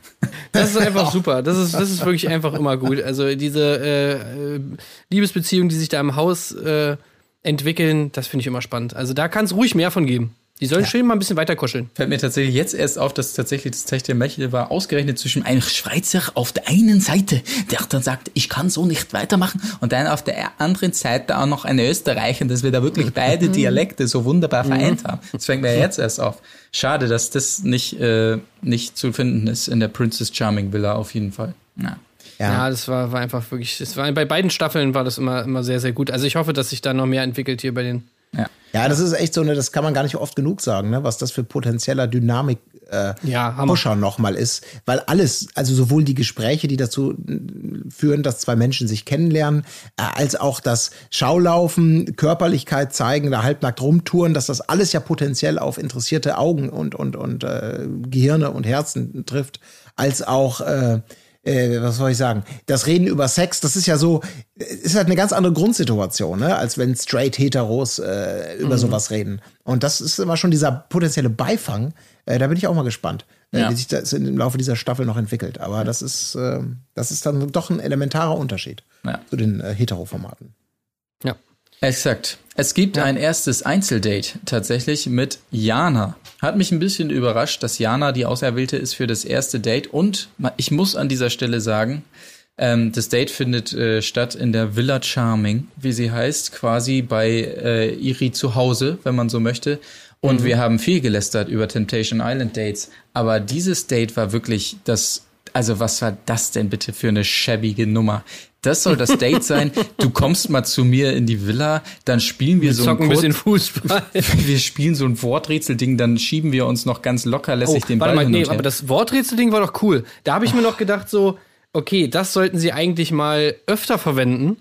Das ist einfach super. Das ist, das ist wirklich einfach immer gut. Also diese äh, Liebesbeziehungen, die sich da im Haus äh, entwickeln, das finde ich immer spannend. Also da kann es ruhig mehr von geben. Die sollen ja. schön mal ein bisschen weiter kuscheln. Fällt mir tatsächlich jetzt erst auf, dass tatsächlich das Techtelmechtel war ausgerechnet zwischen einem Schweizer auf der einen Seite, der dann sagt, ich kann so nicht weitermachen, und dann auf der anderen Seite auch noch ein Österreicher, dass wir da wirklich beide Dialekte so wunderbar vereint haben. Das fängt mir jetzt erst auf. Schade, dass das nicht, äh, nicht zu finden ist in der Princess Charming Villa auf jeden Fall. Ja. Ja, ja, das war, war einfach wirklich, das war, bei beiden Staffeln war das immer, immer sehr, sehr gut. Also ich hoffe, dass sich da noch mehr entwickelt hier bei den. Ja. Ja, das ist echt so eine, das kann man gar nicht oft genug sagen, ne, was das für potenzieller Dynamik äh, ja, Pusher nochmal ist. Weil alles, also sowohl die Gespräche, die dazu führen, dass zwei Menschen sich kennenlernen, äh, als auch das Schaulaufen, Körperlichkeit zeigen, da halbnackt rumtouren, dass das alles ja potenziell auf interessierte Augen und, und, und äh, Gehirne und Herzen trifft, als auch äh, Äh, was soll ich sagen? Das Reden über Sex, das ist ja so, ist halt eine ganz andere Grundsituation, ne? Als wenn straight Heteros äh, über mhm. sowas reden. Und das ist immer schon dieser potenzielle Beifang. Äh, da bin ich auch mal gespannt, ja. äh, wie sich das im Laufe dieser Staffel noch entwickelt. Aber das ist, äh, das ist dann doch ein elementarer Unterschied ja. zu den äh, Hetero-Formaten. Ja. Exakt. Es gibt ja. ein erstes Einzeldate tatsächlich mit Jana. Hat mich ein bisschen überrascht, dass Jana die Auserwählte ist für das erste Date. Und ich muss an dieser Stelle sagen, ähm, das Date findet äh, statt in der Villa Charming, wie sie heißt, quasi bei äh, Iri zu Hause, wenn man so möchte. Und mhm. wir haben viel gelästert über Temptation Island Dates. Aber dieses Date war wirklich das, also was war das denn bitte für eine schäbige Nummer? Das soll das Date sein. Du kommst mal zu mir in die Villa, dann spielen wir, wir so ein, ein bisschen Fußball. Wir spielen so ein Worträtselding, dann schieben wir uns noch ganz lockerlässig oh, den Ball warte mal, hin und nee, her. aber das Worträtselding war doch cool. Da habe ich mir noch gedacht so, okay, das sollten sie eigentlich mal öfter verwenden,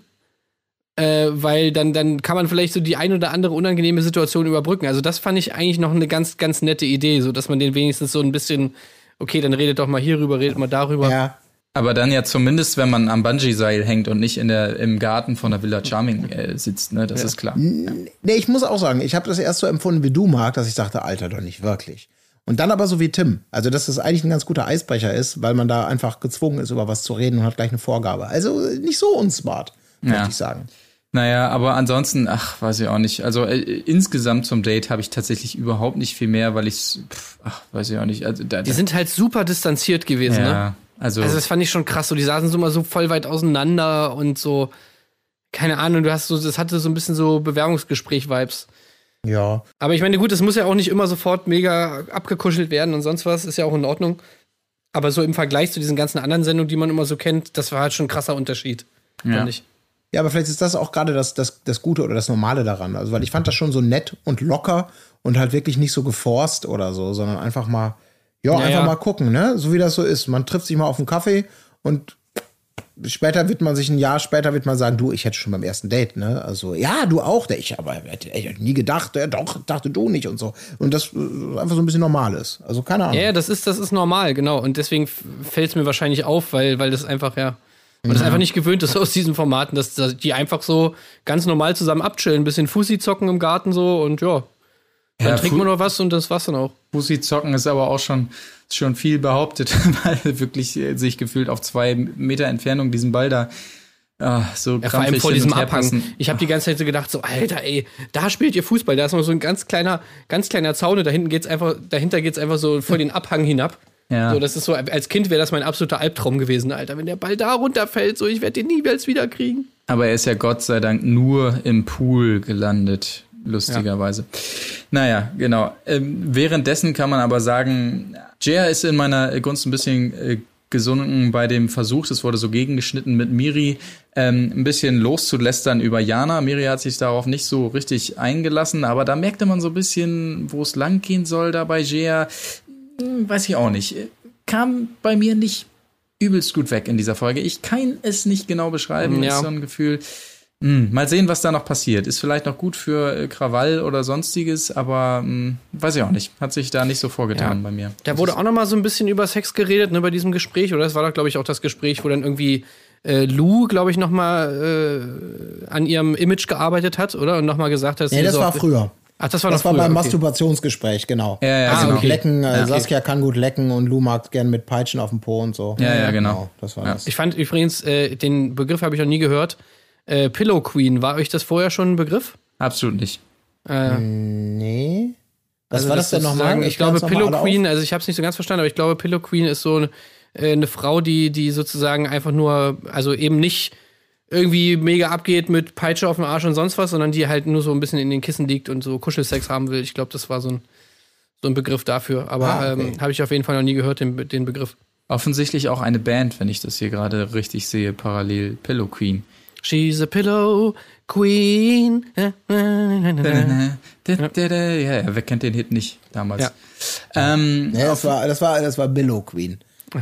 äh, weil dann, dann kann man vielleicht so die ein oder andere unangenehme Situation überbrücken. Also das fand ich eigentlich noch eine ganz, ganz nette Idee, so dass man den wenigstens so ein bisschen okay, dann redet doch mal hierüber, redet mal darüber. Ja. Aber dann ja zumindest, wenn man am Bungee-Seil hängt und nicht in der, im Garten von der Villa Charming äh, sitzt, ne? Das ja. ist klar. Nee, ich muss auch sagen, ich habe das erst so empfunden wie du, Marc, dass ich dachte, Alter, doch nicht wirklich. Und dann aber so wie Tim. Also, dass das eigentlich ein ganz guter Eisbrecher ist, weil man da einfach gezwungen ist, über was zu reden und hat gleich eine Vorgabe. Also nicht so unsmart, ja. möchte ich sagen. Naja, aber ansonsten, ach, weiß ich auch nicht. Also äh, insgesamt zum Date habe ich tatsächlich überhaupt nicht viel mehr, weil ich, ach, weiß ich auch nicht. Also, da, die sind halt super distanziert gewesen, ja, ne? Also, also das fand ich schon krass. So, die saßen so immer so voll weit auseinander und so, keine Ahnung, du hast so, das hatte so ein bisschen so Bewerbungsgespräch-Vibes. Ja. Aber ich meine, gut, es muss ja auch nicht immer sofort mega abgekuschelt werden und sonst was, ist ja auch in Ordnung. Aber so im Vergleich zu diesen ganzen anderen Sendungen, die man immer so kennt, das war halt schon ein krasser Unterschied, ja. fand ich. Ja, aber vielleicht ist das auch gerade das, das, das Gute oder das Normale daran. Also, weil ich fand das schon so nett und locker und halt wirklich nicht so geforst oder so, sondern einfach mal, ja, ja einfach ja. mal gucken, ne? So wie das so ist. Man trifft sich mal auf einen Kaffee und später wird man sich, ein Jahr später wird man sagen, du, ich hätte schon beim ersten Date, ne? Also, ja, du auch, ich aber hätte ich nie gedacht, ja, doch, dachte du nicht und so. Und das einfach so ein bisschen normal ist. Also, keine Ahnung. Ja, ja, das ist, das ist normal, genau. Und deswegen fällt es mir wahrscheinlich auf, weil, weil das einfach, ja, man das einfach nicht gewöhnt ist aus diesen Formaten, dass, dass die einfach so ganz normal zusammen abchillen, ein bisschen Fussi zocken im Garten so und ja. Dann ja, trinkt man noch was und das war's dann auch. Fussi zocken ist aber auch schon, schon viel behauptet, weil wirklich sich gefühlt auf zwei Meter Entfernung diesen Ball da ah, so ja, vor allem vor diesem Abhang. Ich habe die ganze Zeit so gedacht, so, Alter, ey, da spielt ihr Fußball, da ist noch so ein ganz kleiner, ganz kleiner Zaun und da hinten geht's einfach, dahinter geht's einfach so vor den Abhang hinab. Ja. So, das ist so, als Kind wäre das mein absoluter Albtraum gewesen, Alter. Wenn der Ball da runterfällt, so, ich werde den niemals wieder kriegen. Aber er ist ja Gott sei Dank nur im Pool gelandet, lustigerweise. Ja. Naja, genau. Ähm, währenddessen kann man aber sagen, Jaya ist in meiner Gunst ein bisschen äh, gesunken bei dem Versuch, das wurde so gegengeschnitten mit Miri, ähm, ein bisschen loszulästern über Jana. Miri hat sich darauf nicht so richtig eingelassen, aber da merkte man so ein bisschen, wo es lang gehen soll da bei Jaya. Weiß ich auch nicht. Kam bei mir nicht übelst gut weg in dieser Folge. Ich kann es nicht genau beschreiben. Ja. Ist so ein Gefühl. Mh, mal sehen, was da noch passiert. Ist vielleicht noch gut für äh, Krawall oder sonstiges, aber mh, weiß ich auch nicht. Hat sich da nicht so vorgetan ja. bei mir. Da wurde auch noch mal so ein bisschen über Sex geredet, ne, bei diesem Gespräch. Oder das war doch, glaube ich, auch das Gespräch, wo dann irgendwie äh, Lou, glaube ich, noch mal äh, an ihrem Image gearbeitet hat, oder? Und noch mal gesagt hat, dass nee, das so war früher. Ach, das war das noch war früher, beim okay. Masturbationsgespräch, genau. Ja, ja, also genau. Okay. Lecken, äh, ja, Saskia kann gut lecken und Lou mag gern mit Peitschen auf dem Po und so. Ja, ja, genau. Das war ja. das. Ich fand übrigens, äh, den Begriff habe ich noch nie gehört. Äh, Pillow Queen, war euch das vorher schon ein Begriff? Absolut nicht. Äh, nee. Was also war das denn nochmal? Ich, ich glaube, Pillow Queen, also ich habe es nicht so ganz verstanden, aber ich glaube, Pillow Queen ist so eine, äh, eine Frau, die, die sozusagen einfach nur, also eben nicht irgendwie mega abgeht mit Peitsche auf dem Arsch und sonst was, sondern die halt nur so ein bisschen in den Kissen liegt und so Kuschelsex haben will. Ich glaube, das war so ein, so ein Begriff dafür. Aber ah, okay. ähm, habe ich auf jeden Fall noch nie gehört, den, den Begriff. Offensichtlich auch eine Band, wenn ich das hier gerade richtig sehe, parallel. Pillow Queen. She's a Pillow Queen. Ja, wer kennt den Hit nicht damals? Ja. Ähm, ja, das, war, das, war, das war Billow Queen.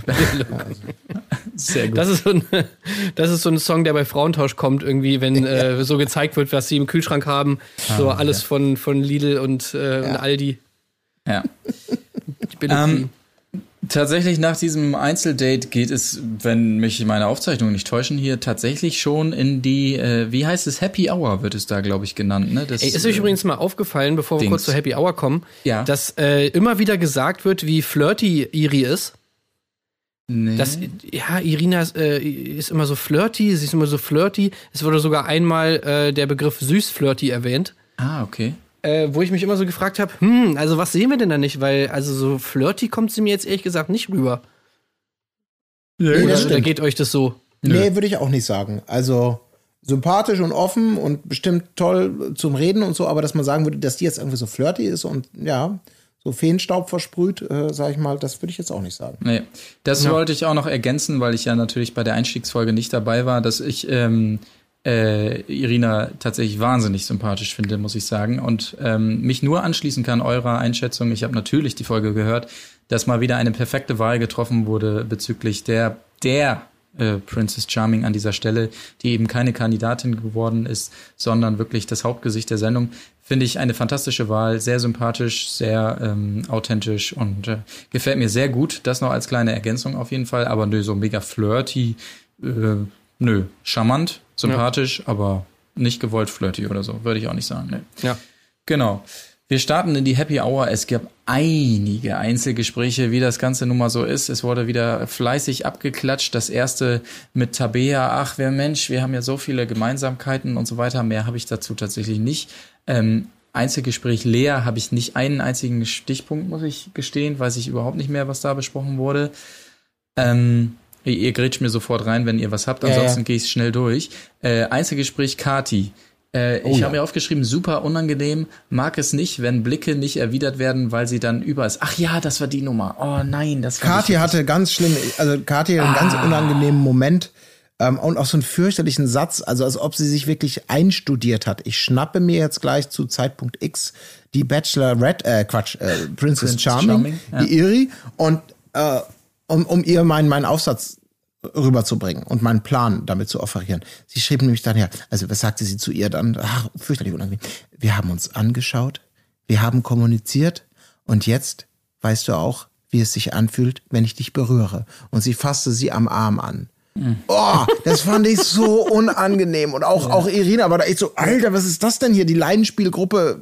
Sehr gut. Das ist, so ein, das ist so ein Song, der bei Frauentausch kommt, irgendwie, wenn ja. äh, so gezeigt wird, was sie im Kühlschrank haben. Ah, so alles ja. von, von Lidl und, äh, ja. und Aldi. Ja. ähm, tatsächlich nach diesem Einzeldate geht es, wenn mich meine Aufzeichnungen nicht täuschen, hier tatsächlich schon in die, äh, wie heißt es, Happy Hour wird es da, glaube ich, genannt. Ne? Das, Ey, ist euch äh, übrigens mal aufgefallen, bevor Dings. wir kurz zur Happy Hour kommen, ja. dass äh, immer wieder gesagt wird, wie flirty Iri ist? Nee. Das, ja, Irina ist, äh, ist immer so flirty, sie ist immer so flirty. Es wurde sogar einmal äh, der Begriff süß-flirty erwähnt. Ah, okay. Äh, wo ich mich immer so gefragt habe, hm, also was sehen wir denn da nicht? Weil, also so flirty kommt sie mir jetzt ehrlich gesagt nicht rüber. Nee, oder, das oder geht euch das so? Nee, würde ich auch nicht sagen. Also sympathisch und offen und bestimmt toll zum Reden und so, aber dass man sagen würde, dass die jetzt irgendwie so flirty ist und ja, so Feenstaub versprüht, äh, sag ich mal, das würde ich jetzt auch nicht sagen. Nee, das ja. wollte ich auch noch ergänzen, weil ich ja natürlich bei der Einstiegsfolge nicht dabei war, dass ich ähm, äh, Irina tatsächlich wahnsinnig sympathisch finde, muss ich sagen. Und ähm, mich nur anschließen kann eurer Einschätzung. Ich habe natürlich die Folge gehört, dass mal wieder eine perfekte Wahl getroffen wurde bezüglich der, der äh, Princess Charming an dieser Stelle, die eben keine Kandidatin geworden ist, sondern wirklich das Hauptgesicht der Sendung. Finde ich eine fantastische Wahl, sehr sympathisch, sehr ähm, authentisch und äh, gefällt mir sehr gut. Das noch als kleine Ergänzung auf jeden Fall, aber nö, so mega flirty, äh, nö, charmant, sympathisch, ja. aber nicht gewollt flirty oder so, würde ich auch nicht sagen. Ne. Ja. Genau. Wir starten in die Happy Hour. Es gab einige Einzelgespräche, wie das Ganze nun mal so ist. Es wurde wieder fleißig abgeklatscht. Das erste mit Tabea. Ach, wer Mensch, wir haben ja so viele Gemeinsamkeiten und so weiter. Mehr habe ich dazu tatsächlich nicht. Ähm, Einzelgespräch Lea habe ich nicht einen einzigen Stichpunkt, muss ich gestehen. Weiß ich überhaupt nicht mehr, was da besprochen wurde. Ähm, ihr grätscht mir sofort rein, wenn ihr was habt. Ansonsten ja, ja. gehe ich schnell durch. Äh, Einzelgespräch Kati. Äh, oh, ich habe ja. mir aufgeschrieben, super unangenehm, mag es nicht, wenn Blicke nicht erwidert werden, weil sie dann über ist. Ach ja, das war die Nummer. Oh nein, das war Kathi hatte ganz schlimm, also Kathi hatte ah. einen ganz unangenehmen Moment ähm, und auch so einen fürchterlichen Satz, also als ob sie sich wirklich einstudiert hat. Ich schnappe mir jetzt gleich zu Zeitpunkt X die Bachelorette, äh, Quatsch, äh, Princess Prince Charming, Charming ja. die Iri, und äh, um, um ihr meinen meinen Aufsatz rüberzubringen und meinen Plan damit zu offerieren. Sie schrieb nämlich dann, ja, also was sagte sie zu ihr dann? Ach, fürchterlich unangenehm. Wir haben uns angeschaut, wir haben kommuniziert und jetzt weißt du auch, wie es sich anfühlt, wenn ich dich berühre. Und sie fasste sie am Arm an. Mhm. Oh, das fand ich so unangenehm. Und auch, ja. auch Irina war da echt so, Alter, was ist das denn hier? Die Laienspielgruppe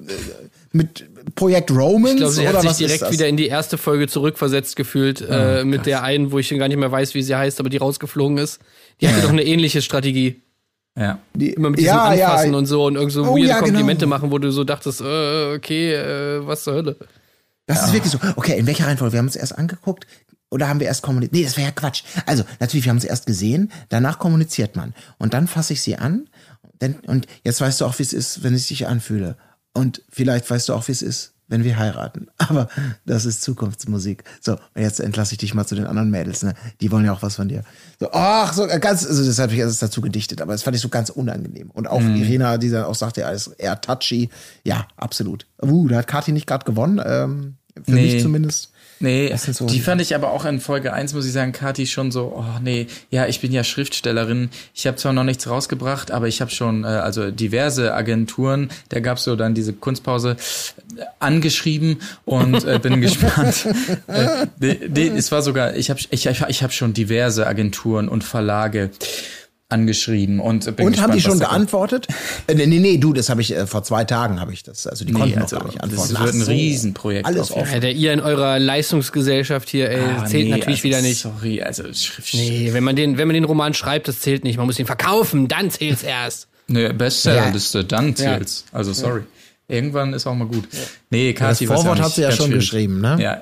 mit Projekt Romance? Ich glaube, sie oder hat sich was direkt wieder in die erste Folge zurückversetzt gefühlt, oh, äh, mit krass. der einen, wo ich gar nicht mehr weiß, wie sie heißt, aber die rausgeflogen ist. Die hatte ja. doch eine ähnliche Strategie. Ja. Die, Immer mit diesem ja, Anfassen ja. und so und irgend so oh, weirde ja, Komplimente genau. machen, wo du so dachtest, äh, okay, äh, was zur Hölle. Das ja. ist wirklich so. Okay, in welcher Reihenfolge? Wir haben uns erst angeguckt oder haben wir erst kommuniziert? Nee, das wäre ja Quatsch. Also, natürlich, wir haben uns erst gesehen, danach kommuniziert man. Und dann fasse ich sie an denn, und jetzt weißt du auch, wie es ist, wenn ich dich anfühle. Und vielleicht weißt du auch, wie es ist, wenn wir heiraten. Aber das ist Zukunftsmusik. So, und jetzt entlasse ich dich mal zu den anderen Mädels. Ne? Die wollen ja auch was von dir. So, ach, so ganz, also das habe ich erst dazu gedichtet, aber das fand ich so ganz unangenehm. Und auch mhm. Irina, die dann auch sagte, ja, ist eher touchy. Ja, absolut. Uh, da hat Kathi nicht gerade gewonnen. Ähm, für nee. mich zumindest. Nee, so die fand ich aber auch in Folge eins, muss ich sagen, Kathi schon so, oh nee, ja, ich bin ja Schriftstellerin, ich habe zwar noch nichts rausgebracht, aber ich habe schon, äh, also diverse Agenturen, da gab's so dann diese Kunstpause, äh, angeschrieben und äh, bin gespannt. Äh, die, die, es war sogar, ich habe ich, ich hab schon diverse Agenturen und Verlage angeschrieben und bin Und gespannt, haben die schon was da geantwortet? Äh, nee, nee, du, das habe ich äh, vor zwei Tagen habe ich das. Also die nee, konnten also, noch gar nicht antworten. Das wird ein so. Riesenprojekt. Alles offen. Ja, ihr in eurer Leistungsgesellschaft hier, ey, ah, zählt nee, natürlich also, wieder nicht. Sorry, also Schrift. Nee, wenn man den, wenn man den Roman schreibt, das zählt nicht. Man muss ihn verkaufen, dann zählt's erst. Nee, Bestsellerliste, ja. dann zählt's. Ja. Also sorry. Ja. Irgendwann ist auch mal gut. Ja. Nee, Kathi, das Vorwort ja hat sie ja schon schwierig. geschrieben, ne? Ja.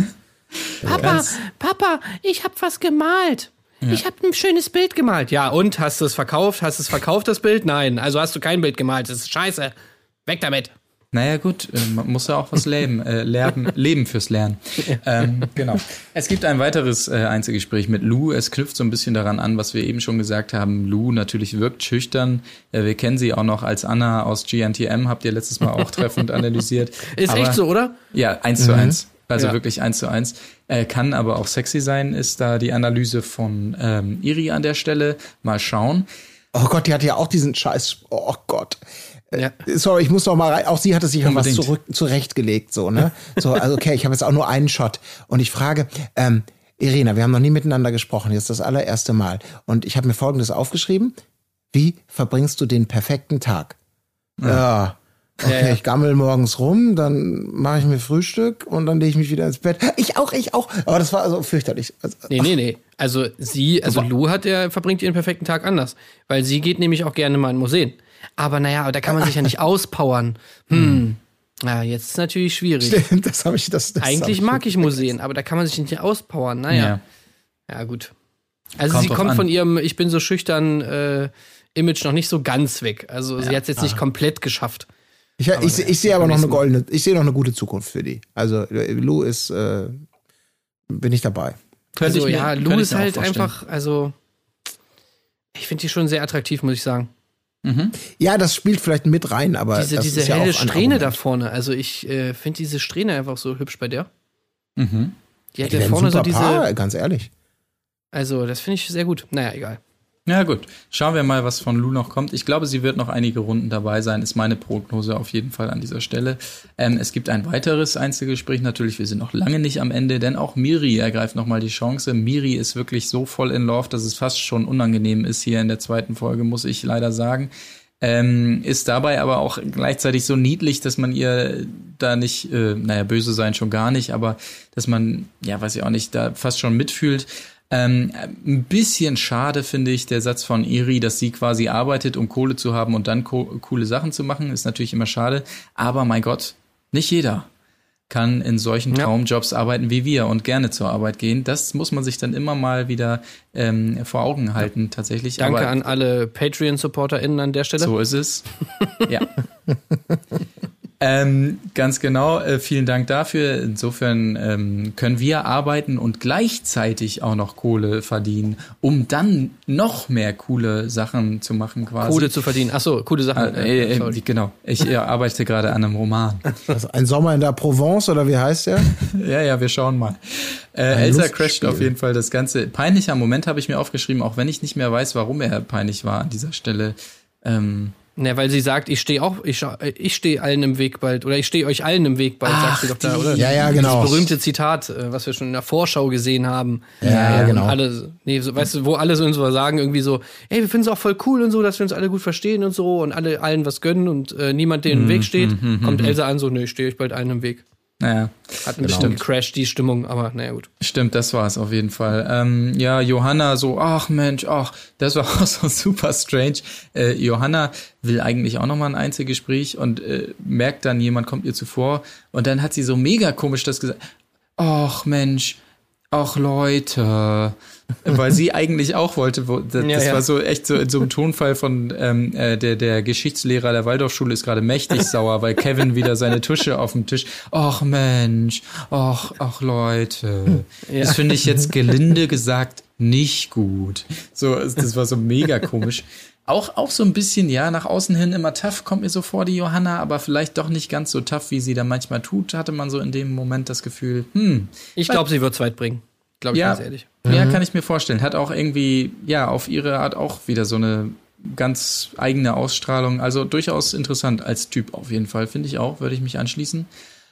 So. Papa, Ganz Papa, ich hab was gemalt. Ja. Ich habe ein schönes Bild gemalt. Ja, und? Hast du es verkauft? Hast du es verkauft, das Bild? Nein. Also hast du kein Bild gemalt. Das ist scheiße. Weg damit. Naja, gut. Man muss ja auch was leben. Äh, lernen, leben fürs Lernen. Ähm, genau. Es gibt ein weiteres äh, Einzelgespräch mit Lou. Es knüpft so ein bisschen daran an, was wir eben schon gesagt haben. Lou natürlich wirkt schüchtern. Äh, wir kennen sie auch noch als Anna aus G N T M. Habt ihr letztes Mal auch treffend analysiert. Ist aber, echt so, oder? Ja, eins mhm. zu eins. Also ja. wirklich eins zu eins. Äh, kann aber auch sexy sein, ist da die Analyse von ähm, Iri an der Stelle. Mal schauen. Oh Gott, die hat ja auch diesen Scheiß. Oh Gott. Ja. Sorry, ich muss noch mal rein. Auch sie hatte sich Unbedingt. was zurück, zurechtgelegt, so, ne? So, also okay, ich habe jetzt auch nur einen Shot. Und ich frage, ähm, Irina, wir haben noch nie miteinander gesprochen, jetzt das allererste Mal. Und ich habe mir Folgendes aufgeschrieben. Wie verbringst du den perfekten Tag? Ja. ja. Okay, ja, ja. Ich gammel morgens rum, dann mache ich mir Frühstück und dann lege ich mich wieder ins Bett. Ich auch, ich auch. Aber das war also fürchterlich. Also, nee, nee, nee. Also sie, also Lou hat ja, verbringt ihren perfekten Tag anders. Weil sie geht nämlich auch gerne mal in Museen. Aber naja, da kann man sich ja nicht auspowern. Hm. Ja, jetzt ist natürlich schwierig. Stimmt, das habe ich, das, das Eigentlich hab ich mag ich Museen, aber da kann man sich nicht auspowern. Naja. Ja, ja gut. Also kommt sie kommt an. Von ihrem Ich bin so schüchtern äh, Image noch nicht so ganz weg. Also ja. sie hat es jetzt nicht komplett geschafft. Ich, ich, ich, ich sehe aber noch eine goldene, ich sehe noch eine gute Zukunft für die. Also Lou ist, äh, bin ich dabei. Also ich mir, ja, Lou ist halt einfach, also ich finde die schon sehr attraktiv, muss ich sagen. Mhm. Ja, das spielt vielleicht mit rein, aber diese, das diese ist ja helle auch ein Strähne Argument. da vorne, also ich äh, finde diese Strähne einfach so hübsch bei der. Mhm. Die hat ja, ja vorne so super diese, Paar, ganz ehrlich. Also, das finde ich sehr gut. Naja, egal. Ja gut, schauen wir mal, was von Lou noch kommt. Ich glaube, sie wird noch einige Runden dabei sein, ist meine Prognose auf jeden Fall an dieser Stelle. Ähm, es gibt ein weiteres Einzelgespräch natürlich, wir sind noch lange nicht am Ende, denn auch Miri ergreift nochmal die Chance. Miri ist wirklich so voll in Love, dass es fast schon unangenehm ist hier in der zweiten Folge, muss ich leider sagen. Ähm, ist dabei aber auch gleichzeitig so niedlich, dass man ihr da nicht, äh, naja, böse sein schon gar nicht, aber dass man, ja, weiß ich auch nicht, da fast schon mitfühlt. Ähm, ein bisschen schade finde ich der Satz von Eri, dass sie quasi arbeitet, um Kohle zu haben und dann co- coole Sachen zu machen, ist natürlich immer schade. Aber mein Gott, nicht jeder kann in solchen ja. Traumjobs arbeiten wie wir und gerne zur Arbeit gehen. Das muss man sich dann immer mal wieder ähm, vor Augen halten, tatsächlich. Danke Aber an alle Patreon-SupporterInnen an der Stelle. So ist es. Ja. Ähm, ganz genau, äh, vielen Dank dafür. Insofern ähm, können wir arbeiten und gleichzeitig auch noch Kohle verdienen, um dann noch mehr coole Sachen zu machen quasi. Kohle zu verdienen. Ach so, coole Sachen. Äh, äh, äh, genau, ich äh, arbeite gerade an einem Roman. Also ein Sommer in der Provence oder wie heißt der? Ja, ja, wir schauen mal. Äh, Elsa crasht auf jeden Fall das Ganze. Peinlicher Moment habe ich mir aufgeschrieben, auch wenn ich nicht mehr weiß, warum er peinlich war an dieser Stelle. Ähm, Ne, weil sie sagt, ich stehe auch, ich, ich stehe allen im Weg bald, oder ich stehe euch allen im Weg bald, Ach, sagt sie doch da, oder? Ja, ja, genau. Das berühmte Zitat, was wir schon in der Vorschau gesehen haben. Ja, ja, genau. Alle, nee, so, weißt du, wo alle so, so sagen irgendwie so, ey, wir finden es auch voll cool und so, dass wir uns alle gut verstehen und so und alle allen was gönnen und äh, niemand denen im Weg steht. Kommt Elsa an, so, nee, ich stehe euch bald allen im Weg. Naja, hat ein bisschen gecrashed, die Stimmung, aber naja, gut. Stimmt, das war es auf jeden Fall. Ähm, ja, Johanna so, ach Mensch, ach, das war auch so super strange. Äh, Johanna will eigentlich auch nochmal ein Einzelgespräch und äh, merkt dann, jemand kommt ihr zuvor und dann hat sie so mega komisch das gesagt, ach Mensch, ach Leute, weil sie eigentlich auch wollte, wo, das, ja, das ja. war so echt so in so einem Tonfall von ähm, äh, der der Geschichtslehrer der Waldorfschule ist gerade mächtig sauer, weil Kevin wieder seine Tusche auf dem Tisch. Ach Mensch, ach ach Leute, ja. Das finde ich jetzt gelinde gesagt nicht gut. So, das war so mega komisch. Auch, auch so ein bisschen, ja, nach außen hin immer tough, kommt mir so vor, die Johanna, aber vielleicht doch nicht ganz so tough, wie sie da manchmal tut, hatte man so in dem Moment das Gefühl, hm. Ich glaube, sie wird's weit bringen. Glaube ich ja, ganz ehrlich. Ja, Mhm. kann ich mir vorstellen. Hat auch irgendwie, ja, auf ihre Art auch wieder so eine ganz eigene Ausstrahlung. Also durchaus interessant als Typ auf jeden Fall, finde ich auch, würde ich mich anschließen.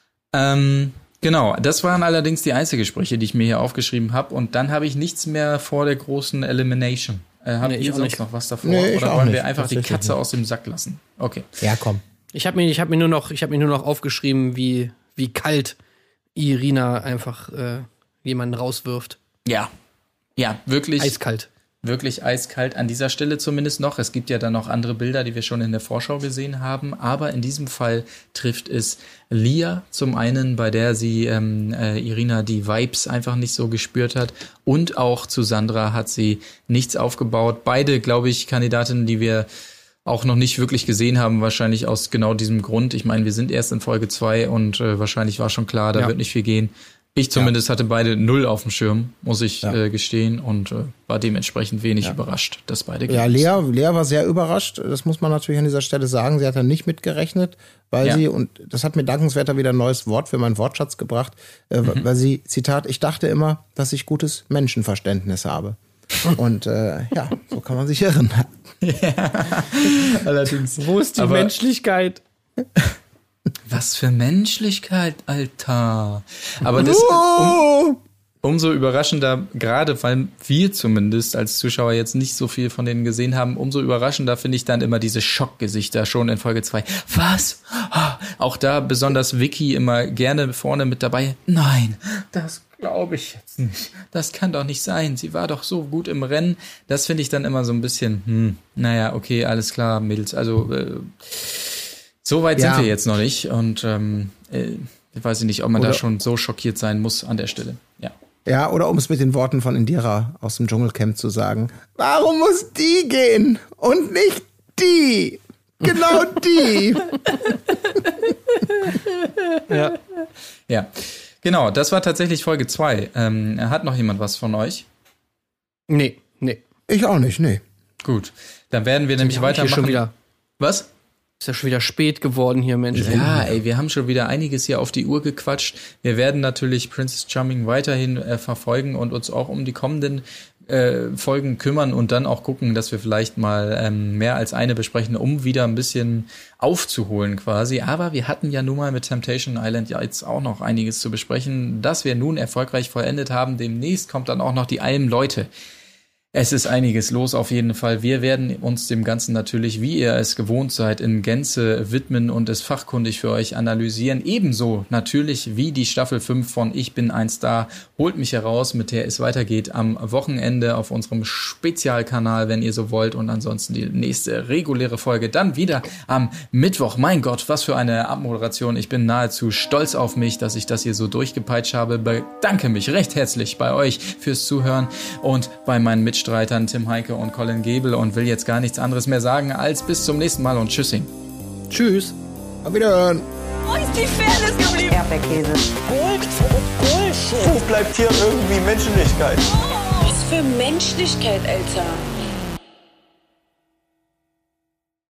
Ähm, genau, das waren allerdings die Einzelgespräche, die ich mir hier aufgeschrieben habe. Und dann habe ich nichts mehr vor der großen Elimination. Äh, habt Nee, ich ihr auch sonst nicht. noch was davor? Nee, ich Oder auch wollen nicht, wir einfach die tatsächlich Katze nicht. aus dem Sack lassen? Okay. Ja, komm. Ich habe mir, ich hab mir nur noch, ich habe mir nur noch aufgeschrieben, wie, wie kalt Irina einfach äh, jemanden rauswirft. Ja. Ja, wirklich. Eiskalt. Wirklich eiskalt an dieser Stelle zumindest noch. Es gibt ja dann noch andere Bilder, die wir schon in der Vorschau gesehen haben. Aber in diesem Fall trifft es Lia zum einen, bei der sie ähm, äh, Irina die Vibes einfach nicht so gespürt hat. Und auch zu Sandra hat sie nichts aufgebaut. Beide, glaube ich, Kandidatinnen, die wir auch noch nicht wirklich gesehen haben, wahrscheinlich aus genau diesem Grund. Ich meine, wir sind erst in Folge zwei und äh, wahrscheinlich war schon klar, da Ja. wird nicht viel gehen. Ich zumindest hatte beide null auf dem Schirm, muss ich Ja. äh, gestehen, und äh, war dementsprechend wenig überrascht, dass beide Ja, gegangen sind. Lea, Lea war sehr überrascht. Das muss man natürlich an dieser Stelle sagen. Sie hat da nicht mitgerechnet, weil Ja. sie, und das hat mir dankenswerter wieder ein neues Wort für meinen Wortschatz gebracht, äh, Mhm. weil sie, Zitat, ich dachte immer, dass ich gutes Menschenverständnis habe. Und äh, ja, so kann man sich irren. Allerdings. Wo ist die Aber- Menschlichkeit? Was für Menschlichkeit, Alter. Aber das um, Oh! umso überraschender, gerade weil wir zumindest als Zuschauer jetzt nicht so viel von denen gesehen haben, umso überraschender finde ich dann immer diese Schockgesichter schon in Folge zwei. Was? Ah, auch da besonders Vicky immer gerne vorne mit dabei. Nein, das glaube ich jetzt nicht. Das kann doch nicht sein. Sie war doch so gut im Rennen. Das finde ich dann immer so ein bisschen, hm, naja, okay, alles klar, Mädels. Also, äh, so weit Ja. sind wir jetzt noch nicht. Und ähm, äh, ich weiß nicht, ob man da Oder- schon so schockiert sein muss an der Stelle. Ja. Ja, oder um es mit den Worten von Indira aus dem Dschungelcamp zu sagen, warum muss die gehen und nicht die? Genau die. Ja. Ja, genau, das war tatsächlich Folge zwei. Ähm, hat noch jemand was von euch? Nee, nee. Ich auch nicht, nee. Gut, dann werden wir nämlich Wir haben hier weitermachen. schon wieder, Was? ist ja schon wieder spät geworden hier, Mensch. Ja, ey, wir haben schon wieder einiges hier auf die Uhr gequatscht. Wir werden natürlich Princess Charming weiterhin äh, verfolgen und uns auch um die kommenden äh, Folgen kümmern und dann auch gucken, dass wir vielleicht mal ähm, mehr als eine besprechen, um wieder ein bisschen aufzuholen quasi. Aber wir hatten ja nun mal mit Temptation Island ja jetzt auch noch einiges zu besprechen, das wir nun erfolgreich vollendet haben. Demnächst kommt dann auch noch die Alm-Leute. Es ist einiges los auf jeden Fall. Wir werden uns dem Ganzen natürlich, wie ihr es gewohnt seid, in Gänze widmen und es fachkundig für euch analysieren. Ebenso natürlich wie die Staffel fünf von Ich bin ein Star, holt mich heraus, mit der es weitergeht am Wochenende auf unserem Spezialkanal, wenn ihr so wollt. Und ansonsten die nächste reguläre Folge dann wieder am Mittwoch. Mein Gott, was für eine Abmoderation. Ich bin nahezu stolz auf mich, dass ich das hier so durchgepeitscht habe. Bedanke mich recht herzlich bei euch fürs Zuhören und bei meinen Mitstreitern Tim Heike und Colin Gebel und will jetzt gar nichts anderes mehr sagen als bis zum nächsten Mal und tschüssing. Tschüss. Auf Wiederhören. Wo ist die Fairness geblieben? Erdbeerkäse. Gold, Bullshit. Wo bleibt hier irgendwie Menschlichkeit? Was für Menschlichkeit, Alter.